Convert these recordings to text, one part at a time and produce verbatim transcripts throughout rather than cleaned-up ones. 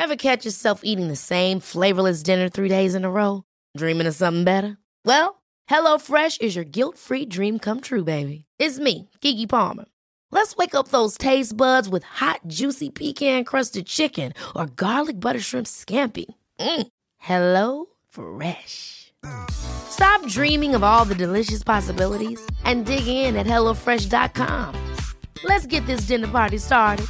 Ever catch yourself eating the same flavorless dinner three days in a row? Dreaming of something better? Well, HelloFresh is your guilt-free dream come true, baby. It's me, Keke Palmer. Let's wake up those taste buds with hot, juicy pecan-crusted chicken or garlic butter shrimp scampi. Mm. Hello Fresh. Stop dreaming of all the delicious possibilities and dig in at hello fresh dot com. Let's get this dinner party started.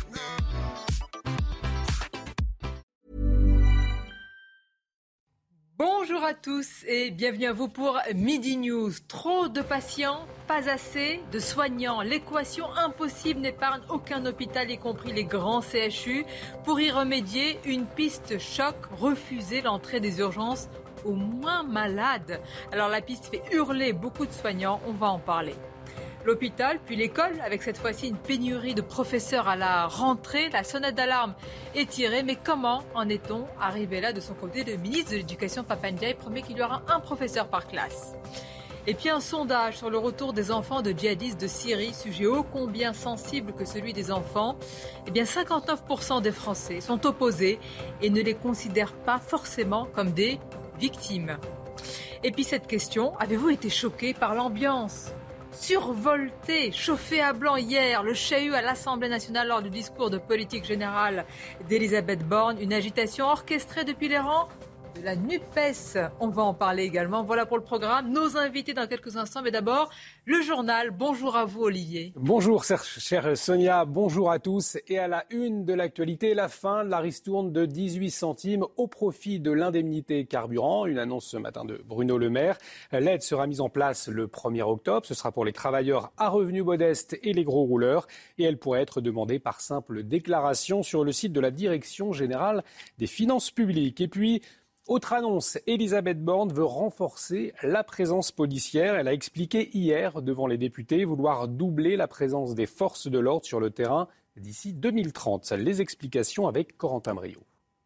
Bonjour à tous et bienvenue à vous pour Midi News. Trop de patients, pas assez de soignants. L'équation impossible n'épargne aucun hôpital, y compris les grands C H U. Pour y remédier, une piste choc, refuser l'entrée des urgences aux moins malades. Alors la piste fait hurler beaucoup de soignants, on va en parler. L'hôpital, puis l'école, avec cette fois-ci une pénurie de professeurs à la rentrée. La sonnette d'alarme est tirée, mais comment en est-on arrivé là? De son côté, le ministre de l'Éducation, Papa Ndiaye, promet qu'il y aura un professeur par classe. Et puis un sondage sur le retour des enfants de djihadistes de Syrie, sujet ô combien sensible que celui des enfants. Eh bien, cinquante-neuf pour cent des Français sont opposés et ne les considèrent pas forcément comme des victimes. Et puis cette question, avez-vous été choqué par l'ambiance survolté, chauffé à blanc hier, le chahut à l'Assemblée nationale lors du discours de politique générale d'Elisabeth Borne, une agitation orchestrée depuis les rangs de la NUPES. On va en parler également. Voilà pour le programme. Nos invités dans quelques instants, mais d'abord, le journal. Bonjour à vous, Olivier. Bonjour, chère Sonia. Bonjour à tous. Et à la une de l'actualité, la fin de la ristourne de dix-huit centimes au profit de l'indemnité carburant. Une annonce ce matin de Bruno Le Maire. L'aide sera mise en place le premier octobre. Ce sera pour les travailleurs à revenus modestes et les gros rouleurs. Et elle pourrait être demandée par simple déclaration sur le site de la Direction générale des finances publiques. Et puis, autre annonce, Elisabeth Borne veut renforcer la présence policière. Elle a expliqué hier devant les députés vouloir doubler la présence des forces de l'ordre sur le terrain d'ici deux mille trente. Les explications avec Corentin Brio.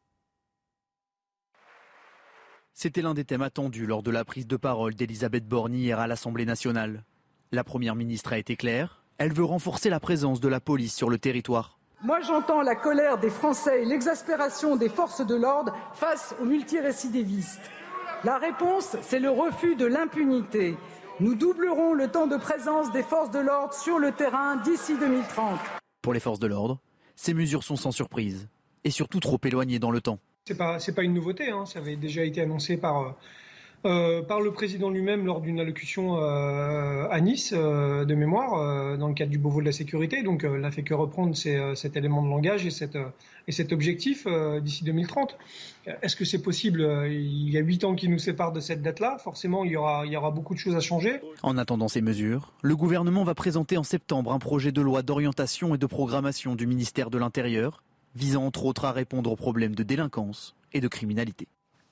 C'était l'un des thèmes attendus lors de la prise de parole d'Elisabeth Borne hier à l'Assemblée nationale. La Première ministre a été claire, elle veut renforcer la présence de la police sur le territoire. Moi, j'entends la colère des Français et l'exaspération des forces de l'ordre face aux multirécidivistes. La réponse, c'est le refus de l'impunité. Nous doublerons le temps de présence des forces de l'ordre sur le terrain d'ici deux mille trente. Pour les forces de l'ordre, ces mesures sont sans surprise et surtout trop éloignées dans le temps. C'est pas, c'est pas une nouveauté, hein. Ça avait déjà été annoncé par... Euh, par le président lui-même lors d'une allocution euh, à Nice euh, de mémoire euh, dans le cadre du Beauvau de la sécurité. Donc euh, n'a fait que reprendre ces, euh, cet élément de langage et, cette, euh, et cet objectif euh, d'ici deux mille trente. Est-ce que c'est possible? Il y a huit ans qui nous séparent de cette date-là. Forcément, il y aura, il y aura beaucoup de choses à changer. En attendant ces mesures, le gouvernement va présenter en septembre un projet de loi d'orientation et de programmation du ministère de l'Intérieur, visant entre autres à répondre aux problèmes de délinquance et de criminalité.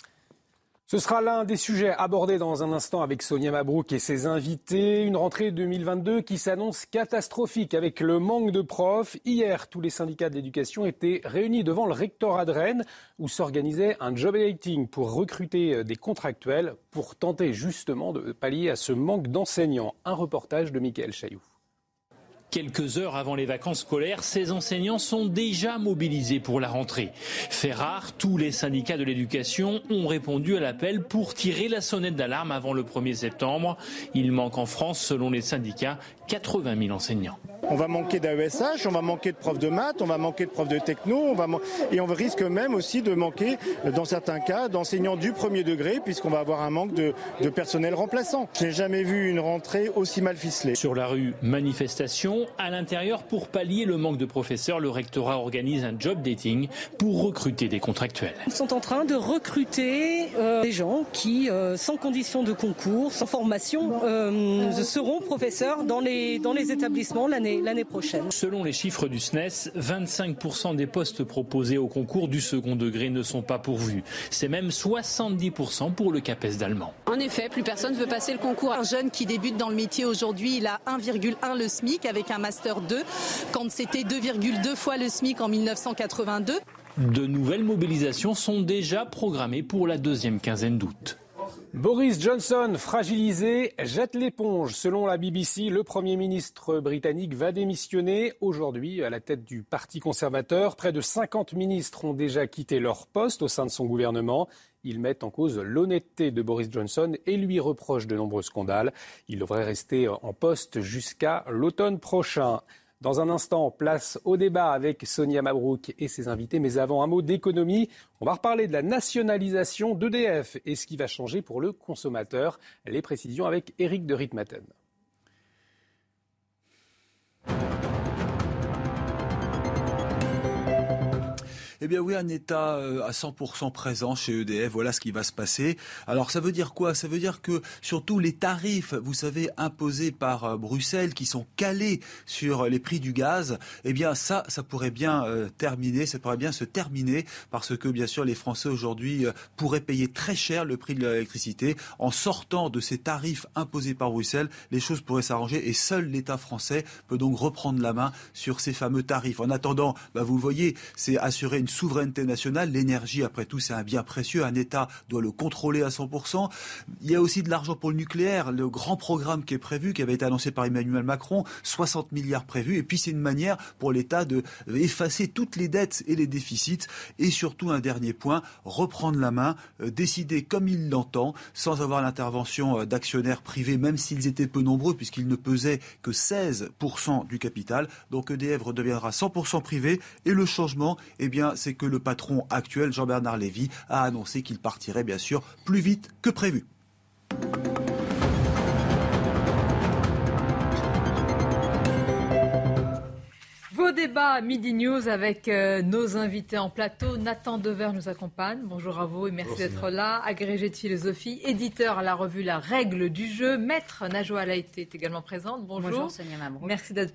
Ce sera l'un des sujets abordés dans un instant avec Sonia Mabrouk et ses invités. Une rentrée deux mille vingt-deux qui s'annonce catastrophique avec le manque de profs. Hier, tous les syndicats de l'éducation étaient réunis devant le rectorat de Rennes où s'organisait un job dating pour recruter des contractuels pour tenter justement de pallier à ce manque d'enseignants. Un reportage de Mickaël Chailloux. Quelques heures avant les vacances scolaires, ces enseignants sont déjà mobilisés pour la rentrée. Fait rare, tous les syndicats de l'éducation ont répondu à l'appel pour tirer la sonnette d'alarme avant le premier septembre. Il manque en France, selon les syndicats, quatre-vingt mille enseignants. On va manquer d'A E S H, on va manquer de profs de maths, on va manquer de profs de techno, on va man... et on risque même aussi de manquer, dans certains cas, d'enseignants du premier degré, puisqu'on va avoir un manque de, de personnel remplaçant. Je n'ai jamais vu une rentrée aussi mal ficelée. Sur la rue, manifestation. À l'intérieur, pour pallier le manque de professeurs, le rectorat organise un job dating pour recruter des contractuels. Ils sont en train de recruter euh, des gens qui, euh, sans condition de concours, sans formation, euh, seront professeurs dans les, dans les établissements l'année, l'année prochaine. Selon les chiffres du S N E S, vingt-cinq pour cent des postes proposés au concours du second degré ne sont pas pourvus. C'est même soixante-dix pour cent pour le CAPES d'allemand. En effet, plus personne ne veut passer le concours. Un jeune qui débute dans le métier aujourd'hui, il a un virgule un le SMIC avec un master deux, quand c'était deux virgule deux fois le SMIC en mille neuf cent quatre-vingt-deux. De nouvelles mobilisations sont déjà programmées pour la deuxième quinzaine d'août. Boris Johnson, fragilisé, jette l'éponge. Selon la B B C, le Premier ministre britannique va démissionner aujourd'hui à la tête du Parti conservateur. Près de cinquante ministres ont déjà quitté leur poste au sein de son gouvernement. Ils mettent en cause l'honnêteté de Boris Johnson et lui reprochent de nombreux scandales. Il devrait rester en poste jusqu'à l'automne prochain. Dans un instant, place au débat avec Sonia Mabrouk et ses invités. Mais avant, un mot d'économie. On va reparler de la nationalisation d'E D F et ce qui va changer pour le consommateur. Les précisions avec Éric de Ritmaten. Eh bien oui, un État à cent pour cent présent chez E D F, voilà ce qui va se passer. Alors ça veut dire quoi ? Ça veut dire que surtout les tarifs, vous savez, imposés par Bruxelles, qui sont calés sur les prix du gaz, eh bien ça, ça pourrait bien euh, terminer, ça pourrait bien se terminer, parce que bien sûr les Français aujourd'hui euh, pourraient payer très cher le prix de l'électricité. En sortant de ces tarifs imposés par Bruxelles, les choses pourraient s'arranger et seul l'État français peut donc reprendre la main sur ces fameux tarifs. En attendant, bah, vous le voyez, c'est assurer une souveraineté nationale. L'énergie, après tout, c'est un bien précieux. Un État doit le contrôler à cent pour cent. Il y a aussi de l'argent pour le nucléaire. Le grand programme qui est prévu, qui avait été annoncé par Emmanuel Macron, soixante milliards prévus. Et puis, c'est une manière pour l'État de effacer toutes les dettes et les déficits. Et surtout, un dernier point, reprendre la main, euh, décider comme il l'entend, sans avoir l'intervention d'actionnaires privés, même s'ils étaient peu nombreux, puisqu'ils ne pesaient que seize pour cent du capital. Donc, E D F redeviendra cent pour cent privé. Et le changement, eh bien, c'est que le patron actuel, Jean-Bernard Lévy, a annoncé qu'il partirait bien sûr plus vite que prévu. Vos débats Midi News avec euh, nos invités en plateau. Nathan Dever nous accompagne. Bonjour à vous et merci Bonjour, d'être Sonia. Là. Agrégé de philosophie, éditeur à la revue La Règle du jeu. Maître Najwa Laïté est également présente. Bonjour. Bonjour Sonia Mabrouk. Merci d'être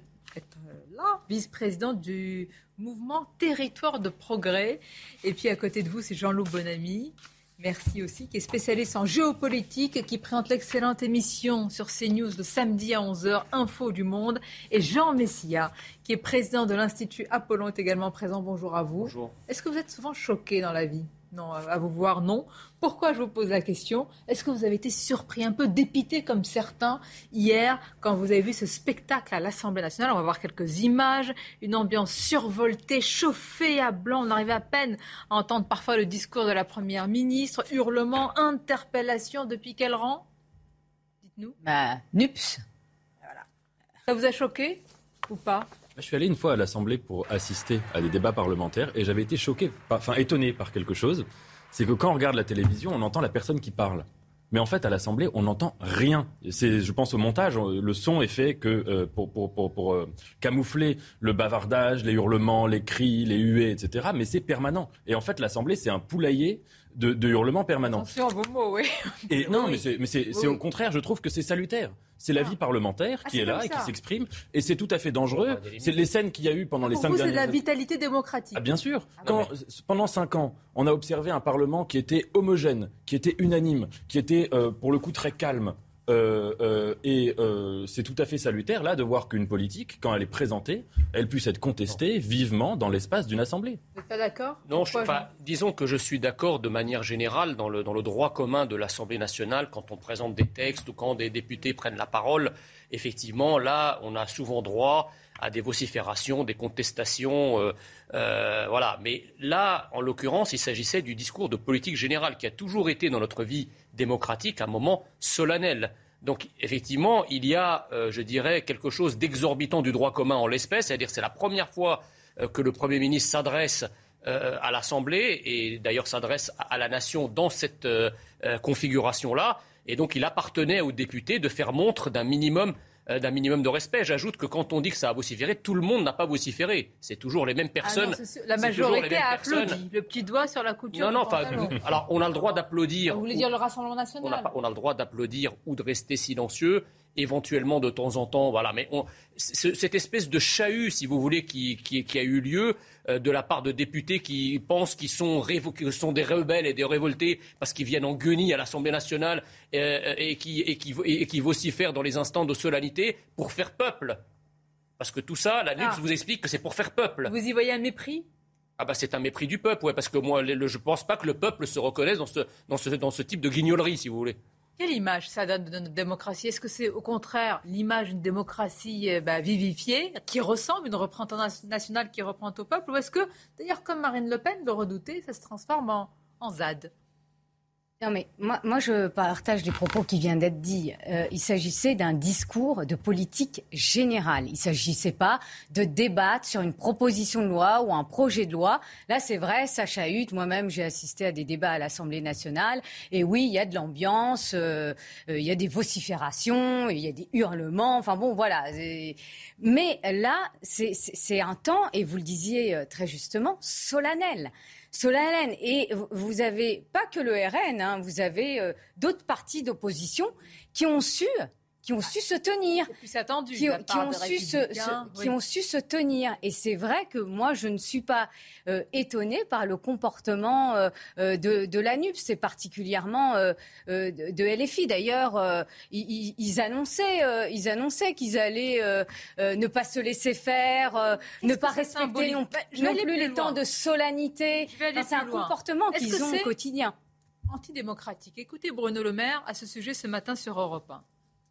là. Vice-présidente du mouvement Territoire de Progrès. Et puis à côté de vous, c'est Jean-Loup Bonamy. Merci aussi, qui est spécialiste en géopolitique, qui présente l'excellente émission sur CNews le samedi à onze heures, Info du Monde. Et Jean Messia, qui est président de l'Institut Apollon, est également présent. Bonjour à vous. Bonjour. Est-ce que vous êtes souvent choqué dans la vie ? Non, à vous voir, non. Pourquoi je vous pose la question ? Est-ce que vous avez été surpris, un peu dépité comme certains, hier, quand vous avez vu ce spectacle à l'Assemblée nationale ? On va voir quelques images, une ambiance survoltée, chauffée à blanc. On arrivait à peine à entendre parfois le discours de la Première ministre, hurlements, interpellations. Depuis quel rang ? Dites-nous. Bah, N U P S. Voilà. Ça vous a choqué ou pas ? Je suis allé une fois à l'Assemblée pour assister à des débats parlementaires et j'avais été choqué, enfin étonné par quelque chose. C'est que quand on regarde la télévision, on entend la personne qui parle. Mais en fait, à l'Assemblée, on n'entend rien. C'est, je pense au montage, le son est fait que euh, pour, pour, pour, pour euh, camoufler le bavardage, les hurlements, les cris, les huées, et cetera. Mais c'est permanent. Et en fait, l'Assemblée, c'est un poulailler de, de hurlements permanents. Attention à vos mots, oui. Et non, oui. mais, c'est, mais c'est, oui. c'est au contraire, je trouve que c'est salutaire. C'est la vie parlementaire ah, qui est, est là et ça. qui s'exprime. Et c'est tout à fait dangereux. C'est les scènes qu'il y a eu pendant les Pour cinq vous, dernières années. années. C'est de la vitalité démocratique. Ah, bien sûr. Ah, Quand, mais... Pendant cinq ans, on a observé un Parlement qui était homogène, qui était unanime, qui était euh, pour le coup très calme. Euh, euh, et euh, c'est tout à fait salutaire là de voir qu'une politique, quand elle est présentée, elle puisse être contestée vivement dans l'espace d'une assemblée. Vous n'êtes pas d'accord ? Non, je, enfin, disons que je suis d'accord de manière générale dans le, dans le droit commun de l'Assemblée nationale quand on présente des textes ou quand des députés prennent la parole. Effectivement, là, on a souvent droit à des vociférations, des contestations, euh, euh, voilà. Mais là, en l'occurrence, il s'agissait du discours de politique générale qui a toujours été dans notre vie démocratique un moment solennel. Donc, effectivement, il y a, euh, je dirais, quelque chose d'exorbitant du droit commun en l'espèce, c'est-à-dire que c'est la première fois euh, que le Premier ministre s'adresse euh, à l'Assemblée et d'ailleurs s'adresse à, à la nation dans cette euh, euh, configuration-là. Et donc, il appartenait aux députés de faire montre d'un minimum euh, d'un minimum de respect. J'ajoute que quand on dit que ça a vociféré, tout le monde n'a pas vociféré. C'est toujours les mêmes personnes. Ah non, la majorité a applaudi. Personnes. Le petit doigt sur la couture. Non, non, enfin, alors on a le droit d'applaudir. Vous voulez dire le Rassemblement national ? On a, pas, on a le droit d'applaudir ou de rester silencieux, éventuellement de temps en temps. Voilà, mais on, cette espèce de chahut, si vous voulez, qui, qui, qui a eu lieu euh, de la part de députés qui pensent qu'ils sont, révo- qu'ils sont des rebelles et des révoltés parce qu'ils viennent en guenilles à l'Assemblée nationale euh, et, qui, et, qui, et qui vocifèrent dans les instants de solennité pour faire peuple. Parce que tout ça, la N U P S ah. vous explique que c'est pour faire peuple. Vous y voyez un mépris ? Ah bah c'est un mépris du peuple, ouais, parce que moi, le, je ne pense pas que le peuple se reconnaisse dans ce, dans ce, dans ce type de guignolerie, si vous voulez. Quelle image ça donne de notre démocratie ? Est-ce que c'est au contraire l'image d'une démocratie euh, bah, vivifiée, qui ressemble, une représentation nationale qui représente au peuple ? Ou est-ce que, d'ailleurs, comme Marine Le Pen le redoutait, ça se transforme en, en Z A D ? Non mais moi, moi je partage les propos qui viennent d'être dits. Euh, il s'agissait d'un discours de politique générale. Il ne s'agissait pas de débattre sur une proposition de loi ou un projet de loi. Là c'est vrai, ça chahute. Moi-même j'ai assisté à des débats à l'Assemblée nationale. Et oui, il y a de l'ambiance, euh, euh, il y a des vociférations, il y a des hurlements. Enfin bon, voilà. Mais là, c'est, c'est, c'est un temps, et vous le disiez très justement, solennel. Solennel. Et vous avez pas que le R N, hein, vous avez euh, d'autres partis d'opposition qui ont su, qui ont su se tenir, c'est plus attendu, qui, qui ont su se, se, oui. qui ont su se tenir. Et c'est vrai que moi, je ne suis pas euh, étonnée par le comportement euh, de, de l'A N U P, c'est particulièrement euh, euh, de, de L F I. D'ailleurs, euh, ils, ils annonçaient, euh, ils annonçaient qu'ils allaient euh, euh, ne pas se laisser faire, euh, ne pas respecter non, non plus les temps de solennité. Enfin, c'est un loin. comportement Est-ce qu'ils ont au quotidien. Antidémocratique. Écoutez Bruno Le Maire à ce sujet ce matin sur Europe un.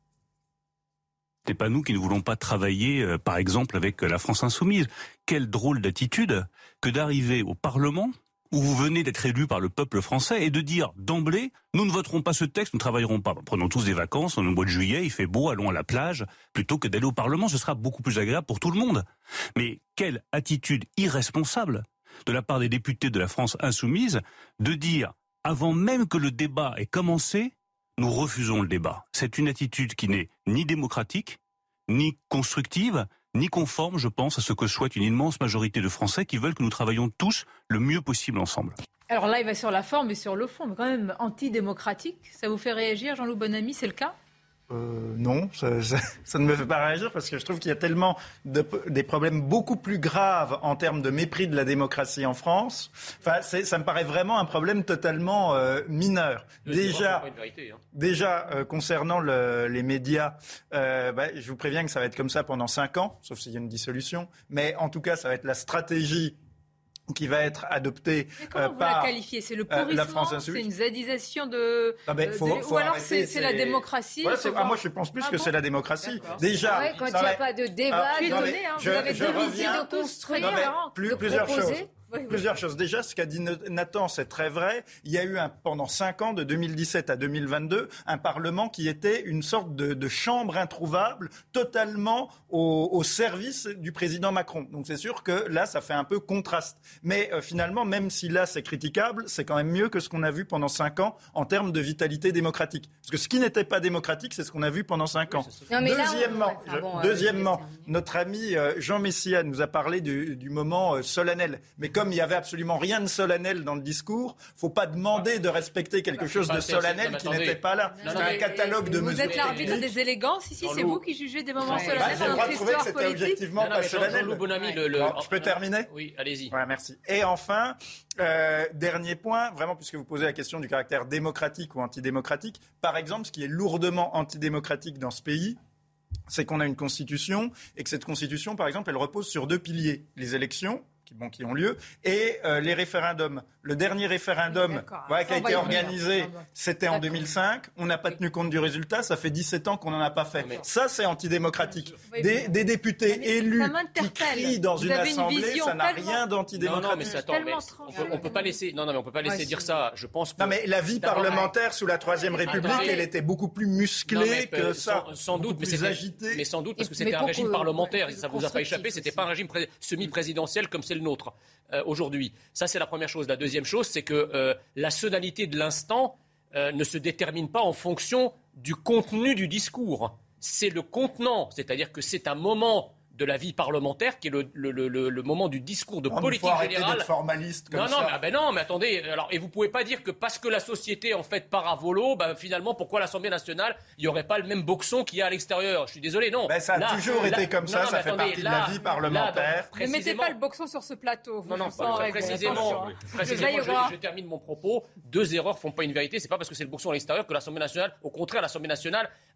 C'est pas nous qui ne voulons pas travailler, euh, par exemple, avec euh, la France Insoumise. Quelle drôle d'attitude que d'arriver au Parlement, où vous venez d'être élu par le peuple français, et de dire d'emblée, nous ne voterons pas ce texte, nous ne travaillerons pas. Prenons tous des vacances, on est au mois de juillet, il fait beau, allons à la plage, plutôt que d'aller au Parlement, ce sera beaucoup plus agréable pour tout le monde. Mais quelle attitude irresponsable de la part des députés de la France Insoumise, de dire, avant même que le débat ait commencé, nous refusons le débat. C'est une attitude qui n'est ni démocratique, ni constructive, ni conforme, je pense, à ce que souhaite une immense majorité de Français qui veulent que nous travaillions tous le mieux possible ensemble. Alors là, il va sur la forme et sur le fond, mais quand même antidémocratique. Ça vous fait réagir, Jean-Loup Bonamy, c'est le cas ? Euh, non, ça, ça, ça ne me fait pas réagir parce que je trouve qu'il y a tellement de, des problèmes beaucoup plus graves en termes de mépris de la démocratie en France. Enfin, c'est, ça me paraît vraiment un problème totalement euh, mineur. Le déjà, vérité, hein. déjà euh, concernant le, les médias, euh, bah, je vous préviens que ça va être comme ça pendant cinq ans, sauf s'il y a une dissolution. Mais en tout cas, ça va être la stratégie qui va être adopté euh, vous par la qualifiez C'est le pourrissement, la France Insoumise. C'est une zadisation de... Ah ben, faut, de faut ou alors arrêter, c'est, c'est, c'est la démocratie ouais, c'est... Ah, moi je pense plus ah, que bon c'est la démocratie. D'accord. Déjà, ouais, quand il n'y a va... pas de débat, ah, de... donné, hein, je, vous avez je deux reviens, visites de construire, non, mais, hein, plus, de plusieurs proposer. choses. Oui, oui. Plusieurs choses. Déjà, ce qu'a dit Nathan, c'est très vrai. Il y a eu un, pendant cinq ans, de deux mille dix-sept à deux mille vingt-deux, un Parlement qui était une sorte de, de chambre introuvable, totalement au, au service du président Macron. Donc c'est sûr que là, ça fait un peu contraste. Mais euh, finalement, même si là, c'est critiquable, c'est quand même mieux que ce qu'on a vu pendant cinq ans en termes de vitalité démocratique. Parce que ce qui n'était pas démocratique, c'est ce qu'on a vu pendant cinq ans. Non, mais deuxièmement, là, on... je, bon, deuxièmement euh, notre ami euh, Jean Messia nous a parlé du, du moment euh, solennel. Mais comme il n'y avait absolument rien de solennel dans le discours, il ne faut pas demander de respecter quelque chose de solennel qui n'était pas là. Non, c'est un catalogue de vous mesures. Vous êtes l'arbitre des élégances ici, c'est vous qui jugez des moments ouais. solennels bah, dans notre histoire que politique. Objectivement pas solennel. Bonamy, le, le... Bon, je peux terminer ? Oui, allez-y. Ouais, merci. Et enfin, euh, dernier point, vraiment puisque vous posez la question du caractère démocratique ou antidémocratique, par exemple, ce qui est lourdement antidémocratique dans ce pays, c'est qu'on a une constitution et que cette constitution, par exemple, elle repose sur deux piliers. Les élections, qui, bon, qui ont lieu, et euh, les référendums. Le dernier référendum ouais, qui a été organisé, c'était en deux mille cinq. On n'a pas tenu compte du résultat. Ça fait dix-sept ans qu'on n'en a pas fait. Mais... Ça, c'est antidémocratique. Des, des députés mais élus qui crient dans Vous une assemblée, une ça n'a tellement... rien d'antidémocratique. Non, non, mais ça, attends, mais on peut, on peut pas laisser. Non, non, mais on peut pas laisser ouais, dire ça. Je pense. Que... Non, mais la vie parlementaire sous la Troisième République, elle était beaucoup plus musclée non, que ça. Sans, sans doute, mais plus agitée. Mais sans doute parce que c'était un régime parlementaire. Ça vous a pas échappé. C'était pas un régime semi-présidentiel comme c'est le nôtre aujourd'hui. Ça, c'est la première chose. La deuxième chose, c'est que Euh, la sonalité de l'instant euh, ne se détermine pas en fonction du contenu du discours. C'est le contenant, c'est-à-dire que c'est un moment de la vie parlementaire qui est le, le, le, le moment du discours de non, politique faut générale. D'être formaliste comme non, ça. non, mais, ah ben non, mais attendez. Alors, et vous pouvez pas dire que parce que la société en fait part à volo, ben, finalement, pourquoi l'Assemblée nationale, il y aurait pas le même boxon qu'il y a à l'extérieur. Je suis désolé, non. Ben, ça a là, toujours là, été comme ça. Non, ça fait attendez, partie là, de la vie parlementaire. Ne mettez pas le boxon sur ce plateau. Non, non, pas, précisément. précisément je, je termine mon propos. Deux erreurs font pas une vérité. C'est pas parce que c'est le boxon à l'extérieur que l'Assemblée nationale, au contraire, l'Assemblée nationale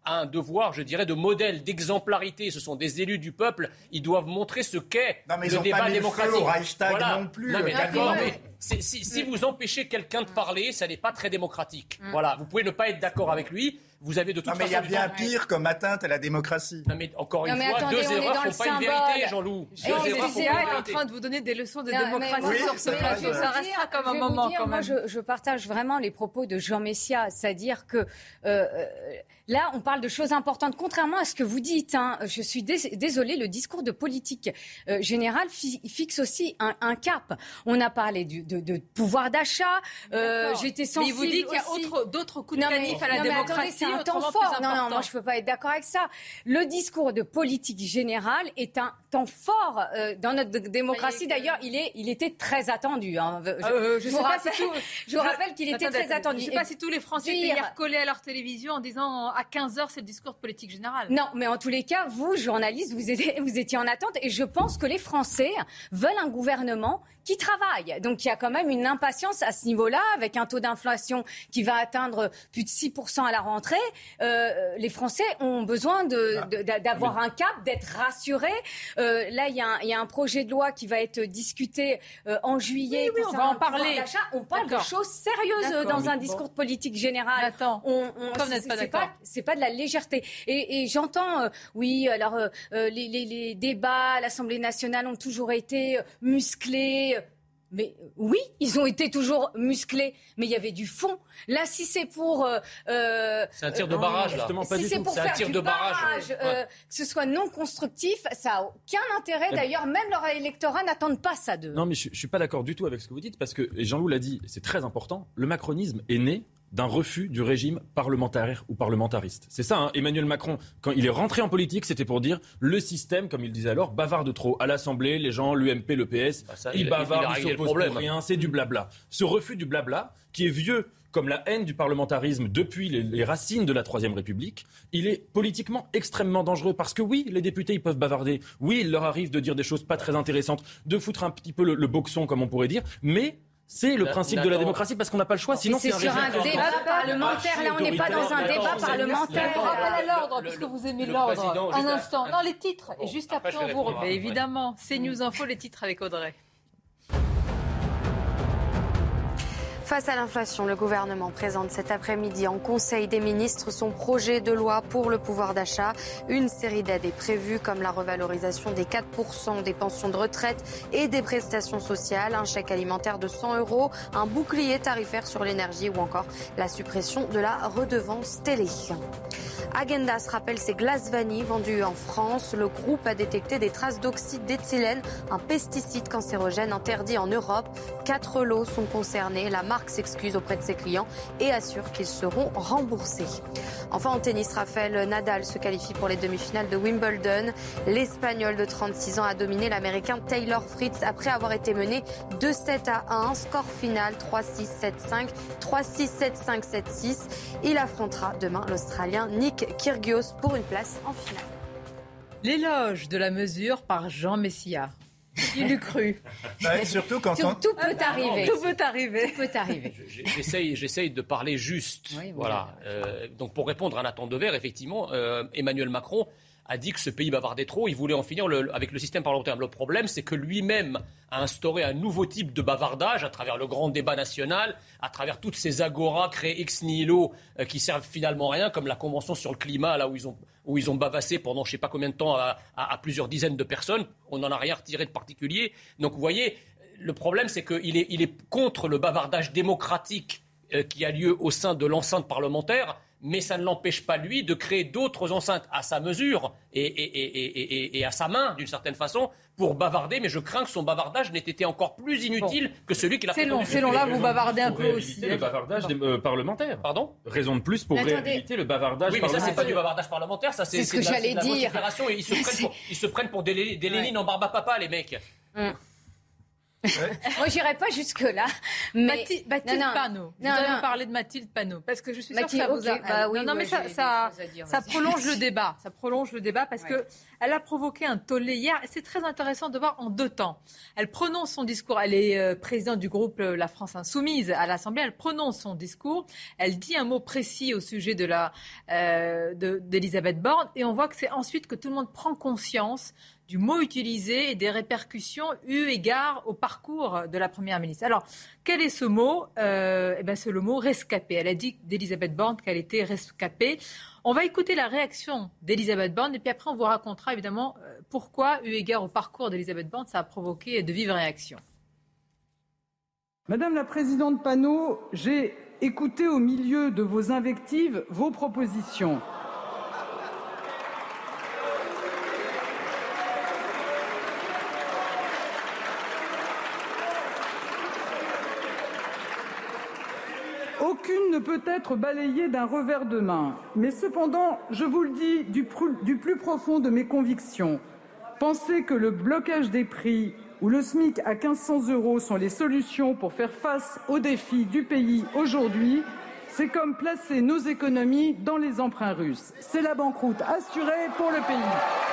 a un devoir, je dirais, de modèle, d'exemplarité. Ce sont des élus du peuple. Ils doivent montrer ce qu'est non, mais le ils ont débat pas mis démocratique. Le feu au Reichstag voilà. non plus. Non, mais d'accord, mais... mais c'est, si, si vous empêchez quelqu'un de parler, ça n'est pas très démocratique. Mm. Voilà, vous pouvez ne pas être d'accord avec lui. Vous avez de toute non, mais façon. Il y a bien pire comme atteinte à la démocratie. Non, mais encore une non, mais fois, attendez, deux erreurs ne font pas une vérité, Jean-Loup. Jean Messia est en train de vous donner des leçons de non, démocratie oui, sur ce plateau. Ça restera comme un moment dire, quand même. Moi, je, je partage vraiment les propos de Jean Messia, c'est-à-dire que euh, là, on parle de choses importantes. Contrairement à ce que vous dites, hein, je suis dés- désolée, le discours de politique euh, générale fi- fixe aussi un, un cap. On a parlé du, de, de pouvoir d'achat. Euh, j'étais sensible. Mais il vous dit qu'il y a aussi... autre, d'autres coups de non, canif mais, à la non, démocratie. Mais attendez, c'est un temps fort. Non, non, moi je ne peux pas être d'accord avec ça. Le discours de politique générale est un temps fort euh, dans notre démocratie. D'ailleurs, il, est, il était très attendu. Hein. Je, euh, je, je, vous rappelle, si tout... je vous rappelle qu'il était Attendez, très attendu. Je ne sais pas si tous les Français dire... étaient hier collés à leur télévision en disant à quinze heures c'est le discours de politique générale. Non, mais en tous les cas, vous, journalistes, vous étiez, vous étiez en attente et je pense que les Français veulent un gouvernement qui travaille. Donc il y a quand même une impatience à ce niveau-là, avec un taux d'inflation qui va atteindre plus de six pour cent à la rentrée. Euh, les Français ont besoin de, de, d'avoir un cap, d'être rassurés. Euh, là, il y, a un, il y a un projet de loi qui va être discuté euh, en juillet. Oui, oui, on va en parler. On parle D'accord. de choses sérieuses D'accord. dans un discours bon. de politique générale. Attends, on, on, Comme c'est, pas c'est, pas, c'est pas de la légèreté. Et, et j'entends, euh, oui, alors euh, les, les, les débats à l'Assemblée nationale ont toujours été musclés. Mais oui, ils ont été toujours musclés, mais il y avait du fond. Là, si c'est pour... Euh, c'est un tir de barrage, là. Justement, pas si du c'est tout. pour c'est faire un tir du de barrage, barrage ouais. euh, que ce soit non constructif, ça n'a aucun intérêt. D'ailleurs, même leur électorat n'attendent pas ça d'eux. Non, mais je ne suis pas d'accord du tout avec ce que vous dites, parce que, et Jean-Loup l'a dit, c'est très important, le macronisme est né d'un refus du régime parlementaire ou parlementariste. C'est ça, hein. Emmanuel Macron, quand il est rentré en politique, c'était pour dire le système, comme il disait alors, bavarde trop. À l'Assemblée, les gens, l'U M P, le P S, bah ça, ils bavardent, ils s'opposent pour rien, c'est du blabla. Ce refus du blabla, qui est vieux comme la haine du parlementarisme depuis les, les racines de la Troisième République, il est politiquement extrêmement dangereux. Parce que oui, les députés, ils peuvent bavarder. Oui, il leur arrive de dire des choses pas très intéressantes, de foutre un petit peu le, le boxon, comme on pourrait dire, mais... C'est le principe de la démocratie parce qu'on n'a pas le choix, sinon c'est, c'est sur un, un débat parlementaire. Là, on n'est pas dans un débat parlementaire. Je rappelle à l'ordre, puisque vous aimez l'ordre. Un instant. Non, les titres. Et juste après, on vous remet. Évidemment, c'est News Info, les titres avec Audrey. Face à l'inflation, le gouvernement présente cet après-midi en Conseil des ministres son projet de loi pour le pouvoir d'achat. Une série d'aides est prévue comme la revalorisation des quatre pour cent des pensions de retraite et des prestations sociales, un chèque alimentaire de cent euros, un bouclier tarifaire sur l'énergie ou encore la suppression de la redevance télé. Agendas rappelle ses glaces vanille vendues en France. Le groupe a détecté des traces d'oxyde d'éthylène, un pesticide cancérogène interdit en Europe. Quatre lots sont concernés. La marque s'excuse auprès de ses clients et assure qu'ils seront remboursés. Enfin, en tennis, Rafael Nadal se qualifie pour les demi-finales de Wimbledon. L'Espagnol de trente-six ans a dominé l'Américain Taylor Fritz après avoir été mené deux sept à un. Score final trois six, sept cinq, trois six, sept cinq, sept six. Il affrontera demain l'Australien Nick Kyrgios pour une place en finale. L'éloge de la mesure par Jean Messia. Il eût cru. Ouais, surtout quand tout, on... tout peut arriver. Tout peut arriver. Tout peut arriver. J'essaye, j'essaye de parler juste. Oui, voilà. Euh, donc pour répondre à Nathan Devers, effectivement, euh, Emmanuel Macron a dit que ce pays bavardait trop. Il voulait en finir le, avec le système parlementaire. Le problème, c'est que lui-même a instauré un nouveau type de bavardage à travers le grand débat national, à travers toutes ces agoras créées ex nihilo euh, qui servent finalement à rien, comme la convention sur le climat, là où ils ont, où ils ont bavassé pendant je ne sais pas combien de temps à, à, à plusieurs dizaines de personnes. On n'en a rien retiré de particulier. Donc vous voyez, le problème, c'est qu'il est, il est contre le bavardage démocratique euh, qui a lieu au sein de l'enceinte parlementaire. Mais ça ne l'empêche pas, lui, de créer d'autres enceintes à sa mesure et, et, et, et, et à sa main, d'une certaine façon, pour bavarder. Mais je crains que son bavardage n'ait été encore plus inutile bon. que celui qu'il a fait. C'est long, c'est long. Là, vous bavardez un peu aussi. Le bavardage des, euh, parlementaire. Pardon ? Raison de plus pour Attendez. réhabiliter le bavardage oui, mais parlementaire. ça, c'est pas du bavardage parlementaire. Ça, c'est, c'est ce que c'est j'allais la, c'est dire. Et ils, se prennent pour, ils se prennent pour des, des Lénines ouais. en barbe à papa, les mecs. Hum. Ouais. Moi, j'irai pas jusque-là. Mais... Mathi- Mathilde non, non. Panot. Non, Vous allez non. me parler de Mathilde Panot. Parce que je suis sûre Mathilde, que ça vous a... okay, bah oui, non, non, ouais, mais ça, j'ai ça, des choses à dire, ça vas-y. prolonge le débat. Ça prolonge le débat parce Ouais. que elle a provoqué un tollé hier. Et c'est très intéressant de voir en deux temps. Elle prononce son discours. Elle est euh, présidente du groupe euh, La France Insoumise à l'Assemblée. Elle prononce son discours. Elle dit un mot précis au sujet de la, euh, de, d'Elisabeth Borne. Et on voit que c'est ensuite que tout le monde prend conscience du mot utilisé et des répercussions eu égard au parcours de la Première ministre. Alors, quel est ce mot euh, eh ben, c'est le mot rescapé. Elle a dit d'Elisabeth Borne qu'elle était rescapée. On va écouter la réaction d'Elisabeth Borne et puis après on vous racontera évidemment euh, pourquoi, eu égard au parcours d'Elisabeth Borne, ça a provoqué de vives réactions. Madame la présidente Panot, j'ai écouté au milieu de vos invectives vos propositions. Aucune ne peut être balayée d'un revers de main. Mais cependant, je vous le dis du, pr- du plus profond de mes convictions, pensez que le blocage des prix ou le SMIC à mille cinq cents euros sont les solutions pour faire face aux défis du pays aujourd'hui, c'est comme placer nos économies dans les emprunts russes. C'est la banqueroute assurée pour le pays.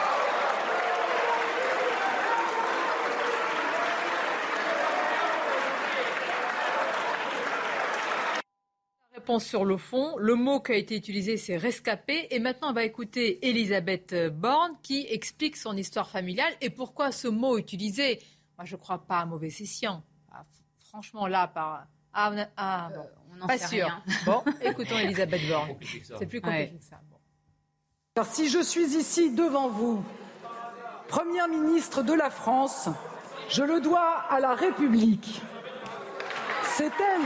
Réponse sur le fond. Le mot qui a été utilisé, c'est rescapé. Et maintenant, on va écouter Elisabeth Borne qui explique son histoire familiale et pourquoi ce mot utilisé. Moi, je ne crois pas à mauvais escient. Ah, franchement, là, par. Ah, on a... ah bon. Euh, on n'en pas sait sûr. rien. Bon, écoutons Elisabeth Borne. C'est plus compliqué Ouais. que ça. Bon. Car si je suis ici devant vous, Première ministre de la France, je le dois à la République. C'est elle.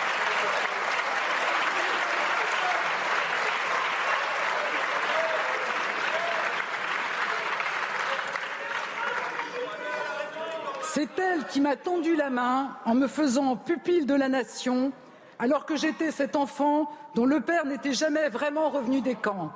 C'est elle qui m'a tendu la main en me faisant pupille de la nation, alors que j'étais cet enfant dont le père n'était jamais vraiment revenu des camps.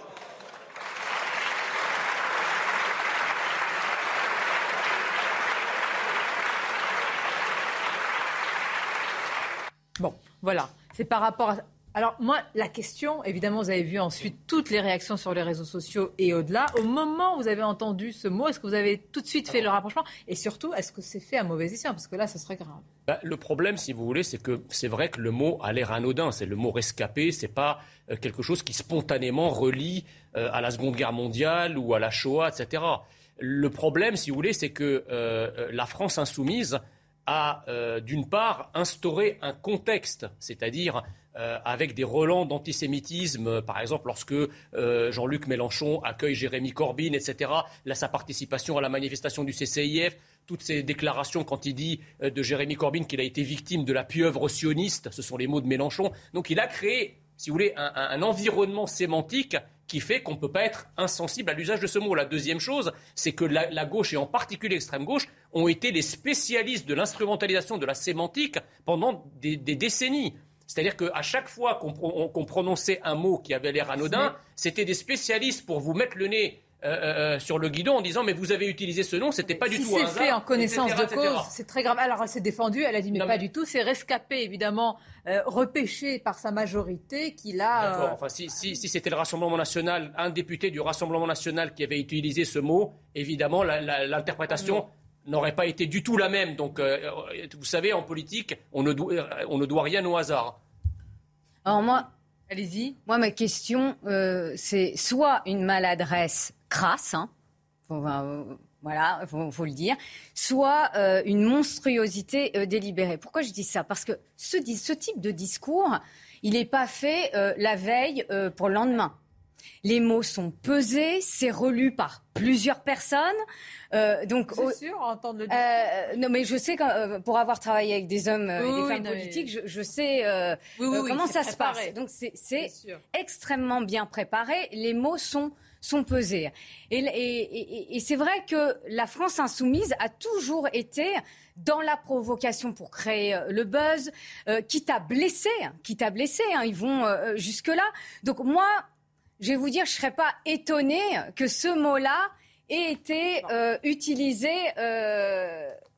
Bon, voilà. C'est par rapport à. Alors, moi, la question, évidemment, vous avez vu ensuite toutes les réactions sur les réseaux sociaux et au-delà. Au moment où vous avez entendu ce mot, est-ce que vous avez tout de suite fait le rapprochement? Et surtout, est-ce que c'est fait à mauvais escient? Parce que là, ce serait grave. Bah, le problème, si vous voulez, c'est que c'est vrai que le mot a l'air anodin. C'est le mot rescapé, c'est pas euh, quelque chose qui spontanément relie euh, à la Seconde Guerre mondiale ou à la Shoah, et cetera. Le problème, si vous voulez, c'est que euh, la France insoumise a, euh, d'une part, instauré un contexte, c'est-à-dire euh, avec des relents d'antisémitisme, euh, par exemple lorsque euh, Jean-Luc Mélenchon accueille Jérémy Corbyn, et cetera, là, sa participation à la manifestation du C C I F, toutes ces déclarations quand il dit euh, de Jérémy Corbyn qu'il a été victime de la pieuvre sioniste, ce sont les mots de Mélenchon. Donc il a créé, si vous voulez, un, un, un environnement sémantique qui fait qu'on ne peut pas être insensible à l'usage de ce mot. La deuxième chose, c'est que la, la gauche, et en particulier l'extrême gauche, ont été les spécialistes de l'instrumentalisation de la sémantique pendant des, des décennies. C'est-à-dire qu'à chaque fois qu'on, on, qu'on prononçait un mot qui avait l'air anodin, c'était des spécialistes pour vous mettre le nez euh, euh, sur le guidon en disant « mais vous avez utilisé ce nom, c'était pas du si tout un hasard ». Si c'est fait en connaissance et cetera, de et cetera. cause, c'est très grave. Alors elle s'est défendue, elle a dit mais Non, pas mais- du tout. C'est rescapé évidemment, euh, repêché par sa majorité qu'il a... D'accord. euh, Enfin, si, si, si c'était le Rassemblement national, un député du Rassemblement national qui avait utilisé ce mot, évidemment, la, la, l'interprétation n'aurait pas été du tout la même. Donc, euh, vous savez, en politique, on ne doit, on ne doit rien au hasard. Alors moi, allez-y. Moi, ma question, euh, c'est soit une maladresse crasse, hein, faut, euh, voilà, faut, faut le dire, soit euh, une monstruosité euh, délibérée. Pourquoi je dis ça? Parce que ce, dis- ce type de discours, il n'est pas fait euh, la veille euh, pour le lendemain. Les mots sont pesés, c'est relu par plusieurs personnes. Euh, donc, C'est au- sûr, entendre le dire. euh, non, mais je sais que euh, pour avoir travaillé avec des hommes euh, Oui, et des oui, femmes non, mais- politiques, je, je sais euh, Oui, oui, euh, oui, comment c'est ça se préparé. passe. Donc c'est, c'est Bien sûr. extrêmement bien préparé. Les mots sont sont pesés. Et, et, et, et c'est vrai que la France insoumise a toujours été dans la provocation pour créer euh, le buzz, euh, quitte à blesser, hein, quitte à blesser. Hein, ils vont euh, jusque là. Donc moi, je vais vous dire, je serais pas étonnée que ce mot-là ait été euh, utilisé euh,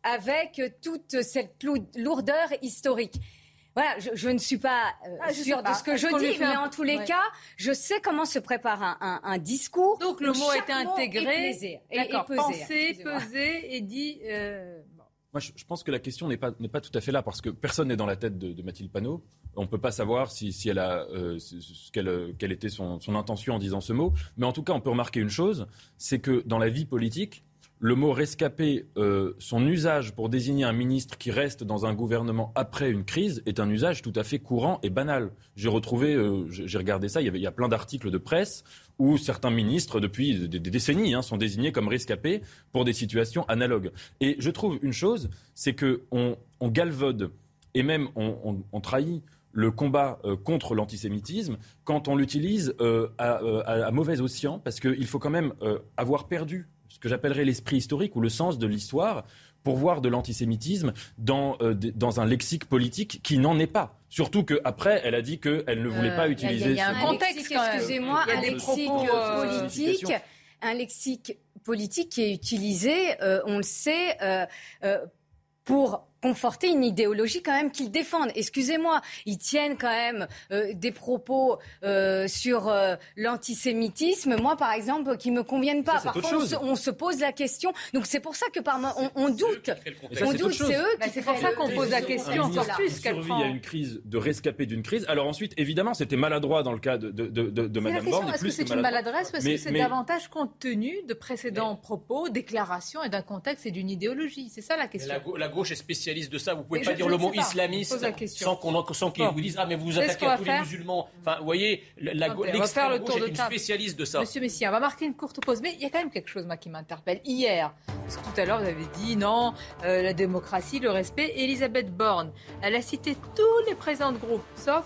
avec toute cette lourdeur historique. Voilà, je, je ne suis pas euh, ah, sûre de ce que je dis, mais en tous les ouais. cas, je sais comment se prépare un, un, un discours. Donc le mot est intégré, et, D'accord, et pensé, pesé et dit... Euh... Moi, je, je pense que la question n'est pas, n'est pas tout à fait là, parce que personne n'est dans la tête de, de Mathilde Panot. On ne peut pas savoir si, si elle a, euh, ce qu'elle, quelle était son, son intention en disant ce mot. Mais en tout cas, on peut remarquer une chose, c'est que dans la vie politique, le mot rescapé, euh, son usage pour désigner un ministre qui reste dans un gouvernement après une crise est un usage tout à fait courant et banal. J'ai retrouvé, euh, j'ai regardé ça, il y, avait, il y a plein d'articles de presse où certains ministres, depuis des, des décennies, hein, sont désignés comme rescapés pour des situations analogues. Et je trouve une chose, c'est qu'on on galvaude et même on, on, on trahit le combat euh, contre l'antisémitisme quand on l'utilise euh, à, à, à mauvais escient, parce qu'il faut quand même euh, avoir perdu ce que j'appellerais l'esprit historique ou le sens de l'histoire pour voir de l'antisémitisme dans, euh, dans un lexique politique qui n'en est pas. Surtout qu'après, elle a dit qu'elle ne voulait euh, pas utiliser... Il y a, y a un contexte, quand même. Excusez-moi, un lexique euh, politique, un lexique politique qui est utilisé, euh, on le sait, euh, euh, pour... conforter une idéologie quand même qu'ils défendent. Excusez-moi, ils tiennent quand même euh, des propos euh, sur euh, l'antisémitisme, moi par exemple, qui me conviennent pas. Ça, Parfois on se, on se pose la question. Donc c'est pour ça que par on, on doute. Ça, on doute, c'est eux bah, qui c'est pour ça qu'on pose la question. Encore plus qu'elle prend. Il y a une crise de rescapé d'une crise. Alors ensuite, évidemment, c'était maladroit dans le cas de, de, de, de, de Madame Borne. Est-ce que c'est une maladresse ou est-ce mais, que c'est mais... davantage compte tenu de précédents mais... propos, déclarations et d'un contexte et d'une idéologie? C'est ça la question. La, go- la gauche est spécialiste de ça, vous pouvez mais pas dire le mot islamiste sans qu'on sans qu'ils vous disent ah mais vous vous attaquez à tous les musulmans. Enfin, vous voyez, la, la, okay, l'extrême gauche est une spécialiste de ça. Monsieur Messia, on va marquer une courte pause, mais il y a quand même quelque chose moi qui m'interpelle. Hier, parce que tout à l'heure vous avez dit non, euh, la démocratie, le respect. Elisabeth Borne, elle a cité tous les présidents de groupe, sauf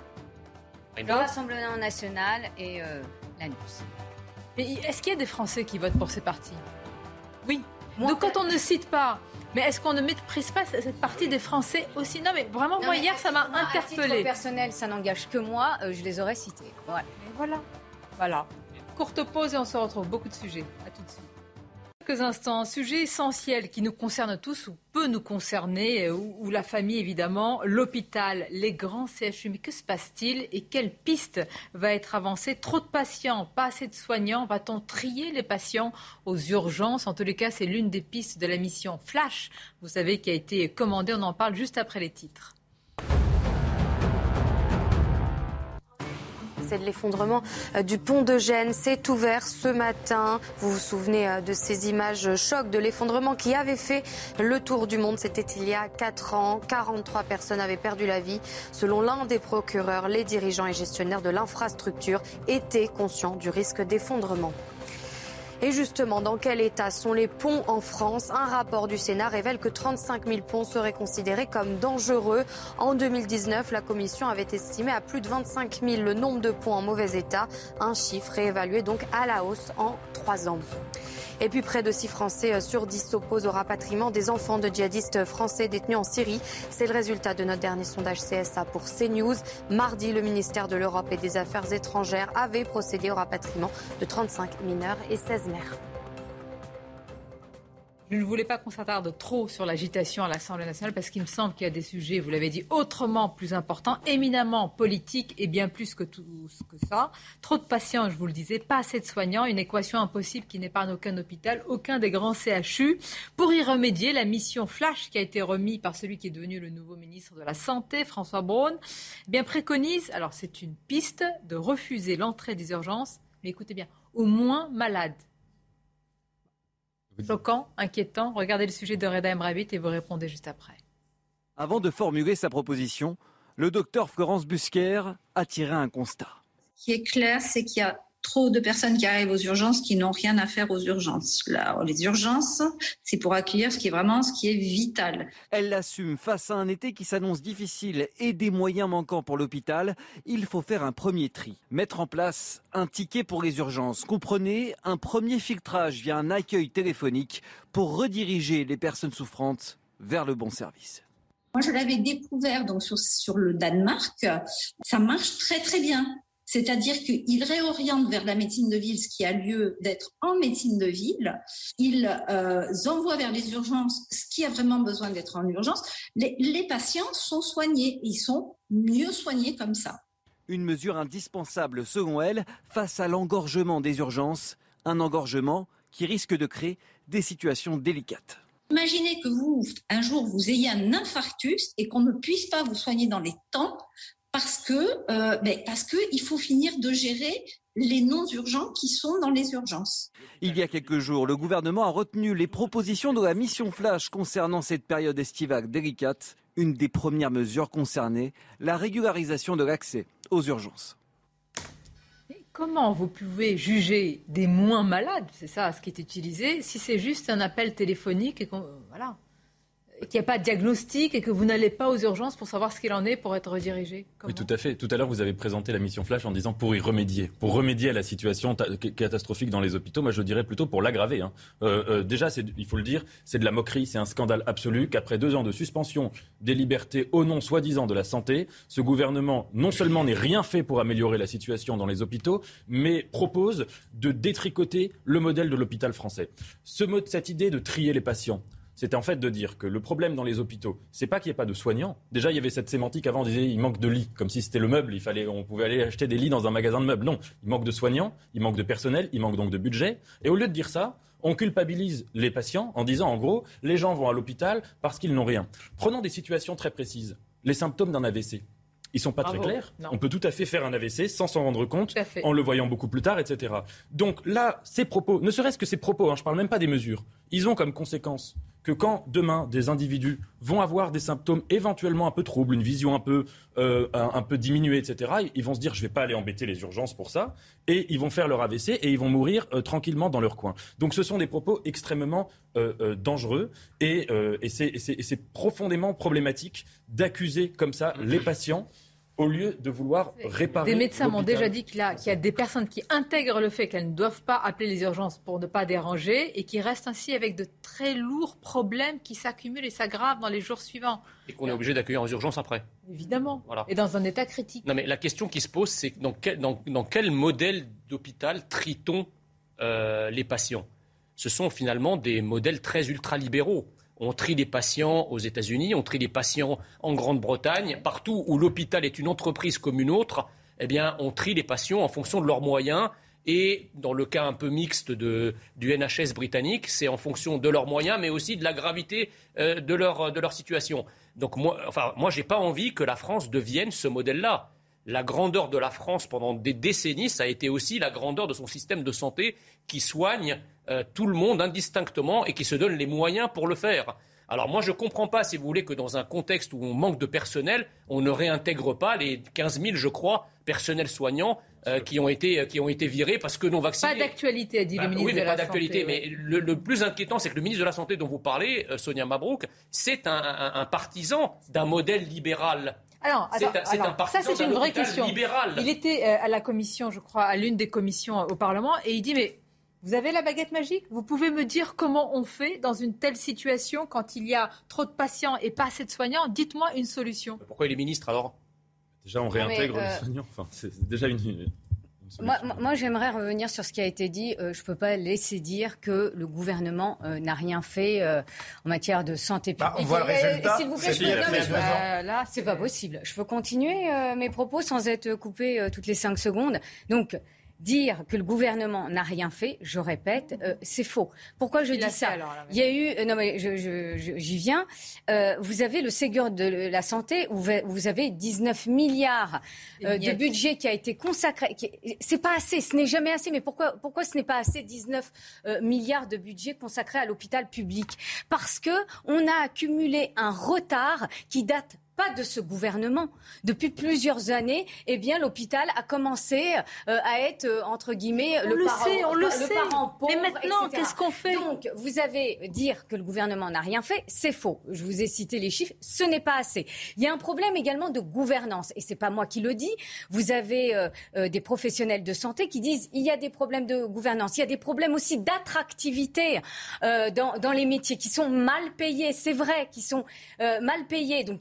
le Rassemblement National et euh, l'A N U S. Mais est-ce qu'il y a des Français qui votent pour ces partis? Oui. Moi, donc quand on ne cite pas. Mais est-ce qu'on ne méprise pas cette partie des Français aussi? Non, mais vraiment, non, moi, mais hier, ça m'a interpellée. À titre personnel, ça n'engage que moi, euh, je les aurais cités. Ouais. Mais voilà. Voilà. Courte pause et on se retrouve. Beaucoup de sujets. À tout de suite. Quelques instants. Sujet essentiel qui nous concerne tous ou peut nous concerner, ou, ou la famille, évidemment. L'hôpital, les grands C H U. Mais que se passe-t-il et quelle piste va être avancée? Trop de patients, pas assez de soignants. Va-t-on trier les patients aux urgences? En tous les cas, c'est l'une des pistes de la mission Flash, vous savez, qui a été commandée. On en parle juste après les titres. C'est de l'effondrement du pont de Gênes. C'est ouvert ce matin. Vous vous souvenez de ces images chocs de l'effondrement qui avait fait le tour du monde. C'était il y a quatre ans. quarante-trois personnes avaient perdu la vie. Selon l'un des procureurs, les dirigeants et gestionnaires de l'infrastructure étaient conscients du risque d'effondrement. Et justement, dans quel état sont les ponts en France? Un rapport du Sénat révèle que trente-cinq mille ponts seraient considérés comme dangereux. En deux mille dix-neuf, la Commission avait estimé à plus de vingt-cinq mille le nombre de ponts en mauvais état. Un chiffre réévalué donc à la hausse en trois ans. Et puis près de six Français sur dix s'opposent au rapatriement des enfants de djihadistes français détenus en Syrie. C'est le résultat de notre dernier sondage C S A pour CNews. Mardi, le ministère de l'Europe et des Affaires étrangères avait procédé au rapatriement de trente-cinq mineurs et seize mères. Je ne voulais pas qu'on s'attarde trop sur l'agitation à l'Assemblée nationale parce qu'il me semble qu'il y a des sujets, vous l'avez dit, autrement plus importants, éminemment politiques et bien plus que tout que ça. Trop de patients, je vous le disais, pas assez de soignants, une équation impossible qui n'épargne aucun hôpital, aucun des grands C H U. Pour y remédier, la mission Flash qui a été remise par celui qui est devenu le nouveau ministre de la Santé, François Braun, eh bien préconise, alors c'est une piste, de refuser l'entrée des urgences, mais écoutez bien, aux moins malades. Choquant, inquiétant. Regardez le sujet de Reda Emravit et vous répondez juste après. Avant de formuler sa proposition, le docteur Florence Busquer a tiré un constat. Ce qui est clair, c'est qu'il y a trop de personnes qui arrivent aux urgences qui n'ont rien à faire aux urgences. Là, les urgences, c'est pour accueillir ce qui est vraiment ce qui est vital. Elle l'assume face à un été qui s'annonce difficile et des moyens manquants pour l'hôpital. Il faut faire un premier tri, mettre en place un ticket pour les urgences. Comprenez, un premier filtrage via un accueil téléphonique pour rediriger les personnes souffrantes vers le bon service. Moi, je l'avais découvert donc sur, sur le Danemark. Ça marche très très bien. C'est-à-dire qu'ils réorientent vers la médecine de ville ce qui a lieu d'être en médecine de ville. Ils euh, envoient vers les urgences ce qui a vraiment besoin d'être en urgence. Les, les patients sont soignés. Ils sont mieux soignés comme ça. Une mesure indispensable, selon elle, face à l'engorgement des urgences. Un engorgement qui risque de créer des situations délicates. Imaginez que vous, un jour, vous ayez un infarctus et qu'on ne puisse pas vous soigner dans les temps parce que, euh, ben, parce que il faut finir de gérer les non-urgents qui sont dans les urgences. Il y a quelques jours, le gouvernement a retenu les propositions de la mission Flash concernant cette période estivale délicate. Une des premières mesures concernait la régularisation de l'accès aux urgences. Comment vous pouvez juger des moins malades, c'est ça ce qui est utilisé, si c'est juste un appel téléphonique et qu'on, voilà, qu'il n'y a pas de diagnostic et que vous n'allez pas aux urgences pour savoir ce qu'il en est pour être redirigé? Comment? Oui, tout à fait. Tout à l'heure, vous avez présenté la mission Flash en disant pour y remédier, pour remédier à la situation ta- catastrophique dans les hôpitaux. Moi, je dirais plutôt pour l'aggraver. Hein. Euh, euh, déjà, c'est, il faut le dire, c'est de la moquerie, c'est un scandale absolu qu'après deux ans de suspension des libertés au nom soi-disant de la santé, ce gouvernement non seulement n'est rien fait pour améliorer la situation dans les hôpitaux, mais propose de détricoter le modèle de l'hôpital français. Ce mode, cette idée de trier les patients, c'était en fait de dire que le problème dans les hôpitaux, c'est pas qu'il n'y ait pas de soignants. Déjà, il y avait cette sémantique avant, on disait il manque de lits, comme si c'était le meuble, il fallait, on pouvait aller acheter des lits dans un magasin de meubles. Non, il manque de soignants, il manque de personnel, il manque donc de budget. Et au lieu de dire ça, on culpabilise les patients en disant en gros, les gens vont à l'hôpital parce qu'ils n'ont rien. Prenons des situations très précises. Les symptômes d'un A V C. Ils sont pas Bravo. très clairs. Non. On peut tout à fait faire un A V C sans s'en rendre compte, en le voyant beaucoup plus tard, et cetera. Donc là, ces propos, ne serait-ce que ces propos, hein, je ne parle même pas des mesures, ils ont comme conséquence que quand demain des individus vont avoir des symptômes éventuellement un peu troubles, une vision un peu, euh, un, un peu diminuée, et cetera, ils vont se dire je ne vais pas aller embêter les urgences pour ça, et ils vont faire leur A V C et ils vont mourir euh, tranquillement dans leur coin. Donc ce sont des propos extrêmement euh, euh, dangereux et, euh, et, c'est, et, c'est, et c'est profondément problématique d'accuser comme ça les patients au lieu de vouloir réparer. Des médecins m'ont l'hôpital. déjà dit qu'il y a, qu'il y a des personnes qui intègrent le fait qu'elles ne doivent pas appeler les urgences pour ne pas déranger et qui restent ainsi avec de très lourds problèmes qui s'accumulent et s'aggravent dans les jours suivants. Et qu'on est obligé d'accueillir aux urgences après. Évidemment. Voilà. Et dans un état critique. Non, mais la question qui se pose, c'est dans quel, dans, dans quel modèle d'hôpital trie-t-on euh, les patients? Ce sont finalement des modèles très ultralibéraux. On trie les patients aux États-Unis, on trie les patients en Grande-Bretagne. Partout où l'hôpital est une entreprise comme une autre, eh bien, on trie les patients en fonction de leurs moyens. Et dans le cas un peu mixte de, du N H S britannique, c'est en fonction de leurs moyens, mais aussi de la gravité euh, de, leur, de leur situation. Donc moi, enfin, moi, je n'ai pas envie que la France devienne ce modèle-là. La grandeur de la France pendant des décennies, ça a été aussi la grandeur de son système de santé qui soigne euh, tout le monde indistinctement et qui se donne les moyens pour le faire. Alors moi, je ne comprends pas, si vous voulez, que dans un contexte où on manque de personnel, on ne réintègre pas les quinze mille, je crois, personnels soignants euh, qui, ont été, qui ont été virés parce que non vaccinés. Pas d'actualité, a dit Bah, le ministre oui, mais de la pas d'actualité. Santé. Mais le, le plus inquiétant, c'est que le ministre de la Santé dont vous parlez, euh, Sonia Mabrouk, c'est un, un, un partisan d'un modèle libéral. Alors, C'est attends, un- c'est alors, un partisan ça, c'est d'un une vraie hôpital question. libéral. Il était euh, à la commission, je crois, à l'une des commissions euh, au Parlement, et il dit, mais vous avez la baguette magique? Vous pouvez me dire comment on fait dans une telle situation quand il y a trop de patients et pas assez de soignants? Dites-moi une solution. Pourquoi il est ministre alors? Déjà, on Non, mais, réintègre euh, les soignants. Enfin, c'est c'est déjà une... une Moi, moi, moi, j'aimerais revenir sur ce qui a été dit. Euh, je ne peux pas laisser dire que le gouvernement euh, n'a rien fait euh, en matière de santé publique. Bah, on voit le Et, euh, résultat. S'il vous plaît, C'est je peux, pire, non, il y mais a je- deux ans. euh, là, c'est pas possible. Je peux continuer euh, mes propos sans être coupé euh, toutes les cinq secondes. Donc, dire que le gouvernement n'a rien fait, je répète, euh, c'est faux. Pourquoi je Il a dis fait, ça? alors, là, Il y a eu, euh, non mais je, je, je- j'y viens. Euh, vous avez le Ségur de la santé où vous- vous avez dix-neuf milliards euh, de miettes. budget qui a été consacré. Qui, c'est pas assez, ce n'est jamais assez. Mais pourquoi, pourquoi ce n'est pas assez dix-neuf euh, milliards de budget consacré à l'hôpital public? Parce que on a accumulé un retard qui date pas de ce gouvernement. Depuis plusieurs années, eh bien, l'hôpital a commencé euh, à être, euh, entre guillemets, On le, le parent, sait, on le le sait. parent pauvre, Mais maintenant, et cetera. qu'est-ce qu'on fait? Donc, vous avez dire que le gouvernement n'a rien fait, c'est faux. Je vous ai cité les chiffres, ce n'est pas assez. Il y a un problème également de gouvernance, et c'est pas moi qui le dis. Vous avez euh, euh, des professionnels de santé qui disent il y a des problèmes de gouvernance, il y a des problèmes aussi d'attractivité euh, dans, dans les métiers qui sont mal payés, c'est vrai, qui sont euh, mal payés. Donc, il y a eu des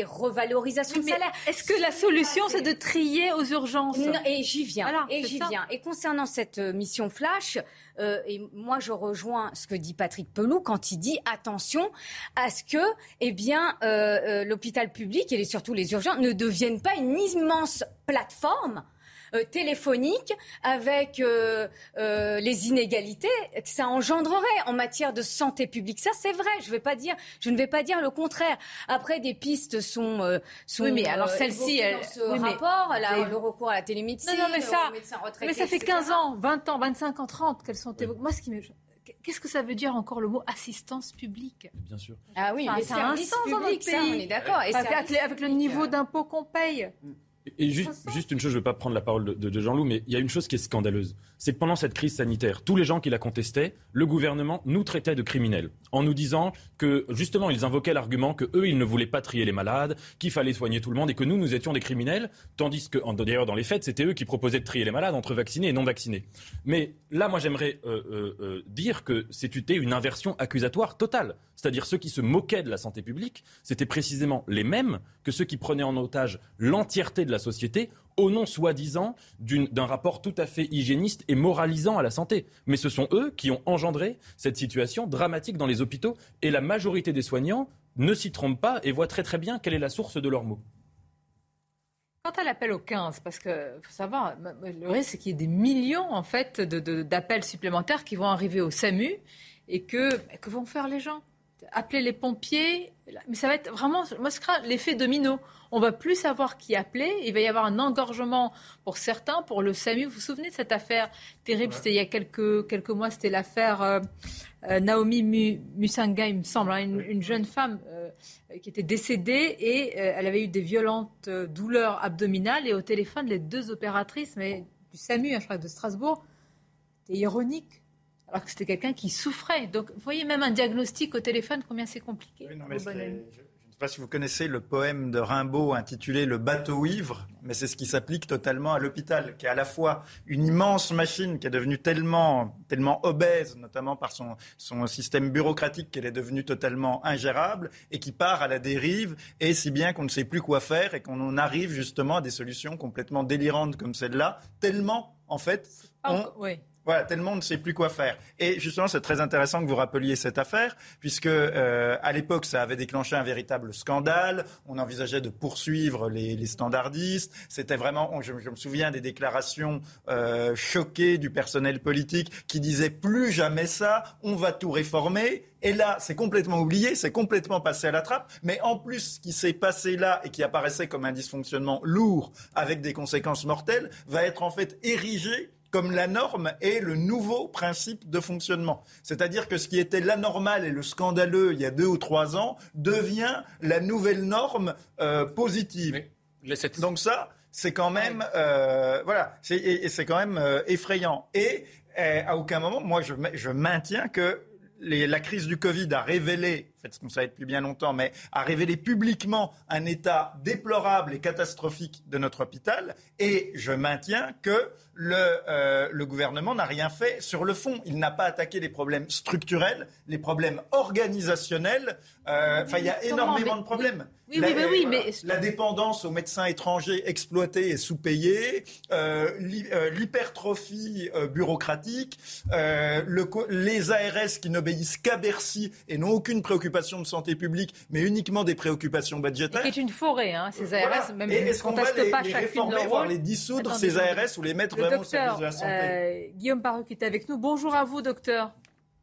revalorisations Oui, de mais salaire. Est-ce que la solution, c'est de trier aux urgences? Non, et j'y viens. Voilà, et c'est j'y ça. viens. Et concernant cette euh, mission flash, euh, et moi je rejoins ce que dit Patrick Pelloux quand il dit attention à ce que, eh bien, euh, euh, l'hôpital public et les, surtout les urgences ne deviennent pas une immense plateforme Euh, téléphonique avec euh, euh, les inégalités que ça engendrerait en matière de santé publique. Ça, c'est vrai. Je vais pas dire, je ne vais pas dire le contraire. Après, des pistes sont, euh, sont Oui, mais alors euh, celle-ci, évoquées elle- dans ce oui, mais- rapport, la- mais- le recours à la télémédecine, Non, non, mais ça, aux médecins retraités, mais ça fait et cetera. quinze ans, vingt ans, vingt-cinq ans, trente qu'elles sont évoquées. Moi, ce qui me... Qu'est-ce que ça veut dire encore le mot assistance publique? Bien sûr. Ah oui, Enfin, les ça a un services sens dans notre publics, ça, on pays. est d'accord. Et Avec, services les- avec le niveau d'impôt qu'on paye. Et juste, juste une chose, je ne veux pas prendre la parole de, de- de Jean-Loup, mais il y a une chose qui est scandaleuse. C'est que pendant cette crise sanitaire, tous les gens qui la contestaient, le gouvernement nous traitait de criminels. En nous disant que, justement, ils invoquaient l'argument que eux, ils ne voulaient pas trier les malades, qu'il fallait soigner tout le monde et que nous, nous étions des criminels. Tandis que, en- d'ailleurs, dans les faits, c'était eux qui proposaient de trier les malades entre vaccinés et non vaccinés. Mais là, moi, j'aimerais euh, euh, euh, dire que c'était une inversion accusatoire totale. C'est-à-dire ceux qui se moquaient de la santé publique, c'était précisément les mêmes que ceux qui prenaient en otage l'entièreté de la société au nom soi-disant d'une- d'un rapport tout à fait hygiéniste et moralisant à la santé. Mais ce sont eux qui ont engendré cette situation dramatique dans les hôpitaux et la majorité des soignants ne s'y trompent pas et voient très très bien quelle est la source de leurs maux. Quant à l'appel au quinze, parce que faut savoir, le risque c'est qu'il y ait des millions en fait de, de- d'appels supplémentaires qui vont arriver au SAMU et que que vont faire les gens? Appeler les pompiers, mais ça va être vraiment, moi je crains l'effet domino. On va plus savoir qui appeler, il va y avoir un engorgement pour certains, pour le SAMU. Vous vous souvenez de cette affaire terrible? Ouais. C'était il y a quelques quelques mois, c'était l'affaire euh, euh, Naomi Mu- Musanga, il me semble, hein, une, une jeune femme euh, qui était décédée et euh, elle avait eu des violentes euh, douleurs abdominales et au téléphone les deux opératrices, mais du SAMU, hein, je crois de Strasbourg, c'était ironique. Alors que c'était quelqu'un qui souffrait. Donc, vous voyez même un diagnostic au téléphone, combien c'est compliqué. Oui, non, mais c'est, je ne sais pas si vous connaissez le poème de Rimbaud intitulé « Le bateau ivre », mais c'est ce qui s'applique totalement à l'hôpital, qui est à la fois une immense machine qui est devenue tellement, tellement obèse, notamment par son, son système bureaucratique, qu'elle est devenue totalement ingérable et qui part à la dérive, et si bien qu'on ne sait plus quoi faire et qu'on en arrive justement à des solutions complètement délirantes comme celle-là, tellement, en fait, on... Oui. Voilà, tellement on ne sait plus quoi faire. Et justement, c'est très intéressant que vous rappeliez cette affaire, puisque euh, à l'époque, ça avait déclenché un véritable scandale. On envisageait de poursuivre les, les standardistes. C'était vraiment, on, je, je me souviens des déclarations euh, choquées du personnel politique qui disait plus jamais ça, on va tout réformer. Et là, c'est complètement oublié, c'est complètement passé à la trappe. Mais en plus, ce qui s'est passé là et qui apparaissait comme un dysfonctionnement lourd avec des conséquences mortelles, va être en fait érigé comme la norme et le nouveau principe de fonctionnement. C'est-à-dire que ce qui était l'anormal et le scandaleux il y a deux ou trois ans devient la nouvelle norme euh, positive. Cette... Donc ça, c'est quand même, euh, voilà, c'est, et, et c'est quand même euh, effrayant. Et euh, à aucun moment, moi, je, je maintiens que les, la crise du Covid a révélé, en fait, ce qu'on savait depuis bien longtemps, mais a révélé publiquement un état déplorable et catastrophique de notre hôpital. Et je maintiens que le, euh, le gouvernement n'a rien fait sur le fond. Il n'a pas attaqué les problèmes structurels, les problèmes organisationnels. Enfin, euh, il y a énormément mais, de problèmes. Oui, oui, la, oui, oui, mais... La dépendance aux médecins étrangers exploités et sous-payés, euh, l'hypertrophie euh, bureaucratique, euh, le, les A R S qui n'obéissent qu'à Bercy et n'ont aucune préoccupation de santé publique, mais uniquement des préoccupations budgétaires. Et qui est une forêt, hein, ces A R S, voilà. Même et est-ce qu'on va les, pas les réformer, voire les dissoudre, Attendez, ces A R S, ou les mettre vraiment docteur, au service de la santé euh, Guillaume Parut qui est avec nous. Bonjour à vous, docteur.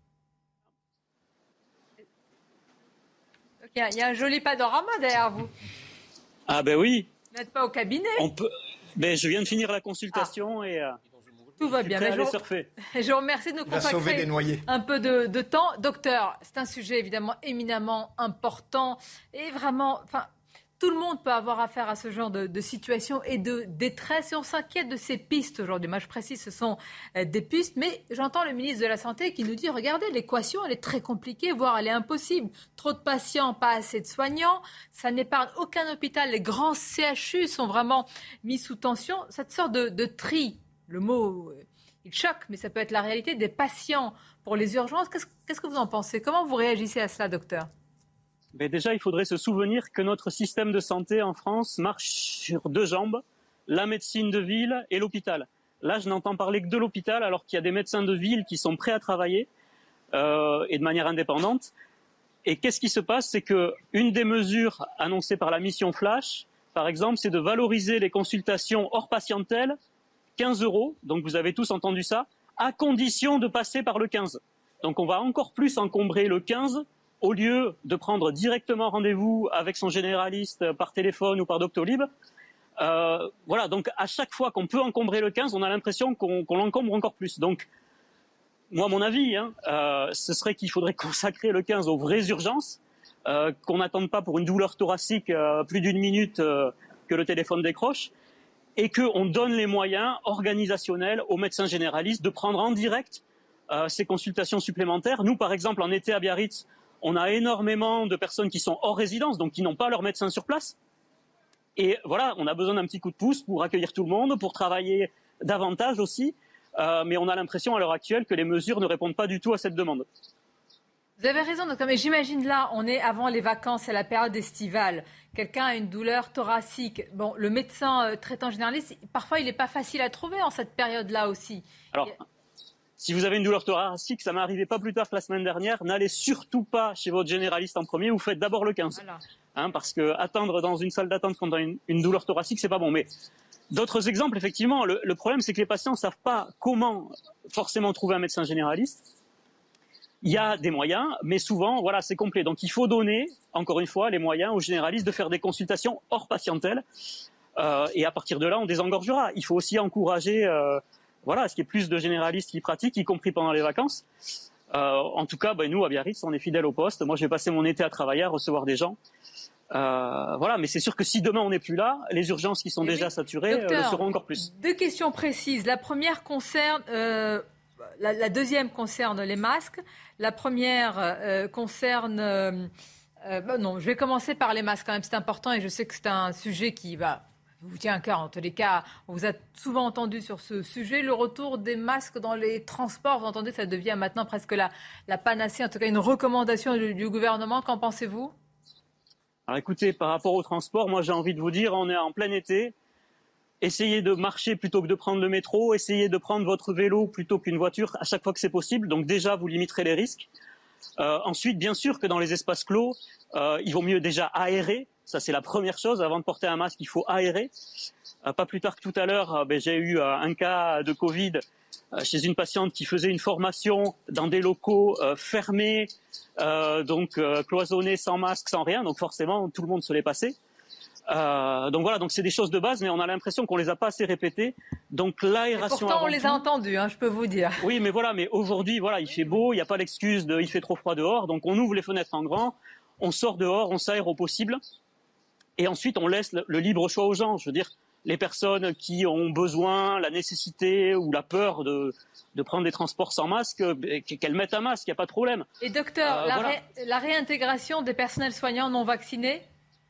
Il y a un joli panorama derrière vous. Ah ben oui. Vous n'êtes pas au cabinet. On peut... ben, je viens de finir la consultation ah. et... Euh... Tout va bien. Je, je, vous... je vous remercie de nous consacrer un peu de, de temps. Docteur, c'est un sujet évidemment éminemment important et vraiment... Enfin, tout le monde peut avoir affaire à ce genre de, de situation et de détresse et on s'inquiète de ces pistes aujourd'hui. Moi, je précise, ce sont euh, des pistes, mais j'entends le ministre de la Santé qui nous dit, regardez, l'équation, elle est très compliquée, voire elle est impossible. Trop de patients, pas assez de soignants, ça n'épargne aucun hôpital. Les grands C H U sont vraiment mis sous tension. Cette sorte de, de tri, le mot, euh, il choque, mais ça peut être la réalité des patients pour les urgences. Qu'est-ce, qu'est-ce que vous en pensez? Comment vous réagissez à cela, docteur? Ben déjà, il faudrait se souvenir que notre système de santé en France marche sur deux jambes, la médecine de ville et l'hôpital. Là, je n'entends parler que de l'hôpital, alors qu'il y a des médecins de ville qui sont prêts à travailler euh, et de manière indépendante. Et qu'est-ce qui se passe? C'est qu'une des mesures annoncées par la mission Flash, par exemple, c'est de valoriser les consultations hors patientèle, quinze euros, donc vous avez tous entendu ça, à condition de passer par le quinze. Donc on va encore plus encombrer le quinze, au lieu de prendre directement rendez-vous avec son généraliste par téléphone ou par Doctolib. Euh, voilà, donc à chaque fois qu'on peut encombrer le quinze, on a l'impression qu'on, qu'on l'encombre encore plus. Donc, moi, mon avis, hein, euh, ce serait qu'il faudrait consacrer le quinze aux vraies urgences, euh, qu'on n'attende pas pour une douleur thoracique euh, plus d'une minute euh, que le téléphone décroche, et qu'on donne les moyens organisationnels aux médecins généralistes de prendre en direct euh, ces consultations supplémentaires. Nous, par exemple, en été à Biarritz, on a énormément de personnes qui sont hors résidence, donc qui n'ont pas leur médecin sur place. Et voilà, on a besoin d'un petit coup de pouce pour accueillir tout le monde, pour travailler davantage aussi. Euh, mais on a l'impression à l'heure actuelle que les mesures ne répondent pas du tout à cette demande. Vous avez raison, docteur, mais j'imagine là, on est avant les vacances, c'est la période estivale. Quelqu'un a une douleur thoracique. Bon, le médecin euh, traitant généraliste, parfois il n'est pas facile à trouver en cette période-là aussi. Alors, Et... si vous avez une douleur thoracique, ça m'est arrivé pas plus tard que la semaine dernière, n'allez surtout pas chez votre généraliste en premier, vous faites d'abord le quinze. Voilà. Hein, parce que attendre dans une salle d'attente quand on a une, une douleur thoracique, c'est pas bon. Mais d'autres exemples, effectivement, le, le problème, c'est que les patients ne savent pas comment forcément trouver un médecin généraliste. Il y a des moyens, mais souvent, voilà, c'est complet. Donc, il faut donner, encore une fois, les moyens aux généralistes de faire des consultations hors patientèle. Euh, et à partir de là, on désengorgera. Il faut aussi encourager, euh, voilà, à ce qu'il y ait plus de généralistes qui pratiquent, y compris pendant les vacances. Euh, en tout cas, ben, nous, à Biarritz, on est fidèles au poste. Moi, je vais passer mon été à travailler, à recevoir des gens. Euh, voilà, mais c'est sûr que si demain on n'est plus là, les urgences qui sont Et déjà oui. saturées Docteur, euh, le seront encore plus. Deux questions précises. La première concerne, euh, la, la deuxième concerne les masques. La première euh, concerne, euh, euh, bah non, je vais commencer par les masques quand même. C'est important et je sais que c'est un sujet qui va vous tient à cœur. En tous les cas, on vous a souvent entendu sur ce sujet. Le retour des masques dans les transports, vous entendez, ça devient maintenant presque la, la panacée, en tout cas une recommandation du, du gouvernement. Qu'en pensez-vous ? Alors écoutez, par rapport au transport, moi j'ai envie de vous dire, on est en plein été. Essayez de marcher plutôt que de prendre le métro. Essayez de prendre votre vélo plutôt qu'une voiture à chaque fois que c'est possible. Donc déjà, vous limiterez les risques. Euh, ensuite, bien sûr que dans les espaces clos, euh, il vaut mieux déjà aérer. Ça, c'est la première chose. Avant de porter un masque, il faut aérer. Euh, pas plus tard que tout à l'heure, euh, ben, j'ai eu euh, un cas de Covid euh, chez une patiente qui faisait une formation dans des locaux euh, fermés, euh, donc euh, cloisonnés, sans masque, sans rien. Donc forcément, tout le monde se l'est passé. Euh, donc voilà, donc c'est des choses de base, mais on a l'impression qu'on les a pas assez répétées. Donc l'aération. Pourtant, on avant les tout. a entendus, hein, je peux vous dire. Oui, mais voilà, mais aujourd'hui, voilà, il fait beau, il n'y a pas l'excuse de, il fait trop froid dehors, donc on ouvre les fenêtres en grand, on sort dehors, on s'aère au possible, et ensuite on laisse le, le libre choix aux gens. Je veux dire, les personnes qui ont besoin, la nécessité ou la peur de, de prendre des transports sans masque, qu'elles mettent un masque, il n'y a pas de problème. Et docteur, euh, la, voilà. ré, la réintégration des personnels soignants non vaccinés?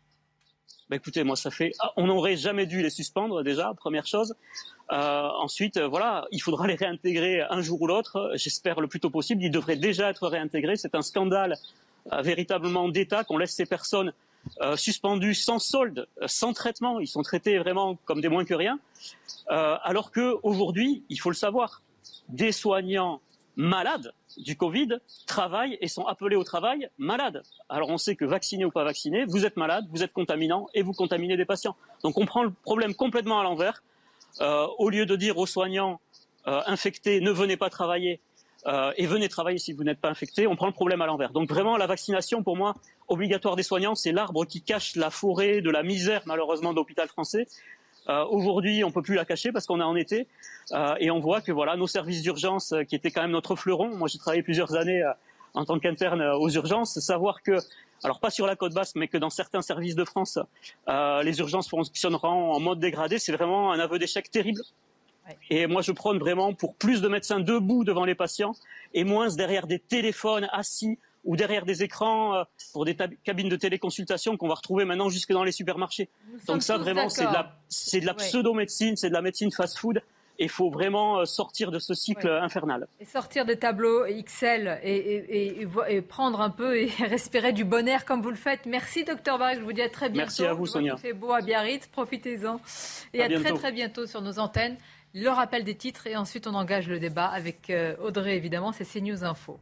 Bah écoutez, moi ça fait, ah, on n'aurait jamais dû les suspendre déjà, première chose. Euh, ensuite, euh, voilà, il faudra les réintégrer un jour ou l'autre. J'espère le plus tôt possible. Ils devraient déjà être réintégrés. C'est un scandale euh, véritablement d'État qu'on laisse ces personnes euh, suspendues sans solde, euh, sans traitement. Ils sont traités vraiment comme des moins que rien. Euh, alors que aujourd'hui, il faut le savoir, des soignants malades du Covid travaillent et sont appelés au travail malades. Alors on sait que vacciné ou pas vacciné, vous êtes malade, vous êtes contaminant et vous contaminez des patients. Donc on prend le problème complètement à l'envers. Euh, au lieu de dire aux soignants euh, infectés, ne venez pas travailler euh, et venez travailler si vous n'êtes pas infecté, on prend le problème à l'envers. Donc vraiment la vaccination pour moi obligatoire des soignants, c'est l'arbre qui cache la forêt de la misère malheureusement de l'hôpital français. Euh, aujourd'hui, on peut plus la cacher parce qu'on est en été euh, et on voit que voilà nos services d'urgence euh, qui étaient quand même notre fleuron. Moi, j'ai travaillé plusieurs années euh, en tant qu'interne euh, aux urgences. Savoir que, alors pas sur la côte basque, mais que dans certains services de France, euh, les urgences fonctionneront en mode dégradé, c'est vraiment un aveu d'échec terrible. Ouais. Et moi, je prône vraiment pour plus de médecins debout devant les patients et moins derrière des téléphones assis ou derrière des écrans euh, pour des tab- cabines de téléconsultation qu'on va retrouver maintenant jusque dans les supermarchés. Nous Donc ça, vraiment, c'est de la, c'est de la ouais. pseudo-médecine, c'est de la médecine fast-food. il faut vraiment sortir de ce cycle ouais. infernal. Et sortir des tableaux X L et, et, et, et prendre un peu et respirer du bon air comme vous le faites. Merci docteur Barré, je vous dis à très bientôt. Merci à vous Sonia. Il fait beau à Biarritz, profitez-en. Et à, à très très bientôt sur nos antennes. Le rappel des titres et ensuite on engage le débat avec Audrey évidemment, c'est CNews Info.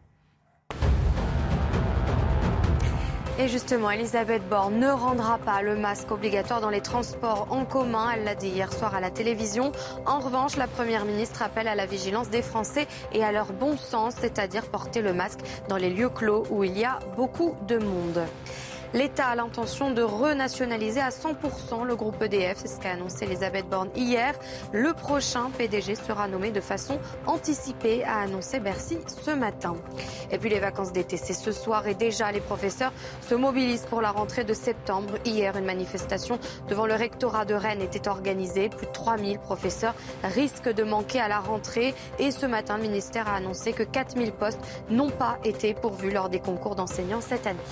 Et justement, Elisabeth Borne ne rendra pas le masque obligatoire dans les transports en commun. Elle l'a dit hier soir à la télévision. En revanche, la Première ministre appelle à la vigilance des Français et à leur bon sens, c'est-à-dire porter le masque dans les lieux clos où il y a beaucoup de monde. L'État a l'intention de renationaliser à cent pour cent le groupe E D F, c'est ce qu'a annoncé Elisabeth Borne hier. Le prochain P D G sera nommé de façon anticipée, a annoncé Bercy ce matin. Et puis les vacances d'été, c'est ce soir et déjà les professeurs se mobilisent pour la rentrée de septembre. Hier, une manifestation devant le rectorat de Rennes était organisée. Plus de trois mille professeurs risquent de manquer à la rentrée. Et ce matin, le ministère a annoncé que quatre mille postes n'ont pas été pourvus lors des concours d'enseignants cette année.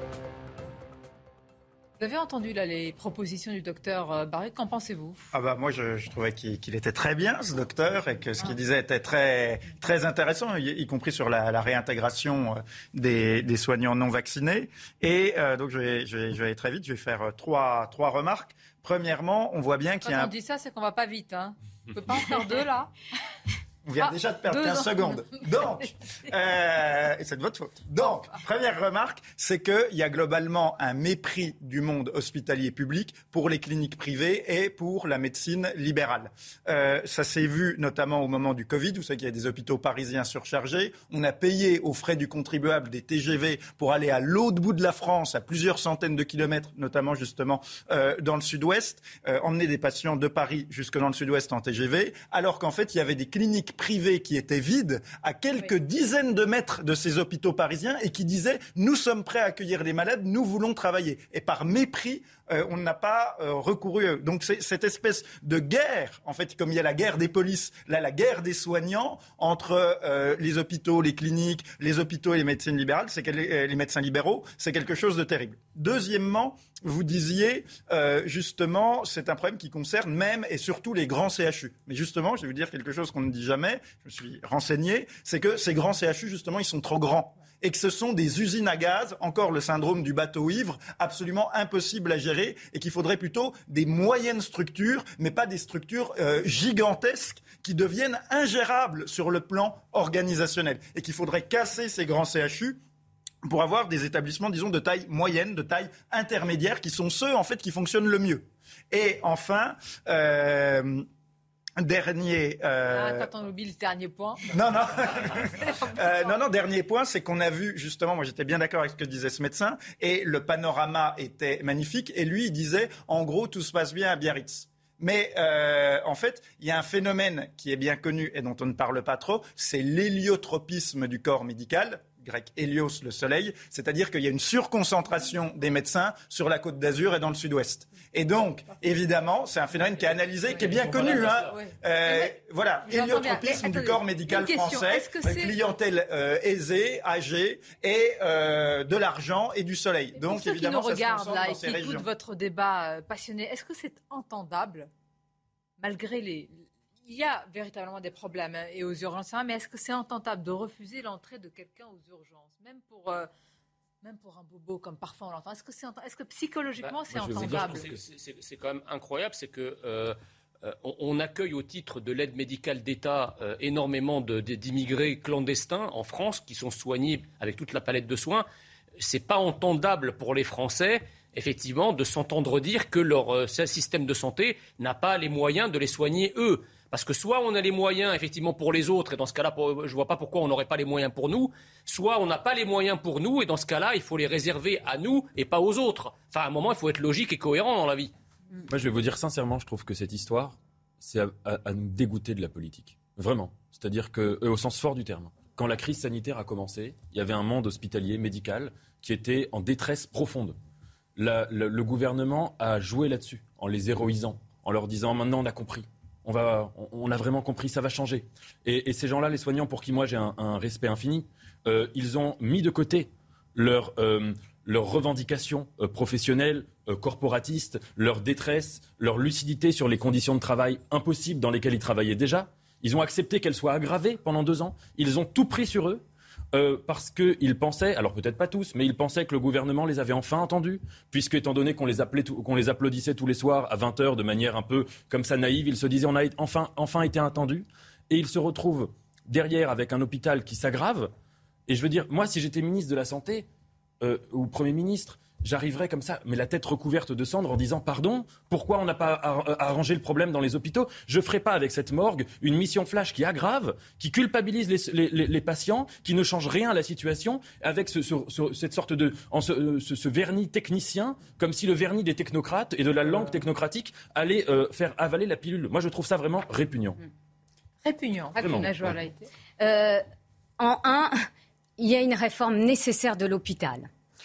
Vous avez entendu là les propositions du docteur Barré, qu'en pensez-vous ? Ah bah moi je, je trouvais qu'il, qu'il était très bien ce docteur et que ce qu'il disait était très très intéressant, y, y compris sur la, la réintégration des, des soignants non vaccinés. Et euh, donc je vais, je, vais, je vais aller très vite, je vais faire trois trois remarques. Premièrement, on voit bien qu'il y a. Quand on dit ça, c'est qu'on va pas vite, hein. On peut pas en faire deux là. On vient ah, déjà de perdre quinze secondes. Donc, euh, et c'est de votre faute. Donc, première remarque, c'est qu'il y a globalement un mépris du monde hospitalier public pour les cliniques privées et pour la médecine libérale. Euh, ça s'est vu notamment au moment du Covid. Vous savez qu'il y a des hôpitaux parisiens surchargés. On a payé aux frais du contribuable des T G V pour aller à l'autre bout de la France, à plusieurs centaines de kilomètres, notamment justement euh, dans le sud-ouest, euh, emmener des patients de Paris jusque dans le sud-ouest en T G V, alors qu'en fait, il y avait des cliniques privés qui étaient vides à quelques oui. dizaines de mètres de ces hôpitaux parisiens et qui disaient « nous sommes prêts à accueillir les malades, nous voulons travailler ». Et par mépris, euh, on n'a pas euh, recouru à eux. Donc c'est cette espèce de guerre, en fait, comme il y a la guerre des polices, là la guerre des soignants entre euh, les hôpitaux, les cliniques, les hôpitaux et les médecines libérales, c'est que les, les médecins libéraux, c'est quelque chose de terrible. Deuxièmement, vous disiez, euh, justement, c'est un problème qui concerne même et surtout les grands C H U. Mais justement, je vais vous dire quelque chose qu'on ne dit jamais, je me suis renseigné, c'est que ces grands C H U, justement, ils sont trop grands. Et que ce sont des usines à gaz, encore le syndrome du bateau ivre, absolument impossible à gérer, et qu'il faudrait plutôt des moyennes structures, mais pas des structures euh, gigantesques qui deviennent ingérables sur le plan organisationnel. Et qu'il faudrait casser ces grands C H U pour avoir des établissements, disons, de taille moyenne, de taille intermédiaire, qui sont ceux, en fait, qui fonctionnent le mieux. Et enfin... Euh Dernier. Euh... Ah, quand on oublie le dernier point. Non, non. euh, non, non, dernier point, c'est qu'on a vu, justement, moi j'étais bien d'accord avec ce que disait ce médecin, et le panorama était magnifique, et lui il disait, en gros, tout se passe bien à Biarritz. Mais euh, en fait, il y a un phénomène qui est bien connu et dont on ne parle pas trop, c'est l'héliotropisme du corps médical. Grec hélios, le soleil, c'est-à-dire qu'il y a une surconcentration des médecins sur la Côte d'Azur et dans le sud-ouest. Et donc, évidemment, c'est un phénomène qui est analysé, qui est bien connu. Hein. Euh, voilà, héliotropisme du corps médical français, clientèle euh, aisée, âgée, et euh, de l'argent et du soleil. Donc, ceux évidemment, qui nous regardent là et qui régions. écoutent votre débat euh, passionné, est-ce que c'est entendable, malgré les... Il y a véritablement des problèmes hein, et aux urgences, mais est-ce que c'est entendable de refuser l'entrée de quelqu'un aux urgences, même pour, euh, même pour un bobo, comme parfois on l'entend. Est-ce que, c'est, est-ce que psychologiquement bah, c'est moi, entendable dire, c'est, c'est, c'est quand même incroyable, c'est que euh, euh, on, on accueille au titre de l'aide médicale d'État euh, énormément de, de, d'immigrés clandestins en France qui sont soignés avec toute la palette de soins. C'est pas entendable pour les Français, effectivement, de s'entendre dire que leur euh, système de santé n'a pas les moyens de les soigner eux. Parce que soit on a les moyens, effectivement, pour les autres, et dans ce cas-là, pour, je ne vois pas pourquoi on n'aurait pas les moyens pour nous, soit on n'a pas les moyens pour nous, et dans ce cas-là, il faut les réserver à nous et pas aux autres. Enfin, à un moment, il faut être logique et cohérent dans la vie. Moi, je vais vous dire sincèrement, je trouve que cette histoire, c'est à, à, à nous dégoûter de la politique. Vraiment. C'est-à-dire que, euh, au sens fort du terme, quand la crise sanitaire a commencé, il y avait un monde hospitalier, médical, qui était en détresse profonde. La, le, le gouvernement a joué là-dessus, en les héroïsant, en leur disant « maintenant, on a compris ». On, va, on a vraiment compris, ça va changer. Et, et ces gens-là, les soignants, pour qui moi j'ai un, un respect infini, euh, ils ont mis de côté leur, euh, leurs revendications euh, professionnelles, euh, corporatistes, leur détresse, leur lucidité sur les conditions de travail impossibles dans lesquelles ils travaillaient déjà. Ils ont accepté qu'elles soient aggravées pendant deux ans. Ils ont tout pris sur eux. Euh, parce qu'ils pensaient, alors peut-être pas tous, mais ils pensaient que le gouvernement les avait enfin entendus, puisque étant donné qu'on les, appelait, qu'on les applaudissait tous les soirs à vingt heures de manière un peu comme ça naïve, ils se disaient on a enfin, enfin été entendus, et ils se retrouvent derrière avec un hôpital qui s'aggrave. Et je veux dire, moi si j'étais ministre de la Santé, euh, ou Premier ministre, j'arriverais comme ça, mais la tête recouverte de cendres en disant pardon, pourquoi on n'a pas arrangé le problème dans les hôpitaux ? Je ne ferai pas avec cette morgue une mission flash qui aggrave, qui culpabilise les, les, les patients, qui ne change rien à la situation, avec ce, ce, ce, cette sorte de en ce, ce, ce vernis technicien, comme si le vernis des technocrates et de la langue technocratique allait euh, faire avaler la pilule. Moi, je trouve ça vraiment répugnant. Répugnant. Répugnant. Euh, en un, il y a une réforme nécessaire de l'hôpital.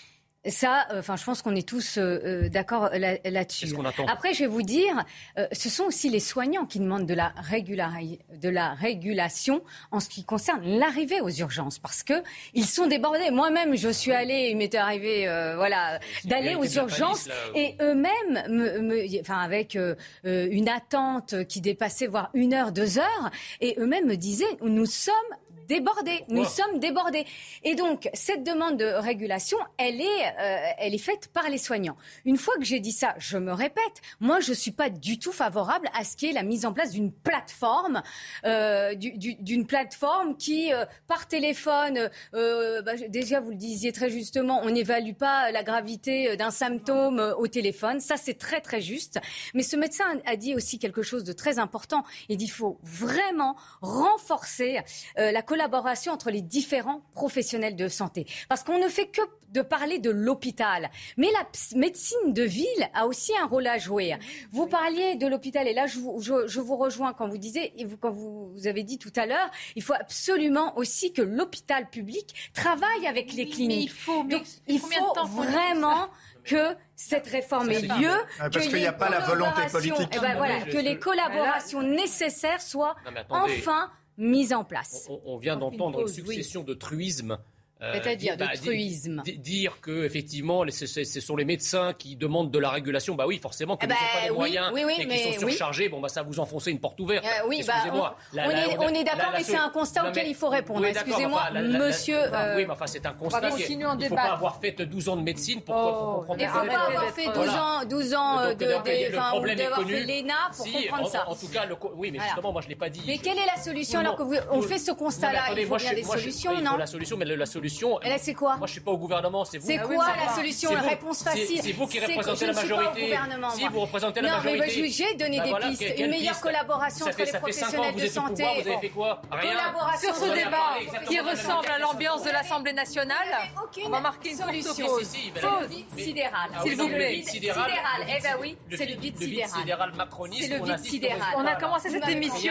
Ça, enfin, euh, je pense qu'on est tous euh, d'accord là, là-dessus. Après, je vais vous dire, euh, ce sont aussi les soignants qui demandent de la, régulari- de la régulation en ce qui concerne l'arrivée aux urgences, parce que ils sont débordés. Moi-même, je suis allée, il m'était arrivé, euh, voilà, C'est d'aller aux urgences, palisse, là, et eux-mêmes, me, me, enfin, avec euh, une attente qui dépassait voire une heure, deux heures, et eux-mêmes me disaient, nous sommes débordés, nous wow. sommes débordés. Et donc, cette demande de régulation, elle est, euh, elle est faite par les soignants. Une fois que j'ai dit ça, je me répète, moi, je ne suis pas du tout favorable à ce qui est la mise en place d'une plateforme, euh, du, du, d'une plateforme qui, euh, par téléphone, euh, bah, déjà, vous le disiez très justement, on n'évalue pas la gravité d'un symptôme au téléphone. Ça, c'est très, très juste. Mais ce médecin a dit aussi quelque chose de très important. Il dit qu'il faut vraiment renforcer euh, la collaboration entre les différents professionnels de santé. Parce qu'on ne fait que de parler de l'hôpital. Mais la p- médecine de ville a aussi un rôle à jouer. Vous parliez de l'hôpital, et là, je vous, je, je vous rejoins quand vous disiez, quand vous, vous avez dit tout à l'heure, il faut absolument aussi que l'hôpital public travaille avec les cliniques. Mais il faut, mais Donc, il faut vraiment que cette réforme ait lieu, ah, parce qu'il n'y a pas la volonté politique. Eh ben, voilà, que les collaborations nécessaires soient enfin mise en place. On, on vient d'entendre une, pause, une succession oui. de truismes. Euh, C'est-à-dire bah, de truisme. D- dire que effectivement, ce, ce, ce sont les médecins qui demandent de la régulation. Bah oui, forcément, qu'ils eh bah, n'ont pas les oui, moyens oui, oui, et mais, qu'ils sont surchargés. Oui. Bon, bah ça vous enfoncez une porte ouverte. Euh, oui, excusez-moi. Bah, on, la, la, on, est, on est d'accord, la, la, mais c'est un constat non, auquel mais, il faut répondre. Oui, Excusez-moi, enfin, la, la, monsieur. La, euh, oui, mais enfin, c'est un constat. Il ne faut pas avoir fait douze ans de médecine pour oh, comprendre. Il ne faut pas avoir fait douze ans de d'avoir fait l'E N A pour comprendre ça. En tout cas, oui, mais justement, moi je l'ai pas dit. Mais quelle est la solution alors qu'on fait ce constat-là? Il faut bien des solutions, non? La solution, mais la solution. Et là, c'est quoi? Moi, je suis pas au gouvernement. C'est, vous. C'est quoi ah oui, la solution, la réponse facile? C'est, c'est vous qui représentez la majorité. Si vous représentez la non, majorité. Non, mais j'ai donné bah des voilà, pistes. Quelle, quelle une meilleure piste collaboration entre les professionnels de santé. Pouvoir, vous avez fait quoi? Rien. Sur ce débat qui ressemble à l'ambiance de l'Assemblée nationale, on va marquer une solution. Le vide sidéral. S'il vous plaît. Sidéral. Eh ben oui, c'est le vide sidéral. macroniste. C'est le vide sidéral. On a commencé cette émission.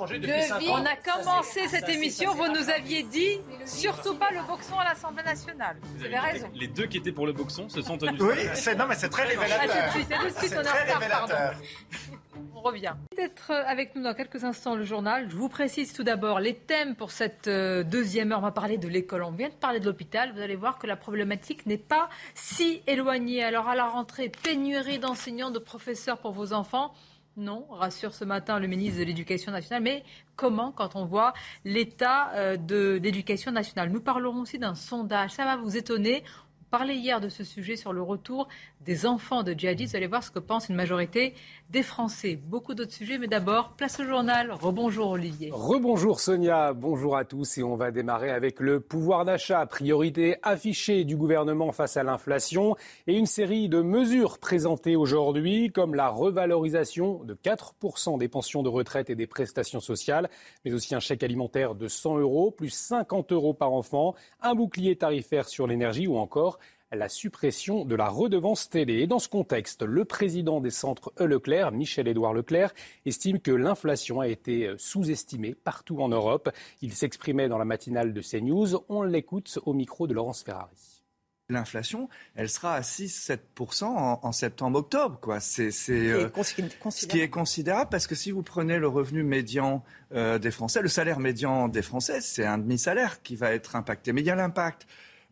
On a commencé cette émission. Vous nous aviez dit surtout pas le boxon à l'Assemblée nationale. Vous avez raison. Les deux qui étaient pour le boxon se sont tenus. Oui, c'est, non, mais c'est très révélateur. Ah, tout de suite, tout de suite, c'est on très est en retard, révélateur. On revient. Peut-être avec nous dans quelques instants le journal. Je vous précise tout d'abord les thèmes pour cette deuxième heure. On va parler de l'école. On vient de parler de l'hôpital. Vous allez voir que la problématique n'est pas si éloignée. Alors à la rentrée, pénurie d'enseignants, de professeurs pour vos enfants. Non, rassure ce matin le ministre de l'Éducation nationale. Mais comment quand on voit l'état de l'éducation nationale? Nous parlerons aussi d'un sondage. Ça va vous étonner. On parlait hier de ce sujet sur le retour des enfants de djihadistes. Vous allez voir ce que pense une majorité des Français. Beaucoup d'autres sujets, mais d'abord, place au journal. Rebonjour Olivier. Rebonjour Sonia, bonjour à tous. Et on va démarrer avec le pouvoir d'achat, priorité affichée du gouvernement face à l'inflation et une série de mesures présentées aujourd'hui, comme la revalorisation de quatre pour cent des pensions de retraite et des prestations sociales, mais aussi un chèque alimentaire de cent euros, plus cinquante euros par enfant, un bouclier tarifaire sur l'énergie ou encore la suppression de la redevance télé. Et dans ce contexte, le président des centres E. Leclerc, Michel-Édouard Leclerc, estime que l'inflation a été sous-estimée partout en Europe. Il s'exprimait dans la matinale de CNews. On l'écoute au micro de Laurence Ferrari. L'inflation, elle sera à six à sept pour cent en, en septembre-octobre, quoi. C'est, c'est euh, ce qui est considérable, parce que si vous prenez le revenu médian euh, des Français, le salaire médian des Français, c'est un demi-salaire qui va être impacté. Mais il y a l'impact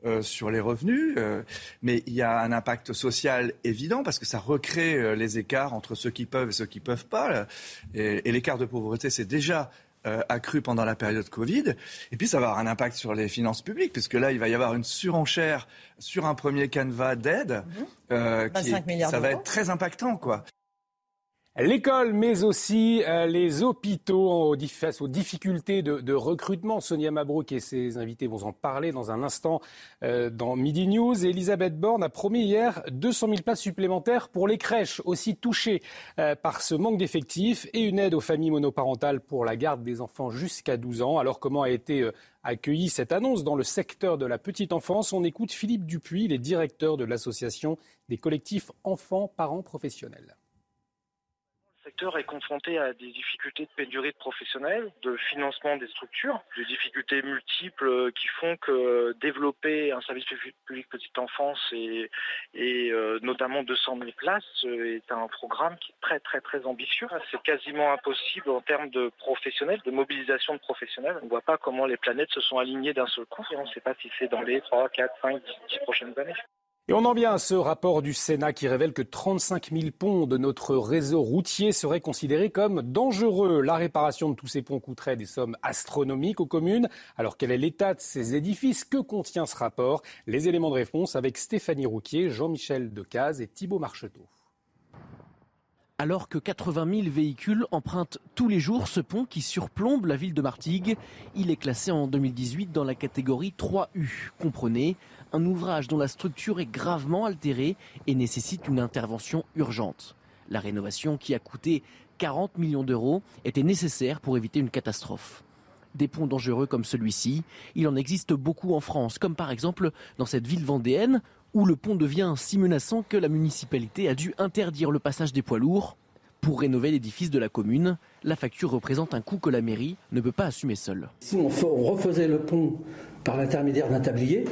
euh, sur les revenus, euh, mais il y a un impact social évident parce que ça recrée euh, les écarts entre ceux qui peuvent et ceux qui ne peuvent pas. Là. Et, et l'écart de pauvreté, c'est déjà euh, accru pendant la période Covid. Et puis, ça va avoir un impact sur les finances publiques, puisque là, il va y avoir une surenchère sur un premier canevas d'aide. Mmh. Euh, qui est, ça va être très impactant, quoi. L'école, mais aussi euh, les hôpitaux face aux difficultés de, de recrutement. Sonia Mabrouk et ses invités vont en parler dans un instant euh, dans Midi News. Elisabeth Borne a promis hier deux cent mille places supplémentaires pour les crèches, aussi touchées euh, par ce manque d'effectifs, et une aide aux familles monoparentales pour la garde des enfants jusqu'à douze ans. Alors comment a été euh, accueillie cette annonce dans le secteur de la petite enfance? On écoute Philippe Dupuis, il est directeur de l'association des collectifs enfants parents professionnels. Le secteur est confronté à des difficultés de pénurie de professionnels, de financement des structures, de difficultés multiples qui font que développer un service public petite enfance et, et euh, notamment deux cent mille places est un programme qui est très très très ambitieux. C'est quasiment impossible en termes de professionnels, de mobilisation de professionnels. On ne voit pas comment les planètes se sont alignées d'un seul coup et on ne sait pas si c'est dans les trois, quatre, cinq, dix prochaines années. Et on en vient à ce rapport du Sénat qui révèle que trente-cinq mille ponts de notre réseau routier seraient considérés comme dangereux. La réparation de tous ces ponts coûterait des sommes astronomiques aux communes. Alors quel est l'état de ces édifices? Que contient ce rapport? Les éléments de réponse avec Stéphanie Rouquier, Jean-Michel Decaze et Thibault Marcheteau. Alors que quatre-vingt mille véhicules empruntent tous les jours ce pont qui surplombe la ville de Martigues, il est classé en deux mille dix-huit dans la catégorie trois U. Comprenez, un ouvrage dont la structure est gravement altérée et nécessite une intervention urgente. La rénovation, qui a coûté quarante millions d'euros, était nécessaire pour éviter une catastrophe. Des ponts dangereux comme celui-ci, il en existe beaucoup en France, comme par exemple dans cette ville vendéenne, où le pont devient si menaçant que la municipalité a dû interdire le passage des poids lourds. Pour rénover l'édifice de la commune, la facture représente un coût que la mairie ne peut pas assumer seule. Si on refaisait le pont par l'intermédiaire d'un tablier,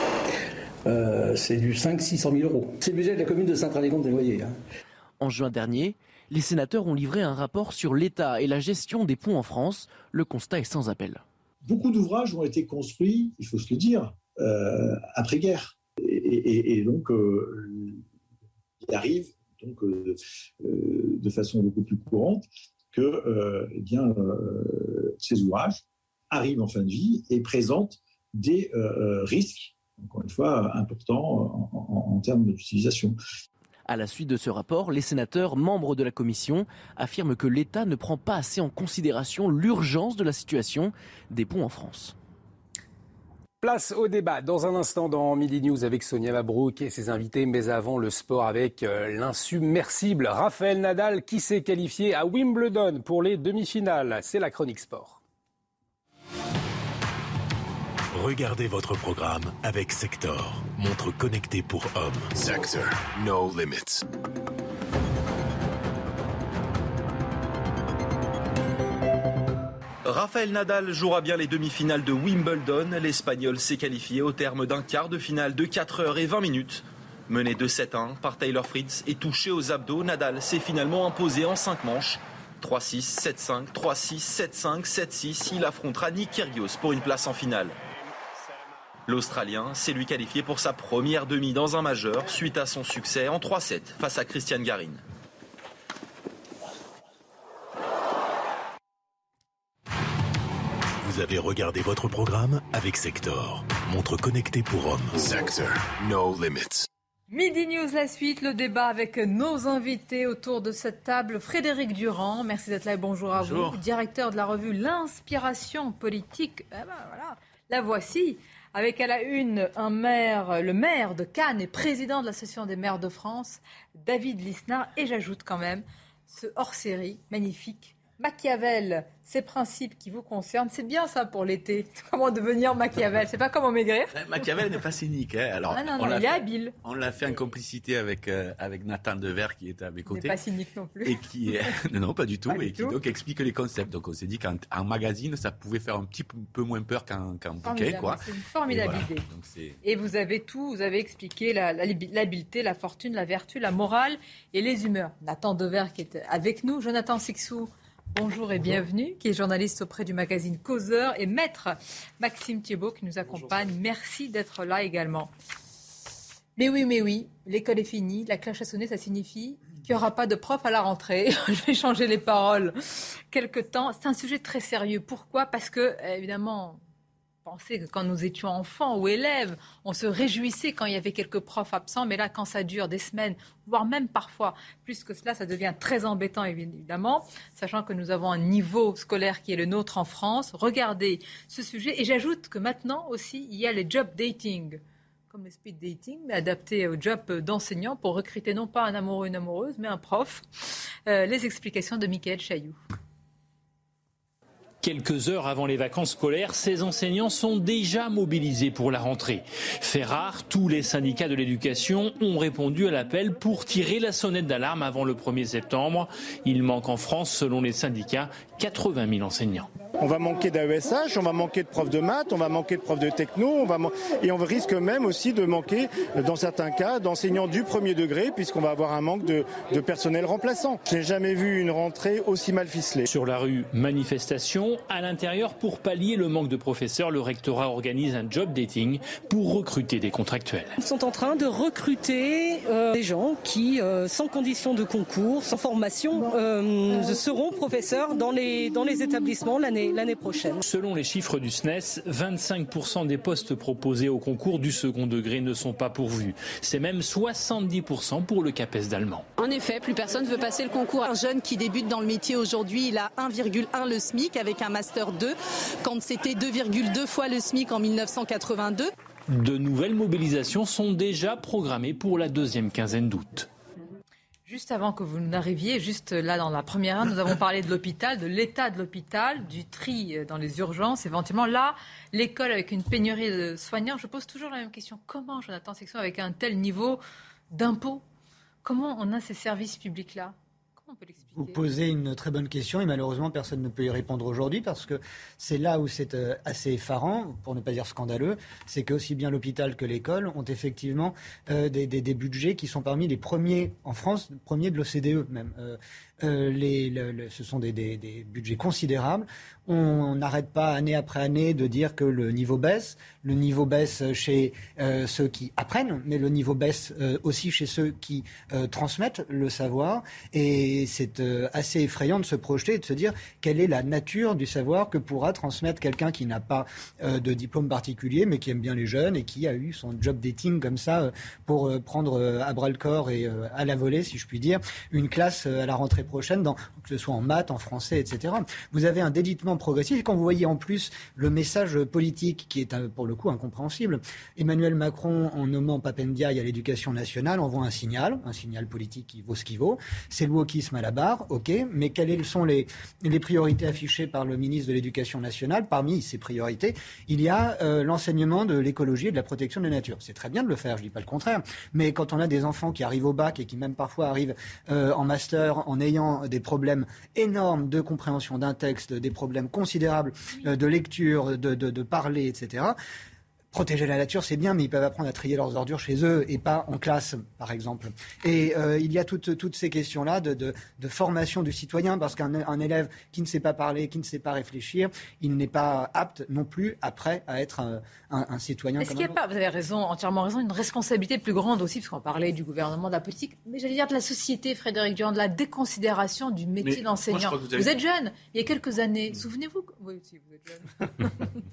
euh, c'est du cinq cents à six cent mille euros. C'est le budget de la commune de Saint-Alexandre-des-Noyers. Hein. En juin dernier, les sénateurs ont livré un rapport sur l'état et la gestion des ponts en France. Le constat est sans appel. Beaucoup d'ouvrages ont été construits, il faut se le dire, euh, après-guerre. Et, et, et donc, euh, il arrive donc, euh, euh, de façon beaucoup plus courante que euh, eh bien, euh, ces ouvrages arrivent en fin de vie et présentent des euh, risques, encore une fois, importants en, en, en termes d'utilisation. À la suite de ce rapport, les sénateurs, membres de la commission, affirment que l'État ne prend pas assez en considération l'urgence de la situation des ponts en France. Place au débat dans un instant dans Midi News avec Sonia Mabrouk et ses invités, mais avant le sport avec euh, l'insubmersible Raphaël Nadal qui s'est qualifié à Wimbledon pour les demi-finales. C'est la chronique sport. Regardez votre programme avec Sector, montre connectée pour hommes. Sector, no limits. Raphaël Nadal jouera bien les demi-finales de Wimbledon. L'Espagnol s'est qualifié au terme d'un quart de finale de quatre heures vingt minutes. Mené de sept à un par Taylor Fritz et touché aux abdos, Nadal s'est finalement imposé en cinq manches. trois six, sept cinq, trois six, sept cinq, sept six. Il affrontera Nick Kyrgios pour une place en finale. L'Australien s'est lui qualifié pour sa première demi dans un majeur suite à son succès en trois sept face à Christian Garin. Vous avez regardé votre programme avec Sector, montre connectée pour hommes. Sector, no limits. Midi News, la suite, le débat avec nos invités autour de cette table. Frédéric Durand, merci d'être là et bonjour à bonjour. Vous. Directeur de la revue L'Inspiration Politique. Eh ben voilà, la voici. Avec à la une un maire, le maire de Cannes et président de l'Association des maires de France, David Lisnard. Et j'ajoute quand même ce hors-série magnifique. Machiavel, ces principes qui vous concernent, c'est bien ça pour l'été. Comment devenir Machiavel, c'est pas comment maigrir. Machiavel n'est pas cynique. Hein. Alors, ah non, non, on il est fait, habile. On l'a fait en complicité avec, euh, avec Nathan Devers qui était à mes côtés. Il n'est pas cynique non plus. Et qui, non, non, pas du tout. Pas et du qui tout. donc explique les concepts. Donc on s'est dit qu'en en magazine, ça pouvait faire un petit peu moins peur qu'un, qu'un bouquet. Quoi. C'est une formidable et idée. Voilà. Donc, c'est... Et vous avez tout, vous avez expliqué la, la, l'habileté, la fortune, la vertu, la morale et les humeurs. Nathan Devers qui est avec nous, Jonathan Sixou. bonjour et bienvenue, qui est journaliste auprès du magazine Causeur, et maître Maxime Thiebaud qui nous accompagne. Bonjour. Merci d'être là également. Mais oui, mais oui, l'école est finie, la cloche a sonné, ça signifie qu'il n'y aura pas de prof à la rentrée. Je vais changer les paroles quelque temps. C'est un sujet très sérieux. Pourquoi ? Parce que, évidemment, pensez que quand nous étions enfants ou élèves, on se réjouissait quand il y avait quelques profs absents, mais là, quand ça dure des semaines, voire même parfois plus que cela, ça devient très embêtant, évidemment, sachant que nous avons un niveau scolaire qui est le nôtre en France. Regardez ce sujet. Et j'ajoute que maintenant aussi, il y a les job dating, comme le speed dating, mais adapté au job d'enseignant pour recruter non pas un amoureux ou une amoureuse, mais un prof. Euh, les explications de Mickaël Chailloux. Quelques heures avant les vacances scolaires, ces enseignants sont déjà mobilisés pour la rentrée. Fait rare, tous les syndicats de l'éducation ont répondu à l'appel pour tirer la sonnette d'alarme avant le premier septembre. Il manque en France, selon les syndicats, quatre-vingt mille enseignants. On va manquer d'A E S H, on va manquer de profs de maths, on va manquer de profs de techno, on va man... et on risque même aussi de manquer, dans certains cas, d'enseignants du premier degré, puisqu'on va avoir un manque de, de personnel remplaçant. Je n'ai jamais vu une rentrée aussi mal ficelée. Sur la rue, manifestation. À l'intérieur, pour pallier le manque de professeurs, le rectorat organise un job dating pour recruter des contractuels. Ils sont en train de recruter euh, des gens qui, euh, sans condition de concours, sans formation, euh, seront professeurs dans les, dans les établissements l'année l'année prochaine. Selon les chiffres du S N E S, vingt-cinq pour cent des postes proposés au concours du second degré ne sont pas pourvus. C'est même soixante-dix pour cent pour le CAPES d'allemand. En effet, plus personne ne veut passer le concours. Un jeune qui débute dans le métier aujourd'hui, il a un virgule un le SMIC avec un master deux, quand c'était deux virgule deux fois le SMIC en mille neuf cent quatre-vingt-deux. De nouvelles mobilisations sont déjà programmées pour la deuxième quinzaine d'août. Juste avant que vous n'arriviez, juste là dans la première heure, nous avons parlé de l'hôpital, de l'état de l'hôpital, du tri dans les urgences, éventuellement. Là, l'école avec une pénurie de soignants, je pose toujours la même question. Comment, Jonathan Sexton, avec un tel niveau d'impôts, comment on a ces services publics-là ? Comment on peut l'expliquer ? Vous posez une très bonne question et malheureusement personne ne peut y répondre aujourd'hui parce que c'est là où c'est assez effarant, pour ne pas dire scandaleux, c'est qu'aussi bien l'hôpital que l'école ont effectivement euh, des, des, des budgets qui sont parmi les premiers en France, premiers de l'O C D E même. Euh, euh, les, le, le, ce sont des, des, des budgets considérables. On n'arrête pas année après année de dire que le niveau baisse. Le niveau baisse chez euh, ceux qui apprennent, mais le niveau baisse euh, aussi chez ceux qui euh, transmettent le savoir. Et c'est euh, assez effrayant de se projeter et de se dire quelle est la nature du savoir que pourra transmettre quelqu'un qui n'a pas euh, de diplôme particulier, mais qui aime bien les jeunes et qui a eu son job dating comme ça euh, pour euh, prendre euh, à bras-le-corps et euh, à la volée, si je puis dire, une classe euh, à la rentrée prochaine, dans, que ce soit en maths, en français, et cetera. Vous avez un délitement progressif. Et quand vous voyez en plus le message politique qui est pour le coup incompréhensible, Emmanuel Macron, en nommant Pap Ndiaye à l'éducation nationale, envoie un signal, un signal politique qui vaut ce qu'il vaut. C'est le wokisme à la barre, ok, mais quelles sont les, les priorités affichées par le ministre de l'Éducation nationale ? Parmi ces priorités, il y a euh, l'enseignement de l'écologie et de la protection de la nature. C'est très bien de le faire, je ne dis pas le contraire, mais quand on a des enfants qui arrivent au bac et qui même parfois arrivent euh, en master en ayant des problèmes énormes de compréhension d'un texte, des problèmes considérables euh, de lecture, de, de, de parler, et cetera. Protéger la nature, c'est bien, mais ils peuvent apprendre à trier leurs ordures chez eux et pas en classe, par exemple. Et euh, il y a toutes, toutes ces questions-là de, de, de formation du citoyen, parce qu'un un élève qui ne sait pas parler, qui ne sait pas réfléchir, il n'est pas apte non plus, après, à être un, un, un citoyen. Est-ce qu'il n'y a pas, vous avez raison, entièrement raison, une responsabilité plus grande aussi, parce qu'on parlait du gouvernement, de la politique, mais j'allais dire de la société, Frédéric Durand, de la déconsidération du métier mais d'enseignant. Vous, avez... vous êtes jeune, il y a quelques années, mmh. souvenez-vous, oui aussi, vous êtes jeune.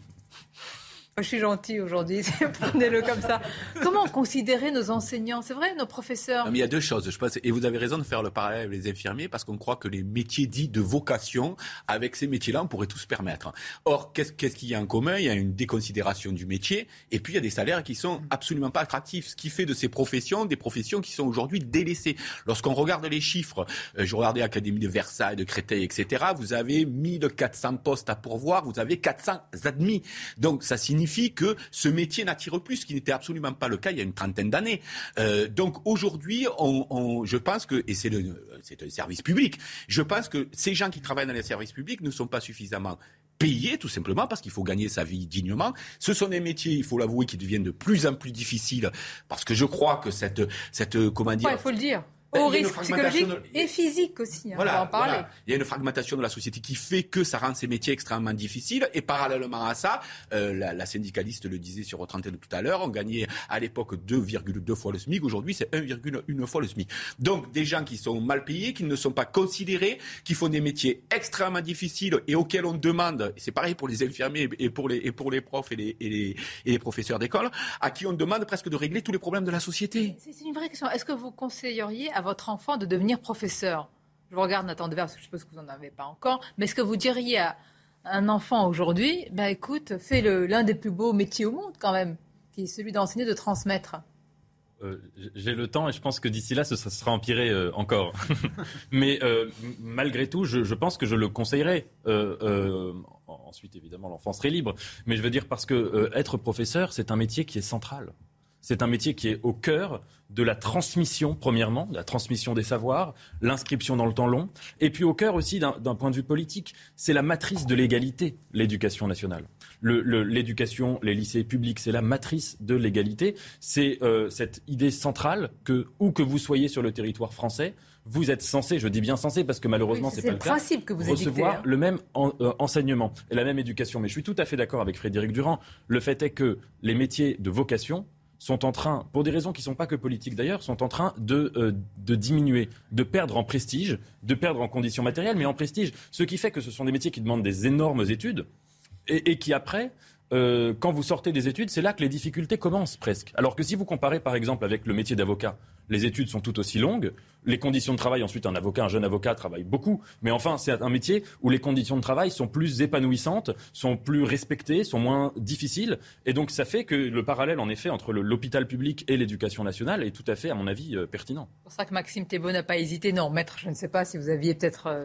Je suis gentille aujourd'hui, prenez-le comme ça. Comment considérer nos enseignants ? C'est vrai, nos professeurs ? Non, mais il y a deux choses, je pense, et vous avez raison de faire le parallèle avec les infirmiers, parce qu'on croit que les métiers dits de vocation, avec ces métiers-là, on pourrait tous se permettre. Or, qu'est-ce, qu'est-ce qu'il y a en commun ? Il y a une déconsidération du métier, et puis il y a des salaires qui sont absolument pas attractifs, ce qui fait de ces professions des professions qui sont aujourd'hui délaissées. Lorsqu'on regarde les chiffres, euh, je regardais l'Académie de Versailles, de Créteil, et cetera, vous avez mille quatre cents postes à pourvoir, vous avez quatre cents admis. Donc, ça signifie que ce métier n'attire plus, ce qui n'était absolument pas le cas il y a une trentaine d'années. Euh, donc aujourd'hui, on, on, je pense que, et c'est, le, c'est un service public, je pense que ces gens qui travaillent dans les services publics ne sont pas suffisamment payés, tout simplement, parce qu'il faut gagner sa vie dignement. Ce sont des métiers, il faut l'avouer, qui deviennent de plus en plus difficiles, parce que je crois que cette, cette comment dire... Ouais, il faut le dire. Au risque psychologique de... et physique aussi, hein, voilà, on va en parler. Voilà. Il y a une fragmentation de la société qui fait que ça rend ces métiers extrêmement difficiles. Et parallèlement à ça, euh, la, la syndicaliste le disait sur votre antenne tout à l'heure, on gagnait à l'époque deux virgule deux fois le SMIC, aujourd'hui c'est un virgule un fois le SMIC. Donc des gens qui sont mal payés, qui ne sont pas considérés, qui font des métiers extrêmement difficiles et auxquels on demande, et c'est pareil pour les infirmiers et pour les, et pour les profs et les, et, les, et les professeurs d'école, à qui on demande presque de régler tous les problèmes de la société. C'est, c'est une vraie question. Est-ce que vous conseilleriez à votre enfant de devenir professeur ? Je vous regarde Nathan Devers, parce que je suppose que vous n'en avez pas encore. Mais est-ce que vous diriez à un enfant aujourd'hui, ben écoute, fais le, l'un des plus beaux métiers au monde quand même, qui est celui d'enseigner, de transmettre ? Euh, j'ai le temps et je pense que d'ici là, ce sera empiré euh, encore. Mais euh, malgré tout, je, je pense que je le conseillerais. Euh, euh, ensuite, évidemment, l'enfant serait libre. Mais je veux dire parce que euh, être professeur, c'est un métier qui est central. C'est un métier qui est au cœur de la transmission, premièrement, de la transmission des savoirs, l'inscription dans le temps long, et puis au cœur aussi d'un, d'un point de vue politique. C'est la matrice de l'égalité, l'éducation nationale. Le, le, l'éducation, les lycées publics, c'est la matrice de l'égalité. C'est euh, cette idée centrale que, où que vous soyez sur le territoire français, vous êtes censé, je dis bien censé parce que malheureusement oui, c'est, c'est pas le, le principe cas, que vous recevoir édictez, hein. le même en, euh, enseignement et la même éducation. Mais je suis tout à fait d'accord avec Frédéric Durand. Le fait est que les métiers de vocation sont en train, pour des raisons qui ne sont pas que politiques d'ailleurs, sont en train de, euh, de diminuer, de perdre en prestige, de perdre en conditions matérielles, mais en prestige. Ce qui fait que ce sont des métiers qui demandent des énormes études et, et qui après, euh, quand vous sortez des études, c'est là que les difficultés commencent presque. Alors que si vous comparez par exemple avec le métier d'avocat, les études sont tout aussi longues, les conditions de travail, ensuite un avocat, un jeune avocat travaille beaucoup, mais enfin c'est un métier où les conditions de travail sont plus épanouissantes, sont plus respectées, sont moins difficiles, et donc ça fait que le parallèle en effet entre le, l'hôpital public et l'éducation nationale est tout à fait à mon avis euh, pertinent. C'est pour ça que Maxime Thébault n'a pas hésité, non, maître, je ne sais pas si vous aviez peut-être euh,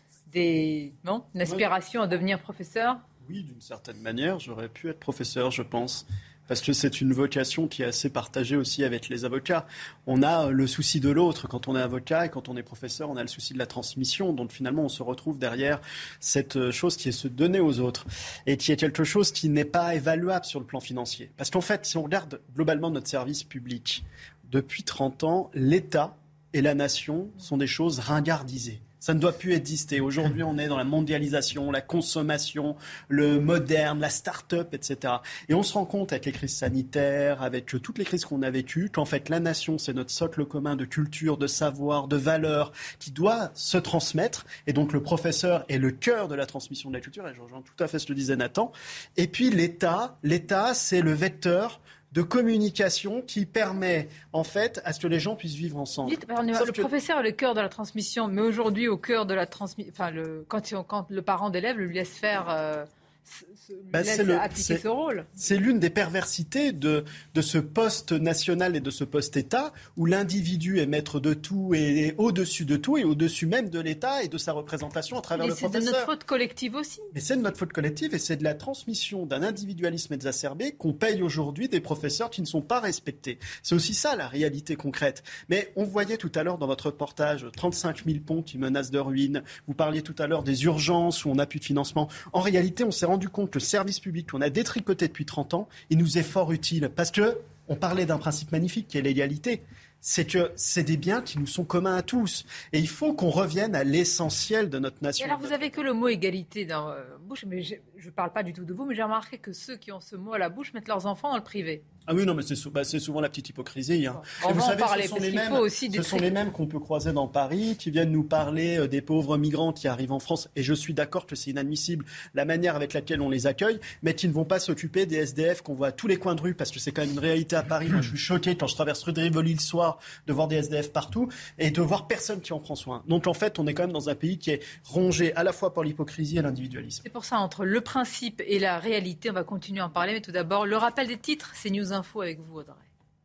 des, non, une aspiration à devenir professeur. Oui, d'une certaine manière, j'aurais pu être professeur, je pense. Parce que c'est une vocation qui est assez partagée aussi avec les avocats. On a le souci de l'autre quand on est avocat et quand on est professeur, on a le souci de la transmission. Donc finalement, on se retrouve derrière cette chose qui est se donner aux autres et qui est quelque chose qui n'est pas évaluable sur le plan financier. Parce qu'en fait, si on regarde globalement notre service public, depuis trente ans, l'État et la nation sont des choses ringardisées. Ça ne doit plus exister. Aujourd'hui, on est dans la mondialisation, la consommation, le moderne, la start-up, et cetera. Et on se rend compte avec les crises sanitaires, avec toutes les crises qu'on a vécues, qu'en fait, la nation, c'est notre socle commun de culture, de savoir, de valeurs, qui doit se transmettre. Et donc, le professeur est le cœur de la transmission de la culture. Et je rejoins tout à fait ce que disait Nathan. Et puis, l'État, l'État, c'est le vecteur de communication qui permet, en fait, à ce que les gens puissent vivre ensemble. Dites, pardon, le que... professeur est le cœur de la transmission, mais aujourd'hui, au cœur de la transmission, enfin, le, quand, quand le parent d'élève lui laisse faire... Euh... Bah, laisse c'est le, appliquer c'est, ce rôle. C'est l'une des perversités de, de ce poste national et de ce poste État où l'individu est maître de tout et, et au-dessus de tout et au-dessus même de l'État et de sa représentation à travers et le professeur. C'est de notre faute collective aussi. Mais c'est de notre faute collective et c'est de la transmission d'un individualisme exacerbé qu'on paye aujourd'hui des professeurs qui ne sont pas respectés. C'est aussi ça la réalité concrète. Mais on voyait tout à l'heure dans votre reportage trente-cinq mille ponts qui menacent de ruine. Vous parliez tout à l'heure des urgences où on n'a plus de financement. En réalité, on s'est rendu compte que le service public qu'on a détricoté depuis trente ans, il nous est fort utile. Parce que on parlait d'un principe magnifique qui est l'égalité. C'est que c'est des biens qui nous sont communs à tous. Et il faut qu'on revienne à l'essentiel de notre nation. Et alors, vous avez que le mot égalité dans la euh, bouche, mais je ne parle pas du tout de vous, mais j'ai remarqué que ceux qui ont ce mot à la bouche mettent leurs enfants dans le privé. Ah oui, non, mais c'est, sou- bah, c'est souvent la petite hypocrisie. Hein. Bon, on vous va savez, en parler, ce sont, parce les qu'il mêmes, faut aussi ce sont les mêmes qu'on peut croiser dans Paris, qui viennent nous parler euh, des pauvres migrants qui arrivent en France. Et je suis d'accord que c'est inadmissible, la manière avec laquelle on les accueille, mais qui ne vont pas s'occuper des S D F qu'on voit à tous les coins de rue, parce que c'est quand même une réalité à Paris. Moi, je suis choqué quand je traverse rue de Rivoli le soir de voir des S D F partout et de voir personne qui en prend soin. Donc en fait, on est quand même dans un pays qui est rongé à la fois par l'hypocrisie et l'individualisme. C'est pour ça, entre le principe et la réalité, on va continuer à en parler. Mais tout d'abord, le rappel des titres, c'est News Info avec vous, Audrey.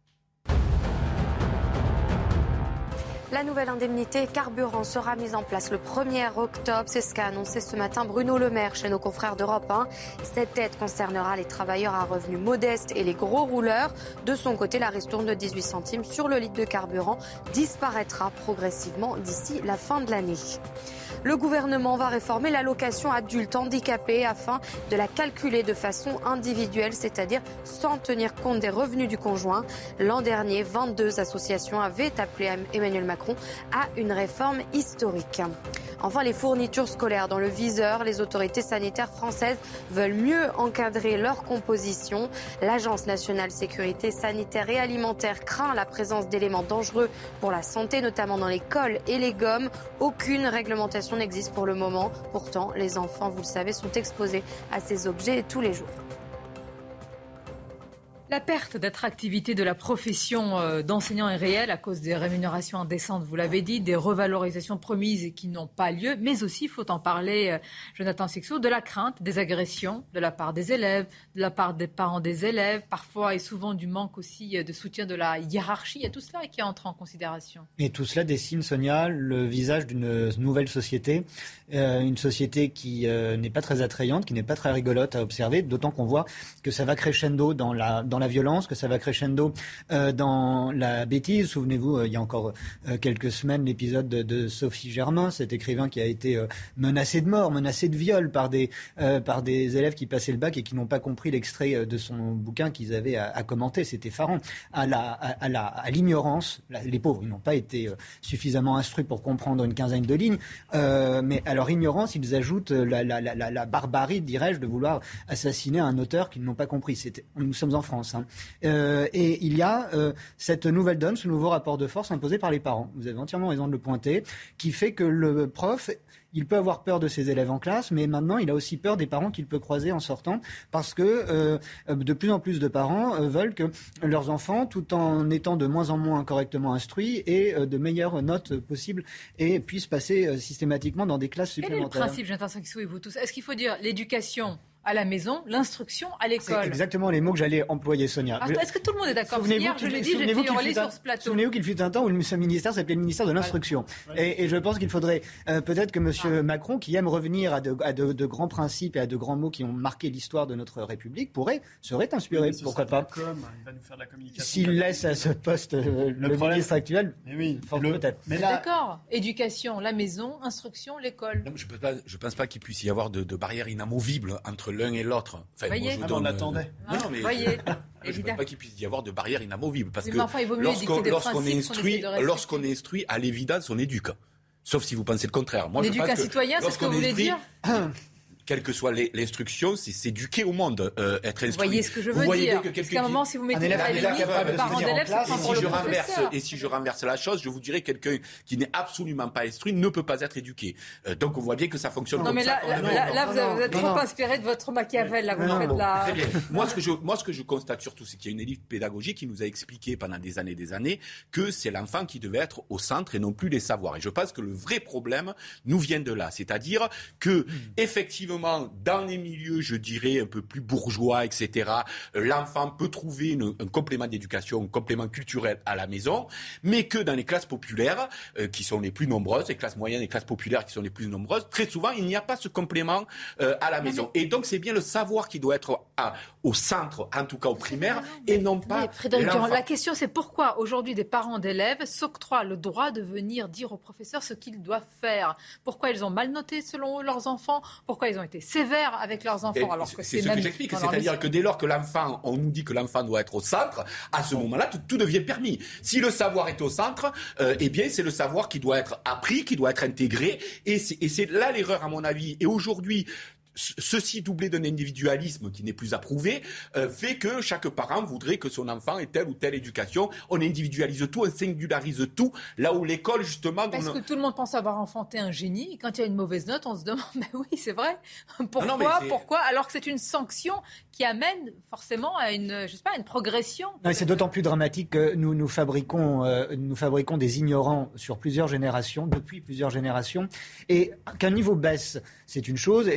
La nouvelle indemnité carburant sera mise en place le premier octobre. C'est ce qu'a annoncé ce matin Bruno Le Maire chez nos confrères d'Europe un. Cette aide concernera les travailleurs à revenus modestes et les gros rouleurs. De son côté, la ristourne de dix-huit centimes sur le litre de carburant disparaîtra progressivement d'ici la fin de l'année. Le gouvernement va réformer l'allocation adulte handicapé afin de la calculer de façon individuelle, c'est-à-dire sans tenir compte des revenus du conjoint. L'an dernier, vingt-deux associations avaient appelé Emmanuel Macron à une réforme historique. Enfin, les fournitures scolaires dans le viseur. Les autorités sanitaires françaises veulent mieux encadrer leur composition. L'Agence nationale sécurité sanitaire et alimentaire craint la présence d'éléments dangereux pour la santé, notamment dans les cols et les gommes. Aucune réglementation n'existe pour le moment. Pourtant, les enfants, vous le savez, sont exposés à ces objets tous les jours. La perte d'attractivité de la profession d'enseignant est réelle à cause des rémunérations indécentes, vous l'avez dit, des revalorisations promises qui n'ont pas lieu, mais aussi, il faut en parler, Jonathan Sixou, de la crainte des agressions de la part des élèves, de la part des parents des élèves, parfois et souvent du manque aussi de soutien de la hiérarchie. Il y a tout cela qui entre en considération. Et tout cela dessine, Sonia, le visage d'une nouvelle société, euh, une société qui euh, n'est pas très attrayante, qui n'est pas très rigolote à observer, d'autant qu'on voit que ça va crescendo dans la... Dans la violence, que ça va crescendo euh, dans la bêtise. Souvenez-vous, euh, il y a encore euh, quelques semaines, l'épisode de, de Sophie Germain, cet écrivain qui a été euh, menacé de mort, menacé de viol par des, euh, par des élèves qui passaient le bac et qui n'ont pas compris l'extrait de son bouquin qu'ils avaient à, à commenter. C'était effarant. À, la, à, à, la, à l'ignorance, la, les pauvres, ils n'ont pas été euh, suffisamment instruits pour comprendre une quinzaine de lignes, euh, mais à leur ignorance, ils ajoutent la, la, la, la, la barbarie, dirais-je, de vouloir assassiner un auteur qu'ils n'ont pas compris. C'était, nous sommes en France. Hein. Euh, et il y a euh, cette nouvelle donne, ce nouveau rapport de force imposé par les parents. Vous avez entièrement raison de le pointer, qui fait que le prof, il peut avoir peur de ses élèves en classe, mais maintenant il a aussi peur des parents qu'il peut croiser en sortant, parce que euh, de plus en plus de parents euh, veulent que leurs enfants, tout en étant de moins en moins correctement instruits, aient euh, de meilleures notes possibles et puissent passer euh, systématiquement dans des classes supplémentaires. Quel est le principe, Jonathan Sixou et vous tous ? Est-ce qu'il faut dire l'éducation à la maison, l'instruction à l'école? C'est exactement les mots que j'allais employer, Sonia. Alors, est-ce que tout le monde est d'accord? Hier, je l'ai dit, j'ai fait hurler sur ce plateau. Souvenez-vous qu'il fut un temps où le ministère s'appelait le ministère de l'Instruction. Ouais. Et, et je pense qu'il faudrait euh, peut-être que M. Ah. Macron, qui aime revenir à, de, à de, de grands principes et à de grands mots qui ont marqué l'histoire de notre République, pourrait, serait inspiré, oui, pourquoi pas. Com, il va nous faire de la communication. S'il laisse à ce poste euh, le, le ministre actuel, mais oui, fort le... peut-être. Mais là... D'accord. Éducation, la maison, instruction, l'école. Non, je ne pense, pense pas qu'il puisse y avoir de, de barrière inamovible entre l'un et l'autre. Enfin, voyez, moi, ah, on l'attendait. Euh... Non, non, mais voyez, je ne pense pas qu'il puisse y avoir de barrière inamovible. Parce mais que enfin, il vaut mieux lorsqu'on, lorsqu'on est instruit, lorsqu'on est instruit, à l'évidence, on éduque. Sauf si vous pensez le contraire. Moi, on éduque un citoyen, c'est ce que vous voulez dire? Quelle que soit l'instruction, c'est s'éduquer au monde, euh, être instruit. Vous voyez ce que je veux vous dire. Que Parce qu'à un moment, si vous mettez la limite, parents d'élèves, c'est pas pour le professeur. Et si je renverse la chose, je vous dirais que quelqu'un qui n'est absolument pas instruit ne peut pas être éduqué. Euh, donc on voit bien que ça fonctionne non, comme mais ça. Là, là, là, là vous, vous êtes trop inspiré de votre Machiavel. Là, vous non, faites bon, la... Très bien. Moi, ce que je, moi, ce que je constate surtout, c'est qu'il y a une élite pédagogique qui nous a expliqué pendant des années et des années que c'est l'enfant qui devait être au centre et non plus les savoirs. Et je pense que le vrai problème nous vient de là. C'est-à-dire que, effectivement, dans les milieux, je dirais, un peu plus bourgeois, et cetera, l'enfant peut trouver une, un complément d'éducation, un complément culturel à la maison, mais que dans les classes populaires, euh, qui sont les plus nombreuses, les classes moyennes et les classes populaires qui sont les plus nombreuses, très souvent, il n'y a pas ce complément euh, à la maison. Et donc, c'est bien le savoir qui doit être à, au centre, en tout cas au primaire, mais, et non pas mais Frédéric Durand, la question, c'est pourquoi aujourd'hui des parents d'élèves s'octroient le droit de venir dire aux professeurs ce qu'ils doivent faire? Pourquoi ils ont mal noté selon eux leurs enfants? Pourquoi ils ont été sévères avec leurs enfants, alors que c'est, c'est ce que j'explique, c'est-à-dire que dès lors que l'enfant, on nous dit que l'enfant doit être au centre, à ce moment-là, tout, tout devient permis. Si le savoir est au centre, euh, eh bien, c'est le savoir qui doit être appris, qui doit être intégré, et c'est, et c'est là l'erreur, à mon avis. Et aujourd'hui, ceci doublé d'un individualisme qui n'est plus approuvé, euh, fait que chaque parent voudrait que son enfant ait telle ou telle éducation. On individualise tout, on singularise tout, là où l'école, justement... Parce on... que tout le monde pense avoir enfanté un génie, et quand il y a une mauvaise note, on se demande, ben oui, c'est vrai, pourquoi, ah non, c'est... pourquoi, alors que c'est une sanction qui amène forcément à une, je sais pas, une progression. Non, c'est d'autant plus dramatique que nous, nous, fabriquons, euh, nous fabriquons des ignorants sur plusieurs générations, depuis plusieurs générations, et qu'un niveau baisse, c'est une chose, et on,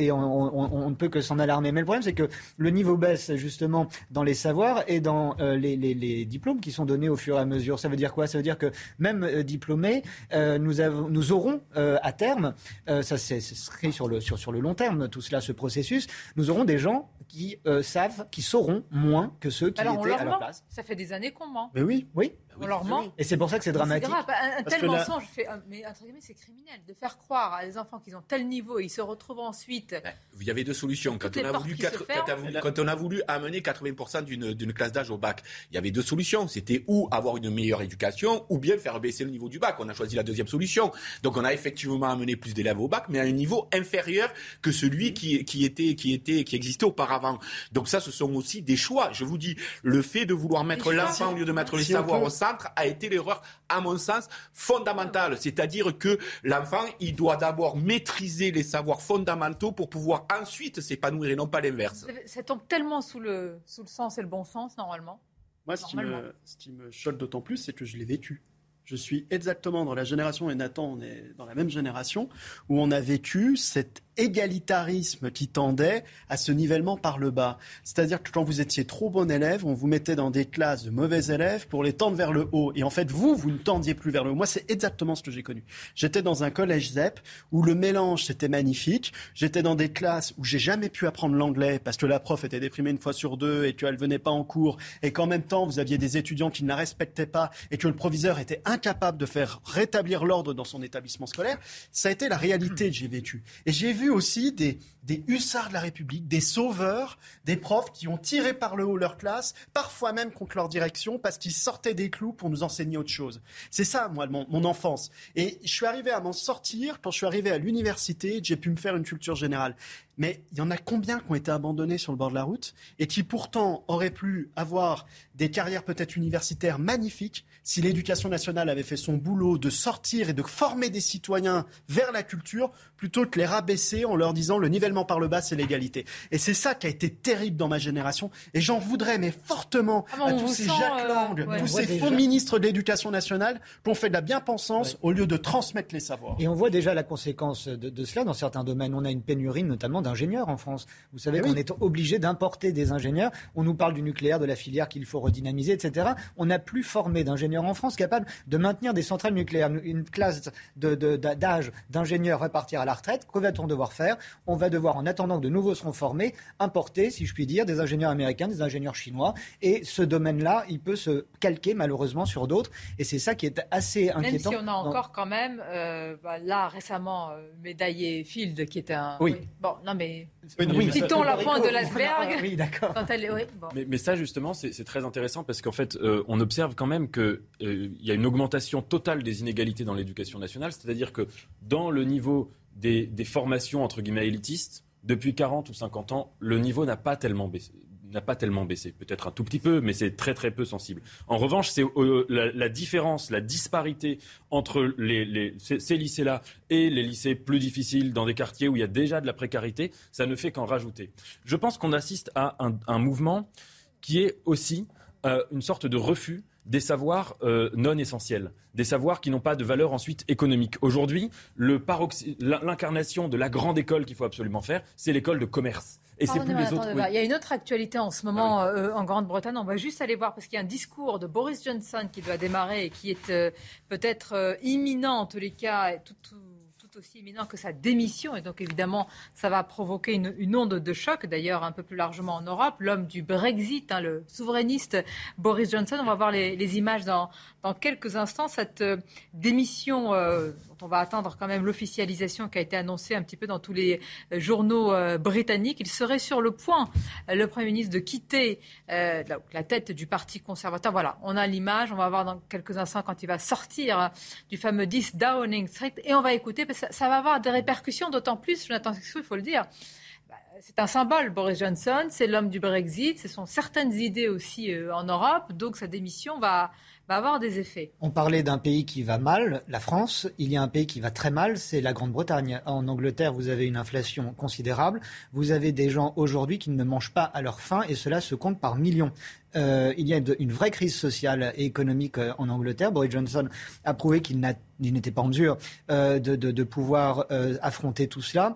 on, on ne peut que s'en alarmer. Mais le problème, c'est que le niveau baisse justement dans les savoirs et dans euh, les, les, les diplômes qui sont donnés au fur et à mesure. Ça veut dire quoi ? Ça veut dire que même euh, diplômés, euh, nous, avons, nous aurons euh, à terme, euh, ça c'est, c'est écrit sur le, sur, sur le long terme, tout cela, ce processus, nous aurons des gens qui euh, savent, qui sauront moins que ceux qui Alors, étaient on leur à leur ment. place. Ça fait des années qu'on ment. Mais oui, oui. On leur ment. Et c'est pour ça que c'est dramatique. C'est grave. Un, un Parce tel que là- mensonge, fait, mais entre guillemets, c'est criminel de faire croire à des enfants qu'ils ont tel niveau et ils se retrouvent ensuite. Il y avait deux solutions. Quand Toutes les on, a portes voulu qui se quatre- ferment. quand, on a voulu- quand on a voulu amener quatre-vingts pour cent d'une, d'une classe d'âge au bac, il y avait deux solutions. C'était ou avoir une meilleure éducation ou bien faire baisser le niveau du bac. On a choisi la deuxième solution. Donc on a effectivement amené plus d'élèves au bac, mais à un niveau inférieur que celui qui, qui, était, qui, était, qui existait auparavant. Donc ça, ce sont aussi des choix. Je vous dis, le fait de vouloir mettre Des choix. l'enfant au lieu de mettre les Si on savoirs peut- au centre a été l'erreur, à mon sens, fondamentale. C'est-à-dire que l'enfant, il doit d'abord maîtriser les savoirs fondamentaux pour pouvoir ensuite s'épanouir et non pas l'inverse. Ça tombe tellement sous le, sous le sens et le bon sens, normalement. Moi, ce qui, Normalement. me, ce qui me choque d'autant plus, c'est que je l'ai vécu. Je suis exactement dans la génération, et Nathan, on est dans la même génération, où on a vécu cet égalitarisme qui tendait à ce nivellement par le bas. C'est-à-dire que quand vous étiez trop bon élève, on vous mettait dans des classes de mauvais élèves pour les tendre vers le haut. Et en fait, vous, vous ne tendiez plus vers le haut. Moi, c'est exactement ce que j'ai connu. J'étais dans un collège Z E P où le mélange, c'était magnifique. J'étais dans des classes où j'ai jamais pu apprendre l'anglais parce que la prof était déprimée une fois sur deux et qu'elle venait pas en cours et qu'en même temps, vous aviez des étudiants qui ne la respectaient pas et que le proviseur était incapable de faire rétablir l'ordre dans son établissement scolaire. Ça a été la réalité que j'ai vécue. Et j'ai vu aussi des, des hussards de la République, des sauveurs, des profs qui ont tiré par le haut leur classe, parfois même contre leur direction, parce qu'ils sortaient des clous pour nous enseigner autre chose. C'est ça, moi, mon, mon enfance. Et je suis arrivé à m'en sortir quand je suis arrivé à l'université, j'ai pu me faire une culture générale. Mais il y en a combien qui ont été abandonnés sur le bord de la route et qui pourtant auraient pu avoir des carrières peut-être universitaires magnifiques si l'éducation nationale avait fait son boulot de sortir et de former des citoyens vers la culture plutôt que les rabaisser en leur disant le nivellement par le bas c'est l'égalité. Et c'est ça qui a été terrible dans ma génération et j'en voudrais mais fortement Ah bon, à on tous vous ces sent, Jacques euh, Lang, ouais. tous On ces voit faux déjà. ministres de l'éducation nationale qui ont fait de la bien-pensance au lieu de transmettre les savoirs. Et on voit déjà la conséquence de, de cela dans certains domaines. On a une pénurie notamment d'ingénieurs en France. Vous savez Eh qu'on oui. est obligé d'importer des ingénieurs. On nous parle du nucléaire, de la filière qu'il faut redynamiser, et cetera. On n'a plus formé d'ingénieurs en France capables de maintenir des centrales nucléaires. Une classe de, de, d'âge d'ingénieurs va partir à la retraite. Que va-t-on devoir faire ? On va devoir, en attendant que de nouveaux seront formés, importer, si je puis dire, des ingénieurs américains, des ingénieurs chinois. Et ce domaine-là, il peut se calquer malheureusement sur d'autres. Et c'est ça qui est assez inquiétant. Même si on a dans- encore quand même, euh, bah, là récemment, euh, médaillé Field qui était un... Oui. Bon, non mais... Oui, non, mais Citons ça- la pointe de l'iceberg. Oui, d'accord. Quand elle est... oui, bon. Mais, mais ça, justement, c'est, c'est très intéressant parce qu'en fait, euh, on observe quand même qu'il euh, y a une augmentation totale des inégalités dans l'éducation nationale. C'est-à-dire que dans le niveau des, des formations, entre guillemets, élitistes, depuis quarante ou cinquante ans, le niveau n'a pas tellement baissé. n'a pas tellement baissé, peut-être un tout petit peu, mais c'est très très peu sensible. En revanche, c'est euh, la, la différence, la disparité entre les, les, ces, ces lycées-là et les lycées plus difficiles dans des quartiers où il y a déjà de la précarité, ça ne fait qu'en rajouter. Je pense qu'on assiste à un, un mouvement qui est aussi euh, une sorte de refus des savoirs euh, non essentiels, des savoirs qui n'ont pas de valeur ensuite économique. Aujourd'hui, le paroxy- l'incarnation de la grande école qu'il faut absolument faire, c'est l'école de commerce. Et c'est plus Pardonnez-moi, les autres. attendez, oui. Il y a une autre actualité en ce moment euh, en Grande-Bretagne. On va juste aller voir parce qu'il y a un discours de Boris Johnson qui doit démarrer et qui est euh, peut-être euh, imminent en tous les cas, tout, tout, tout aussi imminent que sa démission. Et donc évidemment, ça va provoquer une, une onde de choc. D'ailleurs, un peu plus largement en Europe, l'homme du Brexit, hein, le souverainiste Boris Johnson. On va voir les, les images dans, dans quelques instants. Cette euh, démission euh, dont on va attendre quand même l'officialisation qui a été annoncée un petit peu dans tous les euh, journaux euh, britanniques. Il serait sur le point, euh, le Premier ministre, de quitter euh, la, la tête du Parti conservateur. Voilà, on a l'image. On va voir dans quelques instants quand il va sortir euh, du fameux dix Downing Street. Et on va écouter, parce que ça, ça va avoir des répercussions, d'autant plus, Jonathan Sixou, il faut le dire. C'est un symbole, Boris Johnson, c'est l'homme du Brexit, ce sont certaines idées aussi euh, en Europe, donc sa démission va, va avoir des effets. On parlait d'un pays qui va mal, la France. Il y a un pays qui va très mal, c'est la Grande-Bretagne. En Angleterre, vous avez une inflation considérable. Vous avez des gens aujourd'hui qui ne mangent pas à leur faim et cela se compte par millions. Euh, il y a de, une vraie crise sociale et économique euh, en Angleterre. Boris Johnson a prouvé qu'il n'a, il n'était pas en mesure euh, de, de, de pouvoir euh, affronter tout cela.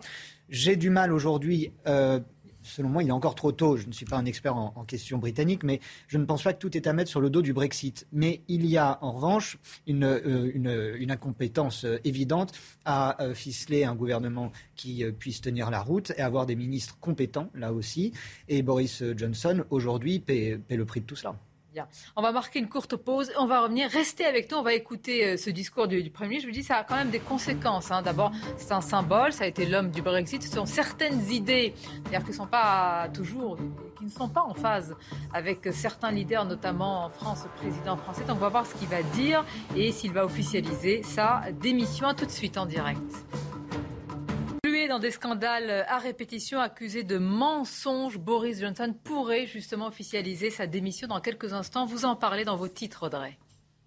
J'ai du mal aujourd'hui... Euh, Selon moi, il est encore trop tôt. Je ne suis pas un expert en, en questions britanniques, mais je ne pense pas que tout est à mettre sur le dos du Brexit. Mais il y a en revanche une, euh, une, une incompétence euh, évidente à euh, ficeler un gouvernement qui euh, puisse tenir la route et avoir des ministres compétents, là aussi. Et Boris Johnson, aujourd'hui, paie, paie le prix de tout cela. Bien. On va marquer une courte pause, on va revenir, restez avec nous, on va écouter euh, ce discours du, du Premier ministre. Je vous dis, ça a quand même des conséquences. Hein. D'abord, c'est un symbole, ça a été l'homme du Brexit. Ce sont certaines idées, c'est-à-dire qui, sont pas toujours, qui ne sont pas en phase avec certains leaders, notamment en France, le président français. Donc on va voir ce qu'il va dire et s'il va officialiser sa démission. À tout de suite en direct. Dans des scandales à répétition, accusé de mensonges, Boris Johnson pourrait justement officialiser sa démission dans quelques instants. Vous en parlez dans vos titres, Audrey.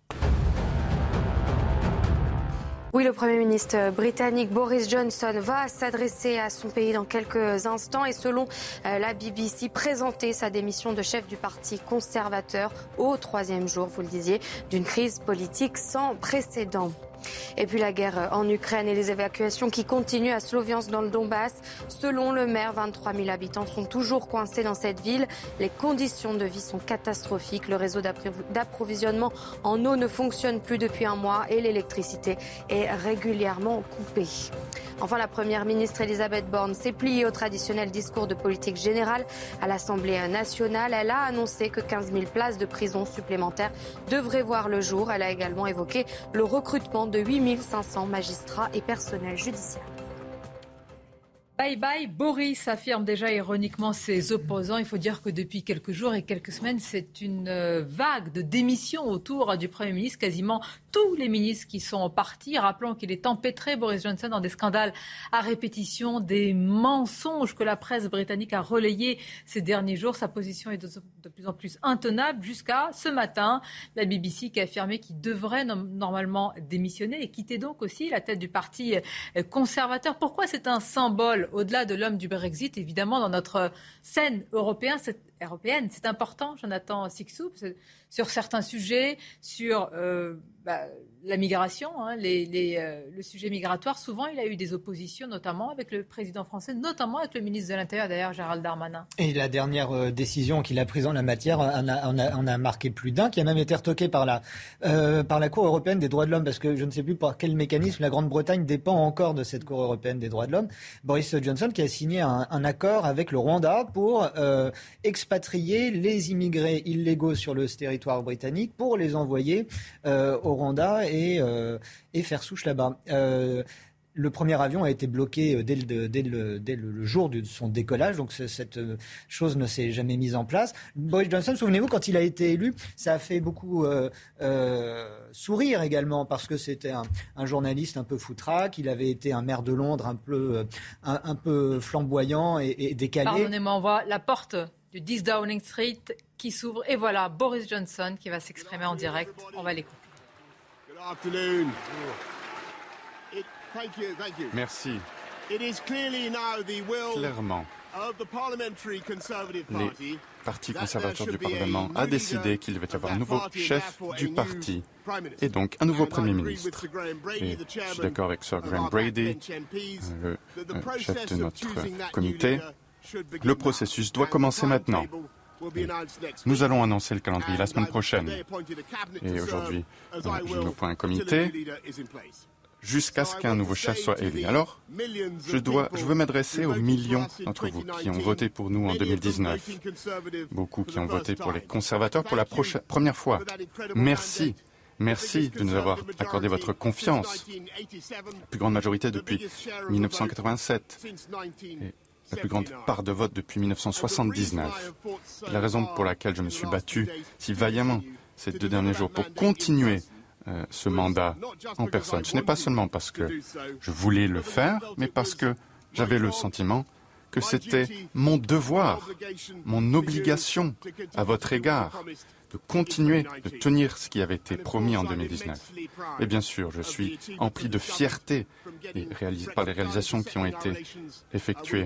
Oui, le Premier ministre britannique Boris Johnson va s'adresser à son pays dans quelques instants et selon la B B C, présenter sa démission de chef du parti conservateur au troisième jour, vous le disiez, d'une crise politique sans précédent. Et puis la guerre en Ukraine et les évacuations qui continuent à Sloviansk dans le Donbass. Selon le maire, vingt-trois mille habitants sont toujours coincés dans cette ville. Les conditions de vie sont catastrophiques. Le réseau d'approvisionnement en eau ne fonctionne plus depuis un mois et l'électricité est régulièrement coupée. Enfin, la première ministre Elisabeth Borne s'est pliée au traditionnel discours de politique générale à l'Assemblée nationale. Elle a annoncé que quinze mille places de prison supplémentaires devraient voir le jour. Elle a également évoqué le recrutement de huit mille cinq cents magistrats et personnels judiciaires. Bye bye, Boris, affirme déjà ironiquement ses opposants. Il faut dire que depuis quelques jours et quelques semaines, c'est une vague de démissions autour du Premier ministre. Quasiment tous les ministres qui sont partis. Rappelons qu'il est empêtré, Boris Johnson, dans des scandales à répétition, des mensonges que la presse britannique a relayés ces derniers jours. Sa position est de, de plus en plus intenable jusqu'à ce matin. La B B C qui a affirmé qu'il devrait no- normalement démissionner et quitter donc aussi la tête du parti conservateur. Pourquoi c'est un symbole au-delà de l'homme du Brexit, évidemment, dans notre scène européenne, c'est, européenne, c'est important, Jonathan Sicsou, sur certains sujets, sur euh, bah, la migration, hein, les, les, euh, le sujet migratoire. Souvent, il a eu des oppositions, notamment avec le président français, notamment avec le ministre de l'Intérieur, d'ailleurs, Gérald Darmanin. Et la dernière euh, décision qu'il a prise en la matière en a, en a, en a marqué plus d'un, qui a même été retoqué par la, euh, par la Cour européenne des droits de l'homme, parce que je ne sais plus par quel mécanisme la Grande-Bretagne dépend encore de cette Cour européenne des droits de l'homme. Boris Johnson qui a signé un, un accord avec le Rwanda pour euh, expatrier les immigrés illégaux sur le territoire britannique pour les envoyer euh, au Rwanda et, euh, et faire souche là-bas. Euh, Le premier avion a été bloqué dès le, dès le, dès le jour de son décollage, donc cette chose ne s'est jamais mise en place. Boris Johnson, souvenez-vous, quand il a été élu, ça a fait beaucoup euh, euh, sourire également, parce que c'était un, un journaliste un peu foutraque, il avait été un maire de Londres un peu, un, un peu flamboyant et, et décalé. Pardonnez-moi, on voit la porte du dix Downing Street qui s'ouvre, et voilà Boris Johnson qui va s'exprimer en direct. On va l'écouter. Merci. Clairement, le Parti conservateur du Parlement a décidé qu'il devait y avoir un nouveau chef du parti et donc un nouveau Premier ministre. Et je suis d'accord avec Sir Graham Brady, le euh, chef de notre comité. Le processus doit commencer maintenant. Et nous allons annoncer le calendrier la semaine prochaine. Et aujourd'hui, euh, j'ai mis au point un comité jusqu'à ce qu'un nouveau chef soit élu. Alors, je, dois, je veux m'adresser aux millions d'entre vous qui ont voté pour nous en deux mille dix-neuf, beaucoup qui ont voté pour les conservateurs pour la prochaine, première fois. Merci. Merci de nous avoir accordé votre confiance. La plus grande majorité depuis mille neuf cent quatre-vingt-sept et la plus grande part de vote depuis mille neuf cent soixante-dix-neuf. La raison pour laquelle je me suis battu si vaillamment ces deux derniers jours pour continuer Euh, ce mandat en personne. Ce n'est pas seulement parce que je voulais le faire, mais parce que j'avais le sentiment que c'était mon devoir, mon obligation à votre égard de continuer de tenir ce qui avait été promis en deux mille dix-neuf. Et bien sûr, je suis empli de fierté par les réalisations qui ont été effectuées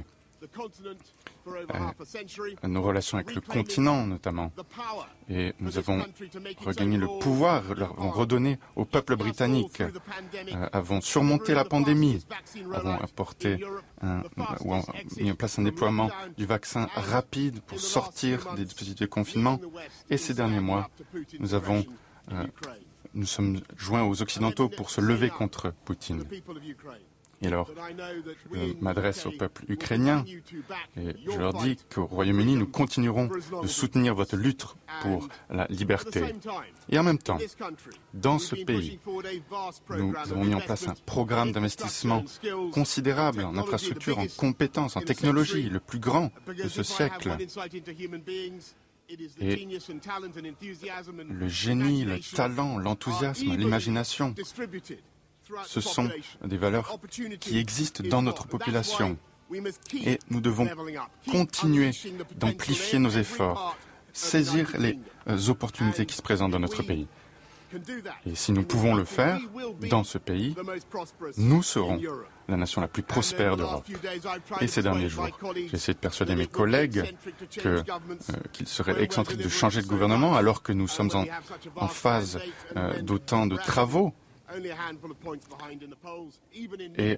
euh, nos relations avec le continent notamment. Et nous avons regagné le pouvoir, avons redonné au peuple britannique, euh, avons surmonté la pandémie, avons apporté un, ou en, mis en place un déploiement du vaccin rapide pour sortir des dispositifs de confinement. Et ces derniers mois, nous avons euh, nous sommes joints aux Occidentaux pour se lever contre Poutine. Et alors, je m'adresse au peuple ukrainien et je leur dis qu'au Royaume-Uni, nous continuerons de soutenir votre lutte pour la liberté. Et en même temps, dans ce pays, nous avons mis en place un programme d'investissement considérable en infrastructures, en compétences, en technologie, le plus grand de ce siècle. Et le génie, le talent, l'enthousiasme, l'imagination, ce sont des valeurs qui existent dans notre population. Et nous devons continuer d'amplifier nos efforts, saisir les opportunités qui se présentent dans notre pays. Et si nous pouvons le faire dans ce pays, nous serons la nation la plus prospère d'Europe. Et ces derniers jours, j'ai essayé de persuader mes collègues que, euh, qu'il serait excentrique de changer de gouvernement alors que nous sommes en, en phase euh, d'autant de travaux. Et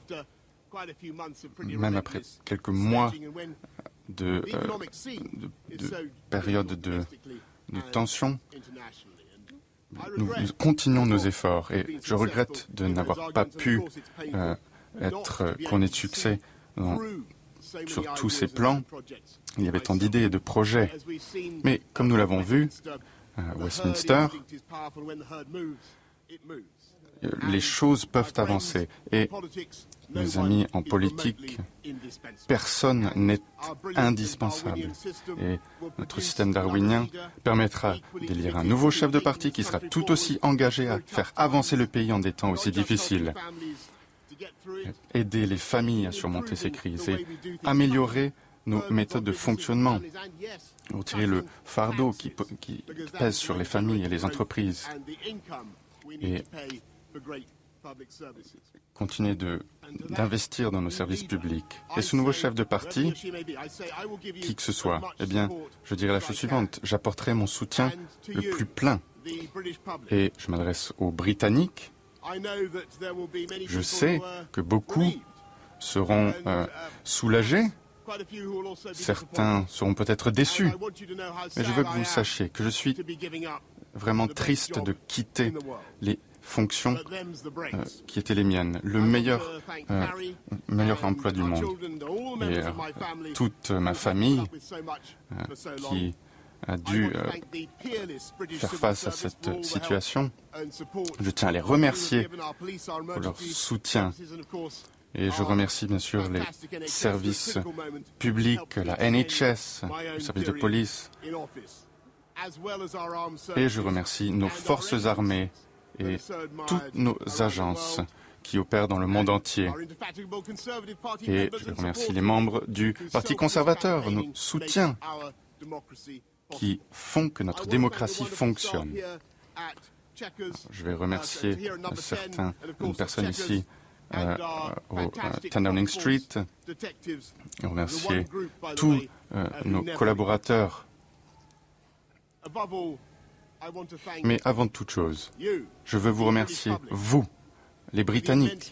même après quelques mois de, euh, de, de période de, de tension, nous, nous continuons nos efforts. Et je regrette de n'avoir pas pu euh, être couronné de succès dans, sur tous ces plans. Il y avait tant d'idées et de projets. Mais comme nous l'avons vu à Westminster, les choses peuvent avancer. Et mes amis en politique, personne n'est indispensable. Et notre système darwinien permettra d'élire un nouveau chef de parti qui sera tout aussi engagé à faire avancer le pays en des temps aussi difficiles. Aider les familles à surmonter ces crises et améliorer nos méthodes de fonctionnement, retirer le fardeau qui, qui pèse sur les familles et les entreprises. Et continuer de, d'investir dans nos services publics. Et ce nouveau chef de parti, qui que ce soit, eh bien, je dirais la chose suivante, j'apporterai mon soutien le plus plein. Et je m'adresse aux Britanniques. Je sais que beaucoup seront euh, soulagés. Certains seront peut-être déçus. Mais je veux que vous sachiez que je suis vraiment triste de quitter les fonctions euh, qui étaient les miennes, le meilleur, euh, meilleur emploi du monde. Et euh, toute ma famille euh, qui a dû euh, faire face à cette situation, je tiens à les remercier pour leur soutien. Et je remercie bien sûr les services publics, la N H S, le service de police. Et je remercie nos forces armées et toutes nos agences qui opèrent dans le monde entier. Et je remercie les membres du Parti conservateur, nos soutiens qui font que notre démocratie fonctionne. Je vais remercier certaines personnes ici euh, au euh, ten Downing Street, et remercier tous euh, nos collaborateurs. Mais avant toute chose, je veux vous remercier, vous, les Britanniques,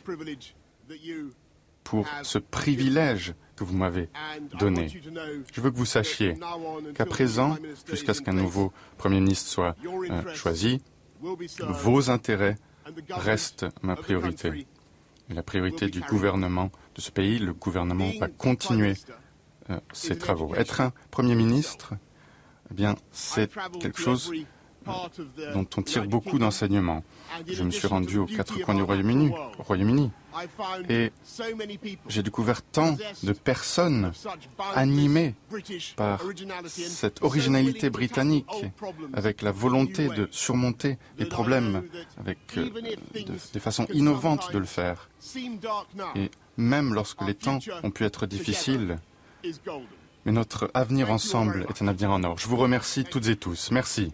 pour ce privilège que vous m'avez donné. Je veux que vous sachiez qu'à présent, jusqu'à ce qu'un nouveau Premier ministre soit euh, choisi, vos intérêts restent ma priorité. Et la priorité du gouvernement de ce pays, le gouvernement va continuer euh, ses travaux. Être un Premier ministre, eh bien, c'est quelque chose dont on tire beaucoup d'enseignements. Je me suis rendu aux quatre coins du Royaume-Uni, au Royaume-Uni, et j'ai découvert tant de personnes animées par cette originalité britannique, avec la volonté de surmonter les problèmes, avec euh, de, des façons innovantes de le faire. Et même lorsque les temps ont pu être difficiles, mais notre avenir ensemble est un avenir en or. Je vous remercie toutes et tous. Merci.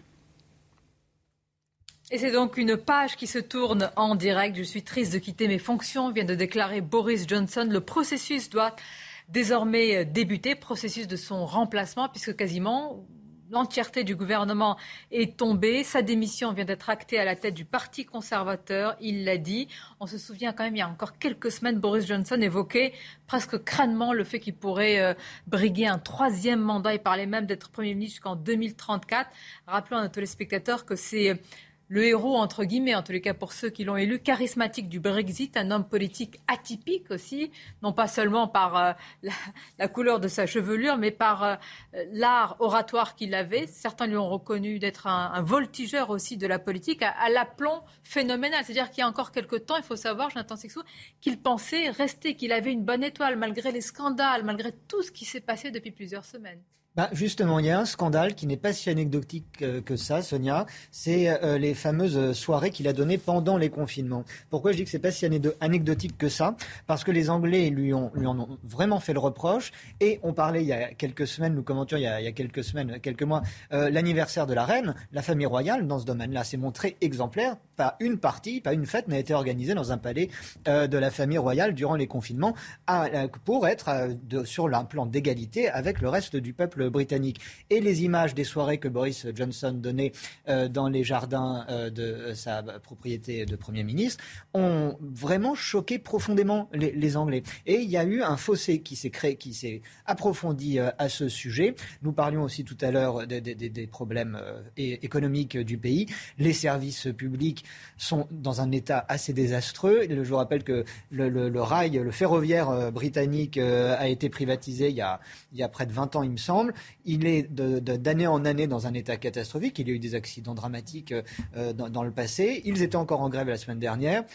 Et c'est donc une page qui se tourne en direct. Je suis triste de quitter mes fonctions, vient de déclarer Boris Johnson. Le processus doit désormais débuté, processus de son remplacement, puisque quasiment l'entièreté du gouvernement est tombée. Sa démission vient d'être actée à la tête du Parti conservateur, il l'a dit. On se souvient quand même, il y a encore quelques semaines, Boris Johnson évoquait presque crânement le fait qu'il pourrait euh, briguer un troisième mandat. Il parlait même d'être Premier ministre jusqu'en deux mille trente-quatre. Rappelons à nos téléspectateurs que c'est le héros, entre guillemets, en tous les cas pour ceux qui l'ont élu, charismatique du Brexit, un homme politique atypique aussi, non pas seulement par euh, la, la couleur de sa chevelure, mais par euh, l'art oratoire qu'il avait. Certains lui ont reconnu d'être un, un voltigeur aussi de la politique, à, à l'aplomb phénoménal. C'est-à-dire qu'il y a encore quelques temps, il faut savoir, Jonathan Sixou, qu'il pensait rester, qu'il avait une bonne étoile, malgré les scandales, malgré tout ce qui s'est passé depuis plusieurs semaines. Bah justement, il y a un scandale qui n'est pas si anecdotique que, que ça, Sonia. C'est euh, les fameuses soirées qu'il a données pendant les confinements. Pourquoi je dis que c'est pas si anecdotique que ça ? Parce que les Anglais lui, ont, lui en ont vraiment fait le reproche. Et on parlait il y a quelques semaines, nous commentions il y a, il y a quelques semaines, quelques mois, euh, l'anniversaire de la reine. La famille royale, dans ce domaine-là, s'est montrée exemplaire. Pas une partie, pas une fête n'a été organisée dans un palais euh, de la famille royale durant les confinements à, pour être euh, de, sur un plan d'égalité avec le reste du peuple britannique. Et les images des soirées que Boris Johnson donnait euh, dans les jardins euh, de euh, sa propriété de Premier ministre ont vraiment choqué profondément les, les Anglais. Et il y a eu un fossé qui s'est créé, qui s'est approfondi euh, à ce sujet. Nous parlions aussi tout à l'heure des, des, des problèmes euh, économiques du pays. Les services publics sont dans un état assez désastreux. Je vous rappelle que le, le, le rail, le ferroviaire euh, britannique euh, a été privatisé il y a, il y a près de vingt ans, il me semble. Il est de, de, d'année en année dans un état catastrophique. Il y a eu des accidents dramatiques euh, dans, dans le passé. Ils étaient encore en grève la semaine dernière.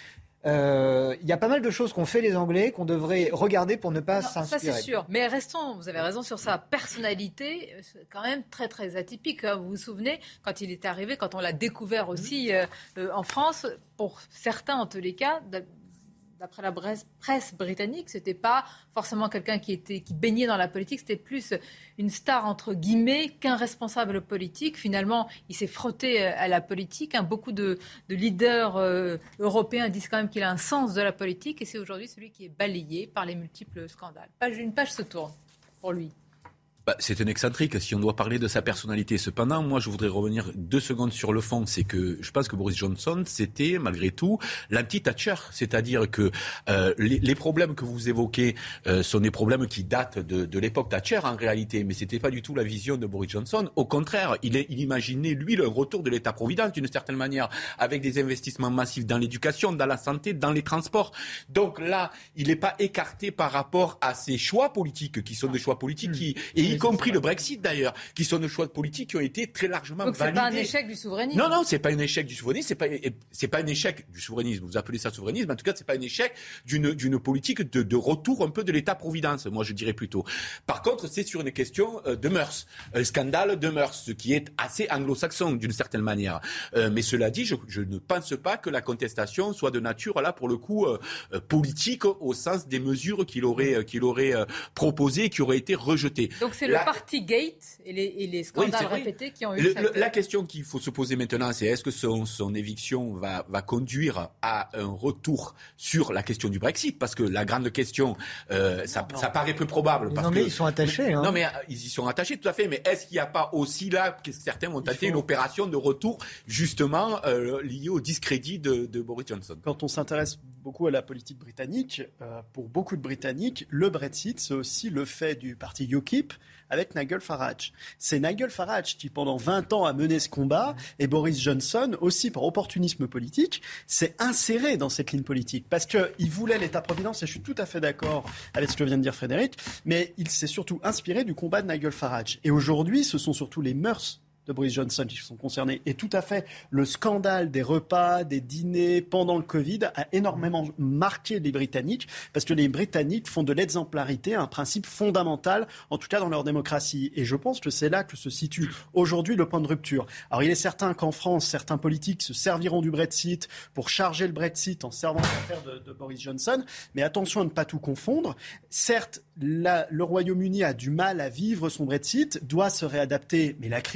Euh, il y a pas mal de choses qu'ont fait les Anglais qu'on devrait regarder pour ne pas non, s'inspirer. Ça c'est sûr, mais restons, vous avez raison sur sa personnalité, c'est quand même très très atypique. Vous vous souvenez quand il est arrivé, quand on l'a découvert aussi euh, euh, en France, pour certains en tous les cas, d'après la presse britannique, c'était pas forcément quelqu'un qui était qui baignait dans la politique, c'était plus une star entre guillemets qu'un responsable politique. Finalement, il s'est frotté à la politique. Hein. Beaucoup de, de leaders euh, européens disent quand même qu'il a un sens de la politique, et c'est aujourd'hui celui qui est balayé par les multiples scandales. Page, une page se tourne pour lui. Bah, c'est un excentrique, si on doit parler de sa personnalité. Cependant, moi, je voudrais revenir deux secondes sur le fond. C'est que je pense que Boris Johnson, c'était, malgré tout, l'anti-Thatcher. C'est-à-dire que euh, les, les problèmes que vous évoquez euh, sont des problèmes qui datent de, de l'époque Thatcher, en réalité. Mais c'était pas du tout la vision de Boris Johnson. Au contraire, il, est, il imaginait, lui, le retour de l'État-providence, d'une certaine manière, avec des investissements massifs dans l'éducation, dans la santé, dans les transports. Donc là, il n'est pas écarté par rapport à ses choix politiques, qui sont des choix politiques qui... Et y compris le Brexit d'ailleurs, qui sont des choix politiques qui ont été très largement Donc validés. Donc c'est pas un échec du souverainisme. Non, non, c'est pas un échec du souverainisme, c'est pas, c'est pas un échec du souverainisme. Vous appelez ça souverainisme, en tout cas, c'est pas un échec d'une, d'une politique de, de retour un peu de l'État-providence, moi je dirais plutôt. Par contre, c'est sur une question de mœurs, un scandale de mœurs, ce qui est assez anglo-saxon d'une certaine manière. Euh, mais cela dit, je, je ne pense pas que la contestation soit de nature, là, pour le coup, euh, politique, au sens des mesures qu'il aurait, qu'il aurait euh, proposées et qui auraient été rejetées. Donc c'est la... le Partygate et les, et les scandales oui, répétés qui ont eu... Le, le, la question qu'il faut se poser maintenant, c'est est-ce que son, son éviction va, va conduire à un retour sur la question du Brexit ? Parce que la grande question, euh, ça, non, ça paraît peu probable. Les parce Anglais, que, ils sont attachés. Hein. Non, mais ils y sont attachés, tout à fait. Mais est-ce qu'il n'y a pas aussi là, que certains ont tenté faut... une opération de retour, justement, euh, liée au discrédit de, de Boris Johnson ? Quand on s'intéresse beaucoup à la politique britannique, euh, pour beaucoup de Britanniques, le Brexit, c'est aussi le fait du parti U K I P avec Nigel Farage. C'est Nigel Farage qui, pendant vingt ans, a mené ce combat, et Boris Johnson, aussi par opportunisme politique, s'est inséré dans cette ligne politique. Parce qu'il voulait l'État-providence, et je suis tout à fait d'accord avec ce que vient de dire Frédéric, mais il s'est surtout inspiré du combat de Nigel Farage. Et aujourd'hui, ce sont surtout les mœurs de Boris Johnson qui sont concernés. Et tout à fait, le scandale des repas, des dîners pendant le Covid a énormément marqué les Britanniques, parce que les Britanniques font de l'exemplarité un principe fondamental, en tout cas dans leur démocratie. Et je pense que c'est là que se situe aujourd'hui le point de rupture. Alors il est certain qu'en France, certains politiques se serviront du Brexit pour charger le Brexit en servant l'affaire de, de Boris Johnson, mais attention à ne pas tout confondre. Certes, la, le Royaume-Uni a du mal à vivre son Brexit, doit se réadapter, mais la crise, elle est quand même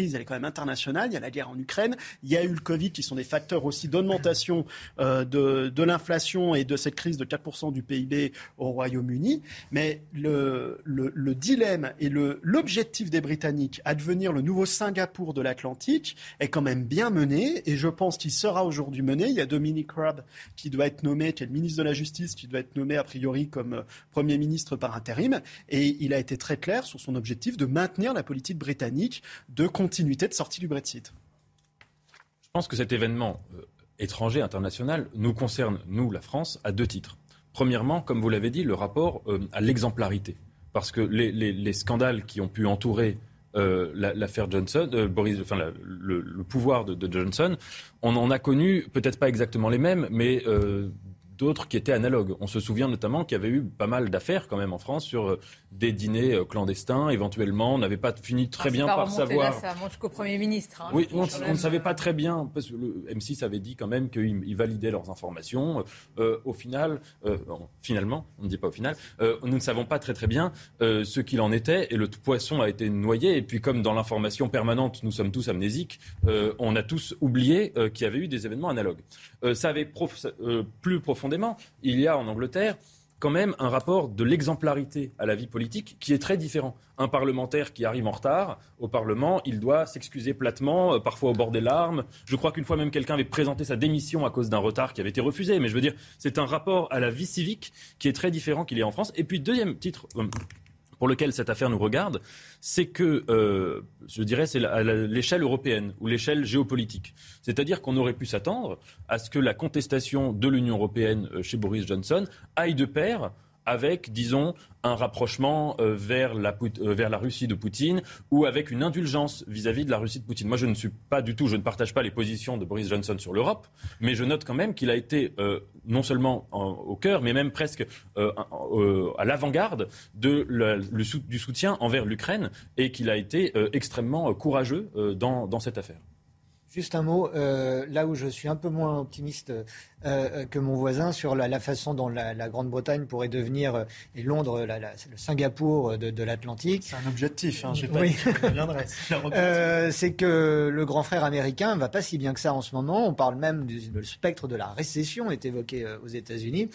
problèmes internationaux. Il y a la guerre en Ukraine, il y a eu le Covid qui sont des facteurs aussi d'augmentation euh, de, de l'inflation et de cette crise de quatre pour cent du P I B au Royaume-Uni. Mais le, le, le dilemme et le, l'objectif des Britanniques à devenir le nouveau Singapour de l'Atlantique est quand même bien mené et je pense qu'il sera aujourd'hui mené. Il y a Dominic Raab qui doit être nommé, qui est le ministre de la Justice, qui doit être nommé a priori comme euh, Premier ministre par intérim et il a été très clair sur son objectif de maintenir la politique britannique de continuité de sortie du Brexit. Je pense que cet événement euh, étranger, international, nous concerne, nous, la France, à deux titres. Premièrement, comme vous l'avez dit, le rapport euh, à l'exemplarité. Parce que les, les, les scandales qui ont pu entourer euh, la, l'affaire Johnson, euh, Boris, enfin, la, le, le pouvoir de, de Johnson, on en a connu peut-être pas exactement les mêmes, mais euh, d'autres qui étaient analogues. On se souvient notamment qu'il y avait eu pas mal d'affaires quand même en France sur euh, des dîners euh, clandestins, éventuellement. On n'avait pas fini très ah, bien par savoir. Là, ça monte jusqu'au Premier ministre. Hein, oui, on, on ne savait pas très bien, parce que le M six avait dit quand même qu'ils validaient leurs informations. Euh, au final, euh, finalement, on ne dit pas au final, euh, nous ne savons pas très très bien euh, ce qu'il en était et le poisson a été noyé. Et puis comme dans l'information permanente, nous sommes tous amnésiques, euh, on a tous oublié euh, qu'il y avait eu des événements analogues. Euh, ça avait prof, euh, plus profondément, il y a en Angleterre quand même un rapport de l'exemplarité à la vie politique qui est très différent. Un parlementaire qui arrive en retard au Parlement, il doit s'excuser platement, euh, parfois au bord des larmes. Je crois qu'une fois même quelqu'un avait présenté sa démission à cause d'un retard qui avait été refusé. Mais je veux dire, c'est un rapport à la vie civique qui est très différent qu'il y a en France. Et puis deuxième titre euh, pour lequel cette affaire nous regarde, c'est que, euh, je dirais, c'est à l'échelle européenne ou l'échelle géopolitique. C'est-à-dire qu'on aurait pu s'attendre à ce que la contestation de l'Union européenne chez Boris Johnson aille de pair avec, disons, un rapprochement euh, vers, la, euh, vers la Russie de Poutine ou avec une indulgence vis-à-vis de la Russie de Poutine. Moi, je ne suis pas du tout, je ne partage pas les positions de Boris Johnson sur l'Europe, mais je note quand même qu'il a été euh, non seulement en, au cœur, mais même presque euh, euh, à l'avant-garde de la, le sou- du soutien envers l'Ukraine et qu'il a été euh, extrêmement courageux euh, dans, dans cette affaire. Juste un mot, euh, là où je suis un peu moins optimiste euh, que mon voisin sur la, la façon dont la, la Grande-Bretagne pourrait devenir, euh, et Londres, la, la, le Singapour de, de l'Atlantique. C'est un objectif, hein, j'ai pas oui. dit que je reviendrai. euh, c'est que le grand frère américain ne va pas si bien que ça en ce moment. On parle même du le spectre de la récession est évoqué euh, aux États-Unis.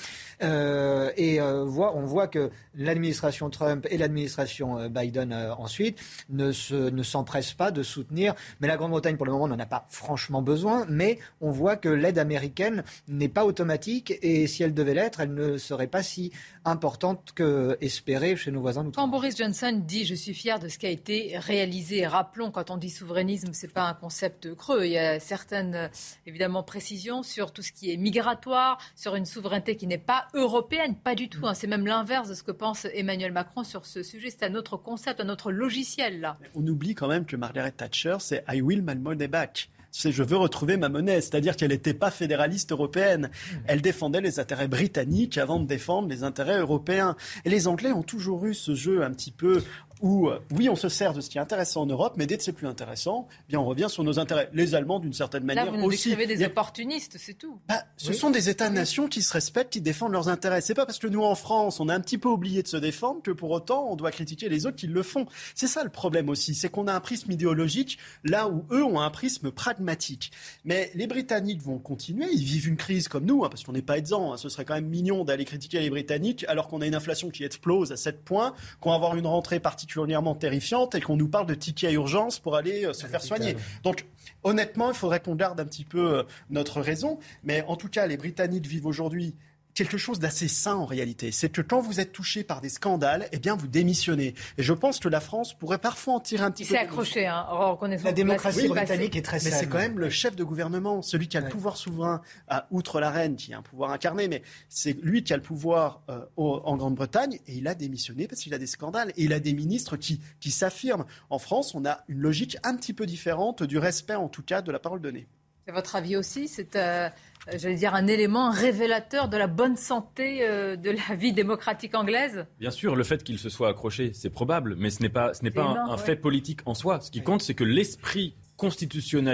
Euh, et euh, voit, on voit que l'administration Trump et l'administration euh, Biden euh, ensuite ne, se, ne s'empressent pas de soutenir. Mais la Grande-Bretagne, pour le moment, n'en a pas franchement besoin, mais on voit que l'aide américaine n'est pas automatique et si elle devait l'être, elle ne serait pas si importante qu'espérée chez nos voisins d'outre-mer. Quand Boris Johnson dit « je suis fier de ce qui a été réalisé », rappelons, quand on dit souverainisme, ce n'est pas un concept creux. Il y a certaines, évidemment, précisions sur tout ce qui est migratoire, sur une souveraineté qui n'est pas européenne, pas du tout. Hein. C'est même l'inverse de ce que pense Emmanuel Macron sur ce sujet. C'est un autre concept, un autre logiciel, là. On oublie quand même que Margaret Thatcher, c'est « I will my money back ». C'est « je veux retrouver ma monnaie », c'est-à-dire qu'elle n'était pas fédéraliste européenne. Elle défendait les intérêts britanniques avant de défendre les intérêts européens. Et les Anglais ont toujours eu ce jeu un petit peu où, oui, on se sert de ce qui est intéressant en Europe, mais dès que c'est plus intéressant, eh bien on revient sur nos intérêts. Les Allemands, d'une certaine manière, aussi. Là, vous nous aussi. décrivez des a... opportunistes, c'est tout. Bah, ce oui. sont des États-nations qui se respectent, qui défendent leurs intérêts. C'est pas parce que nous, en France, on a un petit peu oublié de se défendre que pour autant, on doit critiquer les autres qui le font. C'est ça le problème aussi, c'est qu'on a un prisme idéologique là où eux ont un prisme pragmatique. Mais les Britanniques vont continuer, ils vivent une crise comme nous, hein, parce qu'on n'est pas exempts. Hein. Ce serait quand même mignon d'aller critiquer les Britanniques alors qu'on a une inflation qui explose à sept points, qu'on va avoir une rentrée particulièrement terrifiante et qu'on nous parle de tickets à urgence pour aller euh, se faire soigner. Donc, honnêtement, il faudrait qu'on garde un petit peu euh, notre raison. Mais en tout cas, les Britanniques vivent aujourd'hui quelque chose d'assez sain en réalité. C'est que quand vous êtes touché par des scandales, eh bien vous démissionnez. Et je pense que la France pourrait parfois en tirer un petit il peu. Il s'est accroché, hein. La démocratie oui, britannique est très saine. Mais c'est quand même le chef de gouvernement, celui qui a ouais. le pouvoir souverain, à, outre la reine, qui a un pouvoir incarné, mais c'est lui qui a le pouvoir euh, au, en Grande-Bretagne, et il a démissionné parce qu'il a des scandales. Et il a des ministres qui, qui s'affirment. En France, on a une logique un petit peu différente du respect, en tout cas, de la parole donnée. C'est votre avis aussi ? C'est, euh, j'allais dire, un élément révélateur de la bonne santé euh, de la vie démocratique anglaise ? Bien sûr, le fait qu'il se soit accroché, c'est probable, mais ce n'est pas, ce n'est pas un, un ouais. fait politique en soi. Ce qui compte, c'est que l'esprit constitutionnel,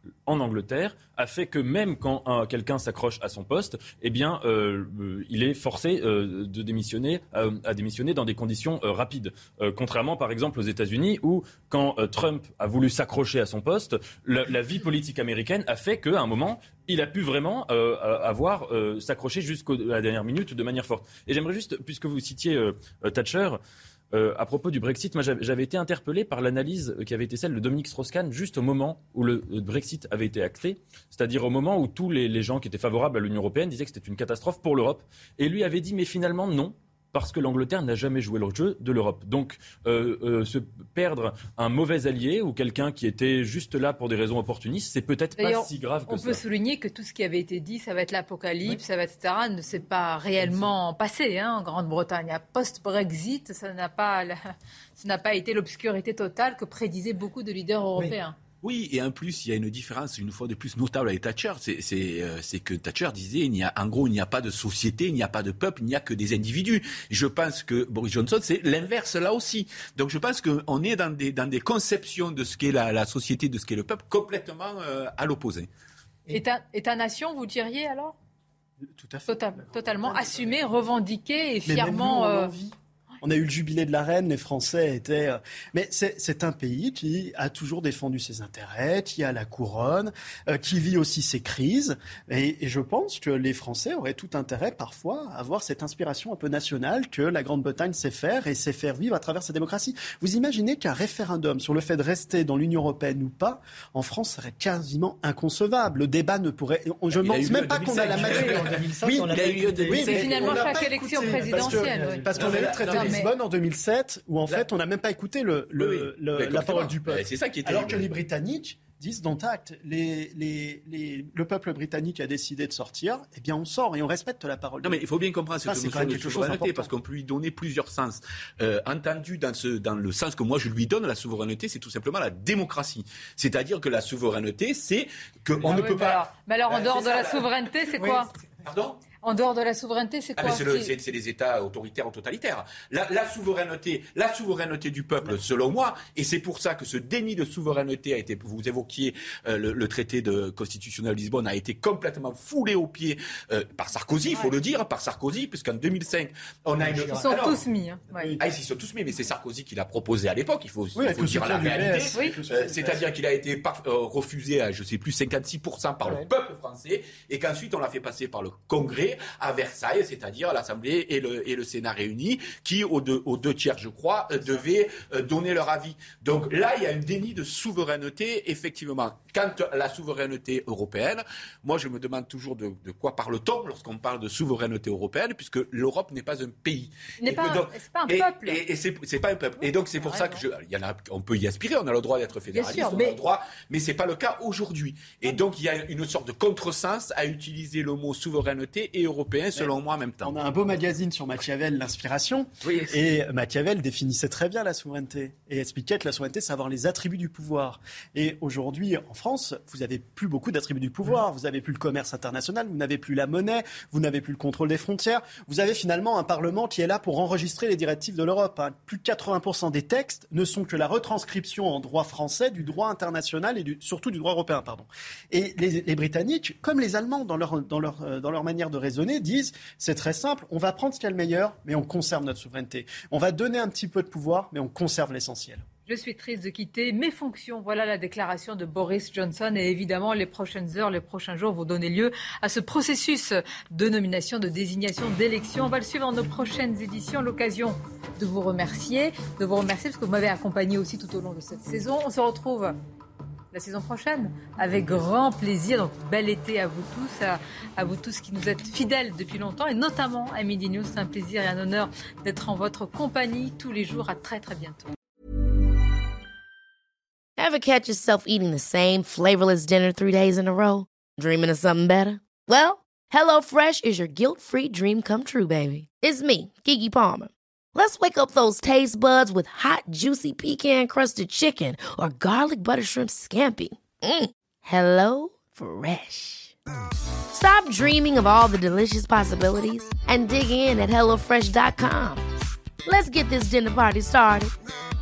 en Angleterre a fait que même quand un, quelqu'un s'accroche à son poste, eh bien, euh, euh, il est forcé euh, de démissionner, euh, à démissionner dans des conditions euh, rapides. Euh, contrairement, par exemple, aux États-Unis, où quand euh, Trump a voulu s'accrocher à son poste, la, la vie politique américaine a fait qu'à un moment, il a pu vraiment euh, avoir euh, s'accrocher jusqu'à la dernière minute de manière forte. Et j'aimerais juste, puisque vous citiez euh, Thatcher. Euh, à propos du Brexit, moi j'avais, j'avais été interpellé par l'analyse qui avait été celle de Dominique Strauss-Kahn juste au moment où le, le Brexit avait été acté, c'est-à-dire au moment où tous les, les gens qui étaient favorables à l'Union européenne disaient que c'était une catastrophe pour l'Europe. Et lui avait dit mais finalement non, parce que l'Angleterre n'a jamais joué le jeu de l'Europe. Donc euh, euh, se perdre un mauvais allié ou quelqu'un qui était juste là pour des raisons opportunistes, c'est peut-être D'ailleurs, pas si grave que on ça. peut souligner que tout ce qui avait été dit, ça va être l'apocalypse, oui. ça va être et cetera, ne s'est pas réellement passé hein, en Grande-Bretagne. Post-Brexit, ça n'a pas, la... ça n'a pas été l'obscurité totale que prédisaient beaucoup de leaders européens. Oui. Oui, et en plus, il y a une différence, une fois de plus, notable avec Thatcher, c'est, c'est, euh, c'est que Thatcher disait, il n'y a, en gros, il n'y a pas de société, il n'y a pas de peuple, il n'y a que des individus. Je pense que Boris Johnson, c'est l'inverse là aussi. Donc je pense qu'on est dans des, dans des conceptions de ce qu'est la, la société, de ce qu'est le peuple, complètement euh, à l'opposé. État, État-nation, vous diriez alors ? Tout à fait. Total, totalement assumé, revendiqué et fièrement... Mais même nous, on a envie. On a eu le jubilé de la reine, les Français étaient... Mais c'est, c'est un pays qui a toujours défendu ses intérêts, qui a la couronne, euh, qui vit aussi ses crises. Et, et je pense que les Français auraient tout intérêt parfois à avoir cette inspiration un peu nationale que la Grande-Bretagne sait faire et sait faire vivre à travers sa démocratie. Vous imaginez qu'un référendum sur le fait de rester dans l'Union européenne ou pas, en France, serait quasiment inconcevable. Le débat ne pourrait... Je ne pense même pas qu'on a la majorité. Oui, il a eu lieu de... oui, c'est finalement chaque élection présidentielle. Parce, que, oui. parce qu'on a eu le traité de Lisbonne en deux mille sept, où en fait on n'a même pas écouté le, le, oui, oui. le, la parole du peuple. C'est ça qui est Alors que les Britanniques disent dans acte, les, les, les, le peuple britannique a décidé de sortir, eh bien on sort et on respecte la parole. Non mais il faut bien comprendre cette notion de souveraineté parce qu'on peut lui donner plusieurs sens. Euh, entendu dans, ce, dans le sens que moi je lui donne, la souveraineté c'est tout simplement la démocratie. C'est-à-dire que la souveraineté c'est qu'on ah, ne oui, peut pas... Alors, mais alors en dehors de la souveraineté c'est oui. quoi ? Pardon ? En dehors de la souveraineté, c'est quoi ah, mais c'est, le, c'est, c'est les États autoritaires ou totalitaires. La, la, souveraineté, la souveraineté du peuple, selon moi, et c'est pour ça que ce déni de souveraineté a été, vous évoquiez euh, le, le traité de constitutionnel de Lisbonne, a été complètement foulé aux pieds euh, par Sarkozy, il faut ouais. le dire, par Sarkozy, puisqu'en deux mille cinq, on a une... Ils sont Alors, tous mis. Hein. Ouais. Ah, ils sont tous mis, mais c'est Sarkozy qui l'a proposé à l'époque, il faut, oui, il faut dire la réalité. Oui. Euh, c'est-à-dire qu'il a été par, euh, refusé à, je ne sais plus, cinquante-six pour cent par ouais. le peuple français, et qu'ensuite on l'a fait passer par le Congrès à Versailles, c'est-à-dire l'Assemblée et le, et le Sénat réunis, qui, aux deux, aux deux tiers, je crois, devaient donner leur avis. Donc là, il y a un déni de souveraineté, effectivement. Quant à la souveraineté européenne, moi, je me demande toujours de, de quoi parle-t-on lorsqu'on parle de souveraineté européenne, puisque l'Europe n'est pas un pays. N'est pas, donc, c'est pas un et, peuple. Et, et c'est, c'est pas un peuple. Et donc, c'est pour ça que je, il y en a, on peut y aspirer, on a le droit d'être fédéraliste, sûr, on mais... a le droit, mais c'est pas le cas aujourd'hui. Et donc, il y a une sorte de contresens à utiliser le mot souveraineté et européen, selon moi, en même temps. On a un beau magazine sur Machiavel, L'Inspiration, oui. et Machiavel définissait très bien la souveraineté et expliquait que la souveraineté, c'est avoir les attributs du pouvoir. Et aujourd'hui, en France, vous n'avez plus beaucoup d'attributs du pouvoir. Vous n'avez plus le commerce international, vous n'avez plus la monnaie, vous n'avez plus le contrôle des frontières. Vous avez finalement un Parlement qui est là pour enregistrer les directives de l'Europe. Hein. Plus de quatre-vingts pour cent des textes ne sont que la retranscription en droit français du droit international et du, surtout du droit européen. Pardon. Et les, les Britanniques, comme les Allemands, dans leur, dans, leur, dans leur manière de raisonner, disent c'est très simple, on va prendre ce qu'il y a le meilleur, mais on conserve notre souveraineté. On va donner un petit peu de pouvoir, mais on conserve l'essentiel. Je suis triste de quitter mes fonctions. Voilà la déclaration de Boris Johnson. Et évidemment, les prochaines heures, les prochains jours vont donner lieu à ce processus de nomination, de désignation, d'élection. On va le suivre dans nos prochaines éditions. L'occasion de vous remercier, de vous remercier parce que vous m'avez accompagné aussi tout au long de cette saison. On se retrouve la saison prochaine avec grand plaisir. Donc, bel été à vous tous, à, à vous tous qui nous êtes fidèles depuis longtemps et notamment à Midi News. C'est un plaisir et un honneur d'être en votre compagnie tous les jours. À très, très bientôt. Ever catch yourself eating the same flavorless dinner three days in a row? Dreaming of something better? Well, HelloFresh is your guilt-free dream come true, baby. It's me, Keke Palmer. Let's wake up those taste buds with hot, juicy pecan-crusted chicken or garlic butter shrimp scampi. Mm. Hello Fresh. Stop dreaming of all the delicious possibilities and dig in at hello fresh dot com. Let's get this dinner party started.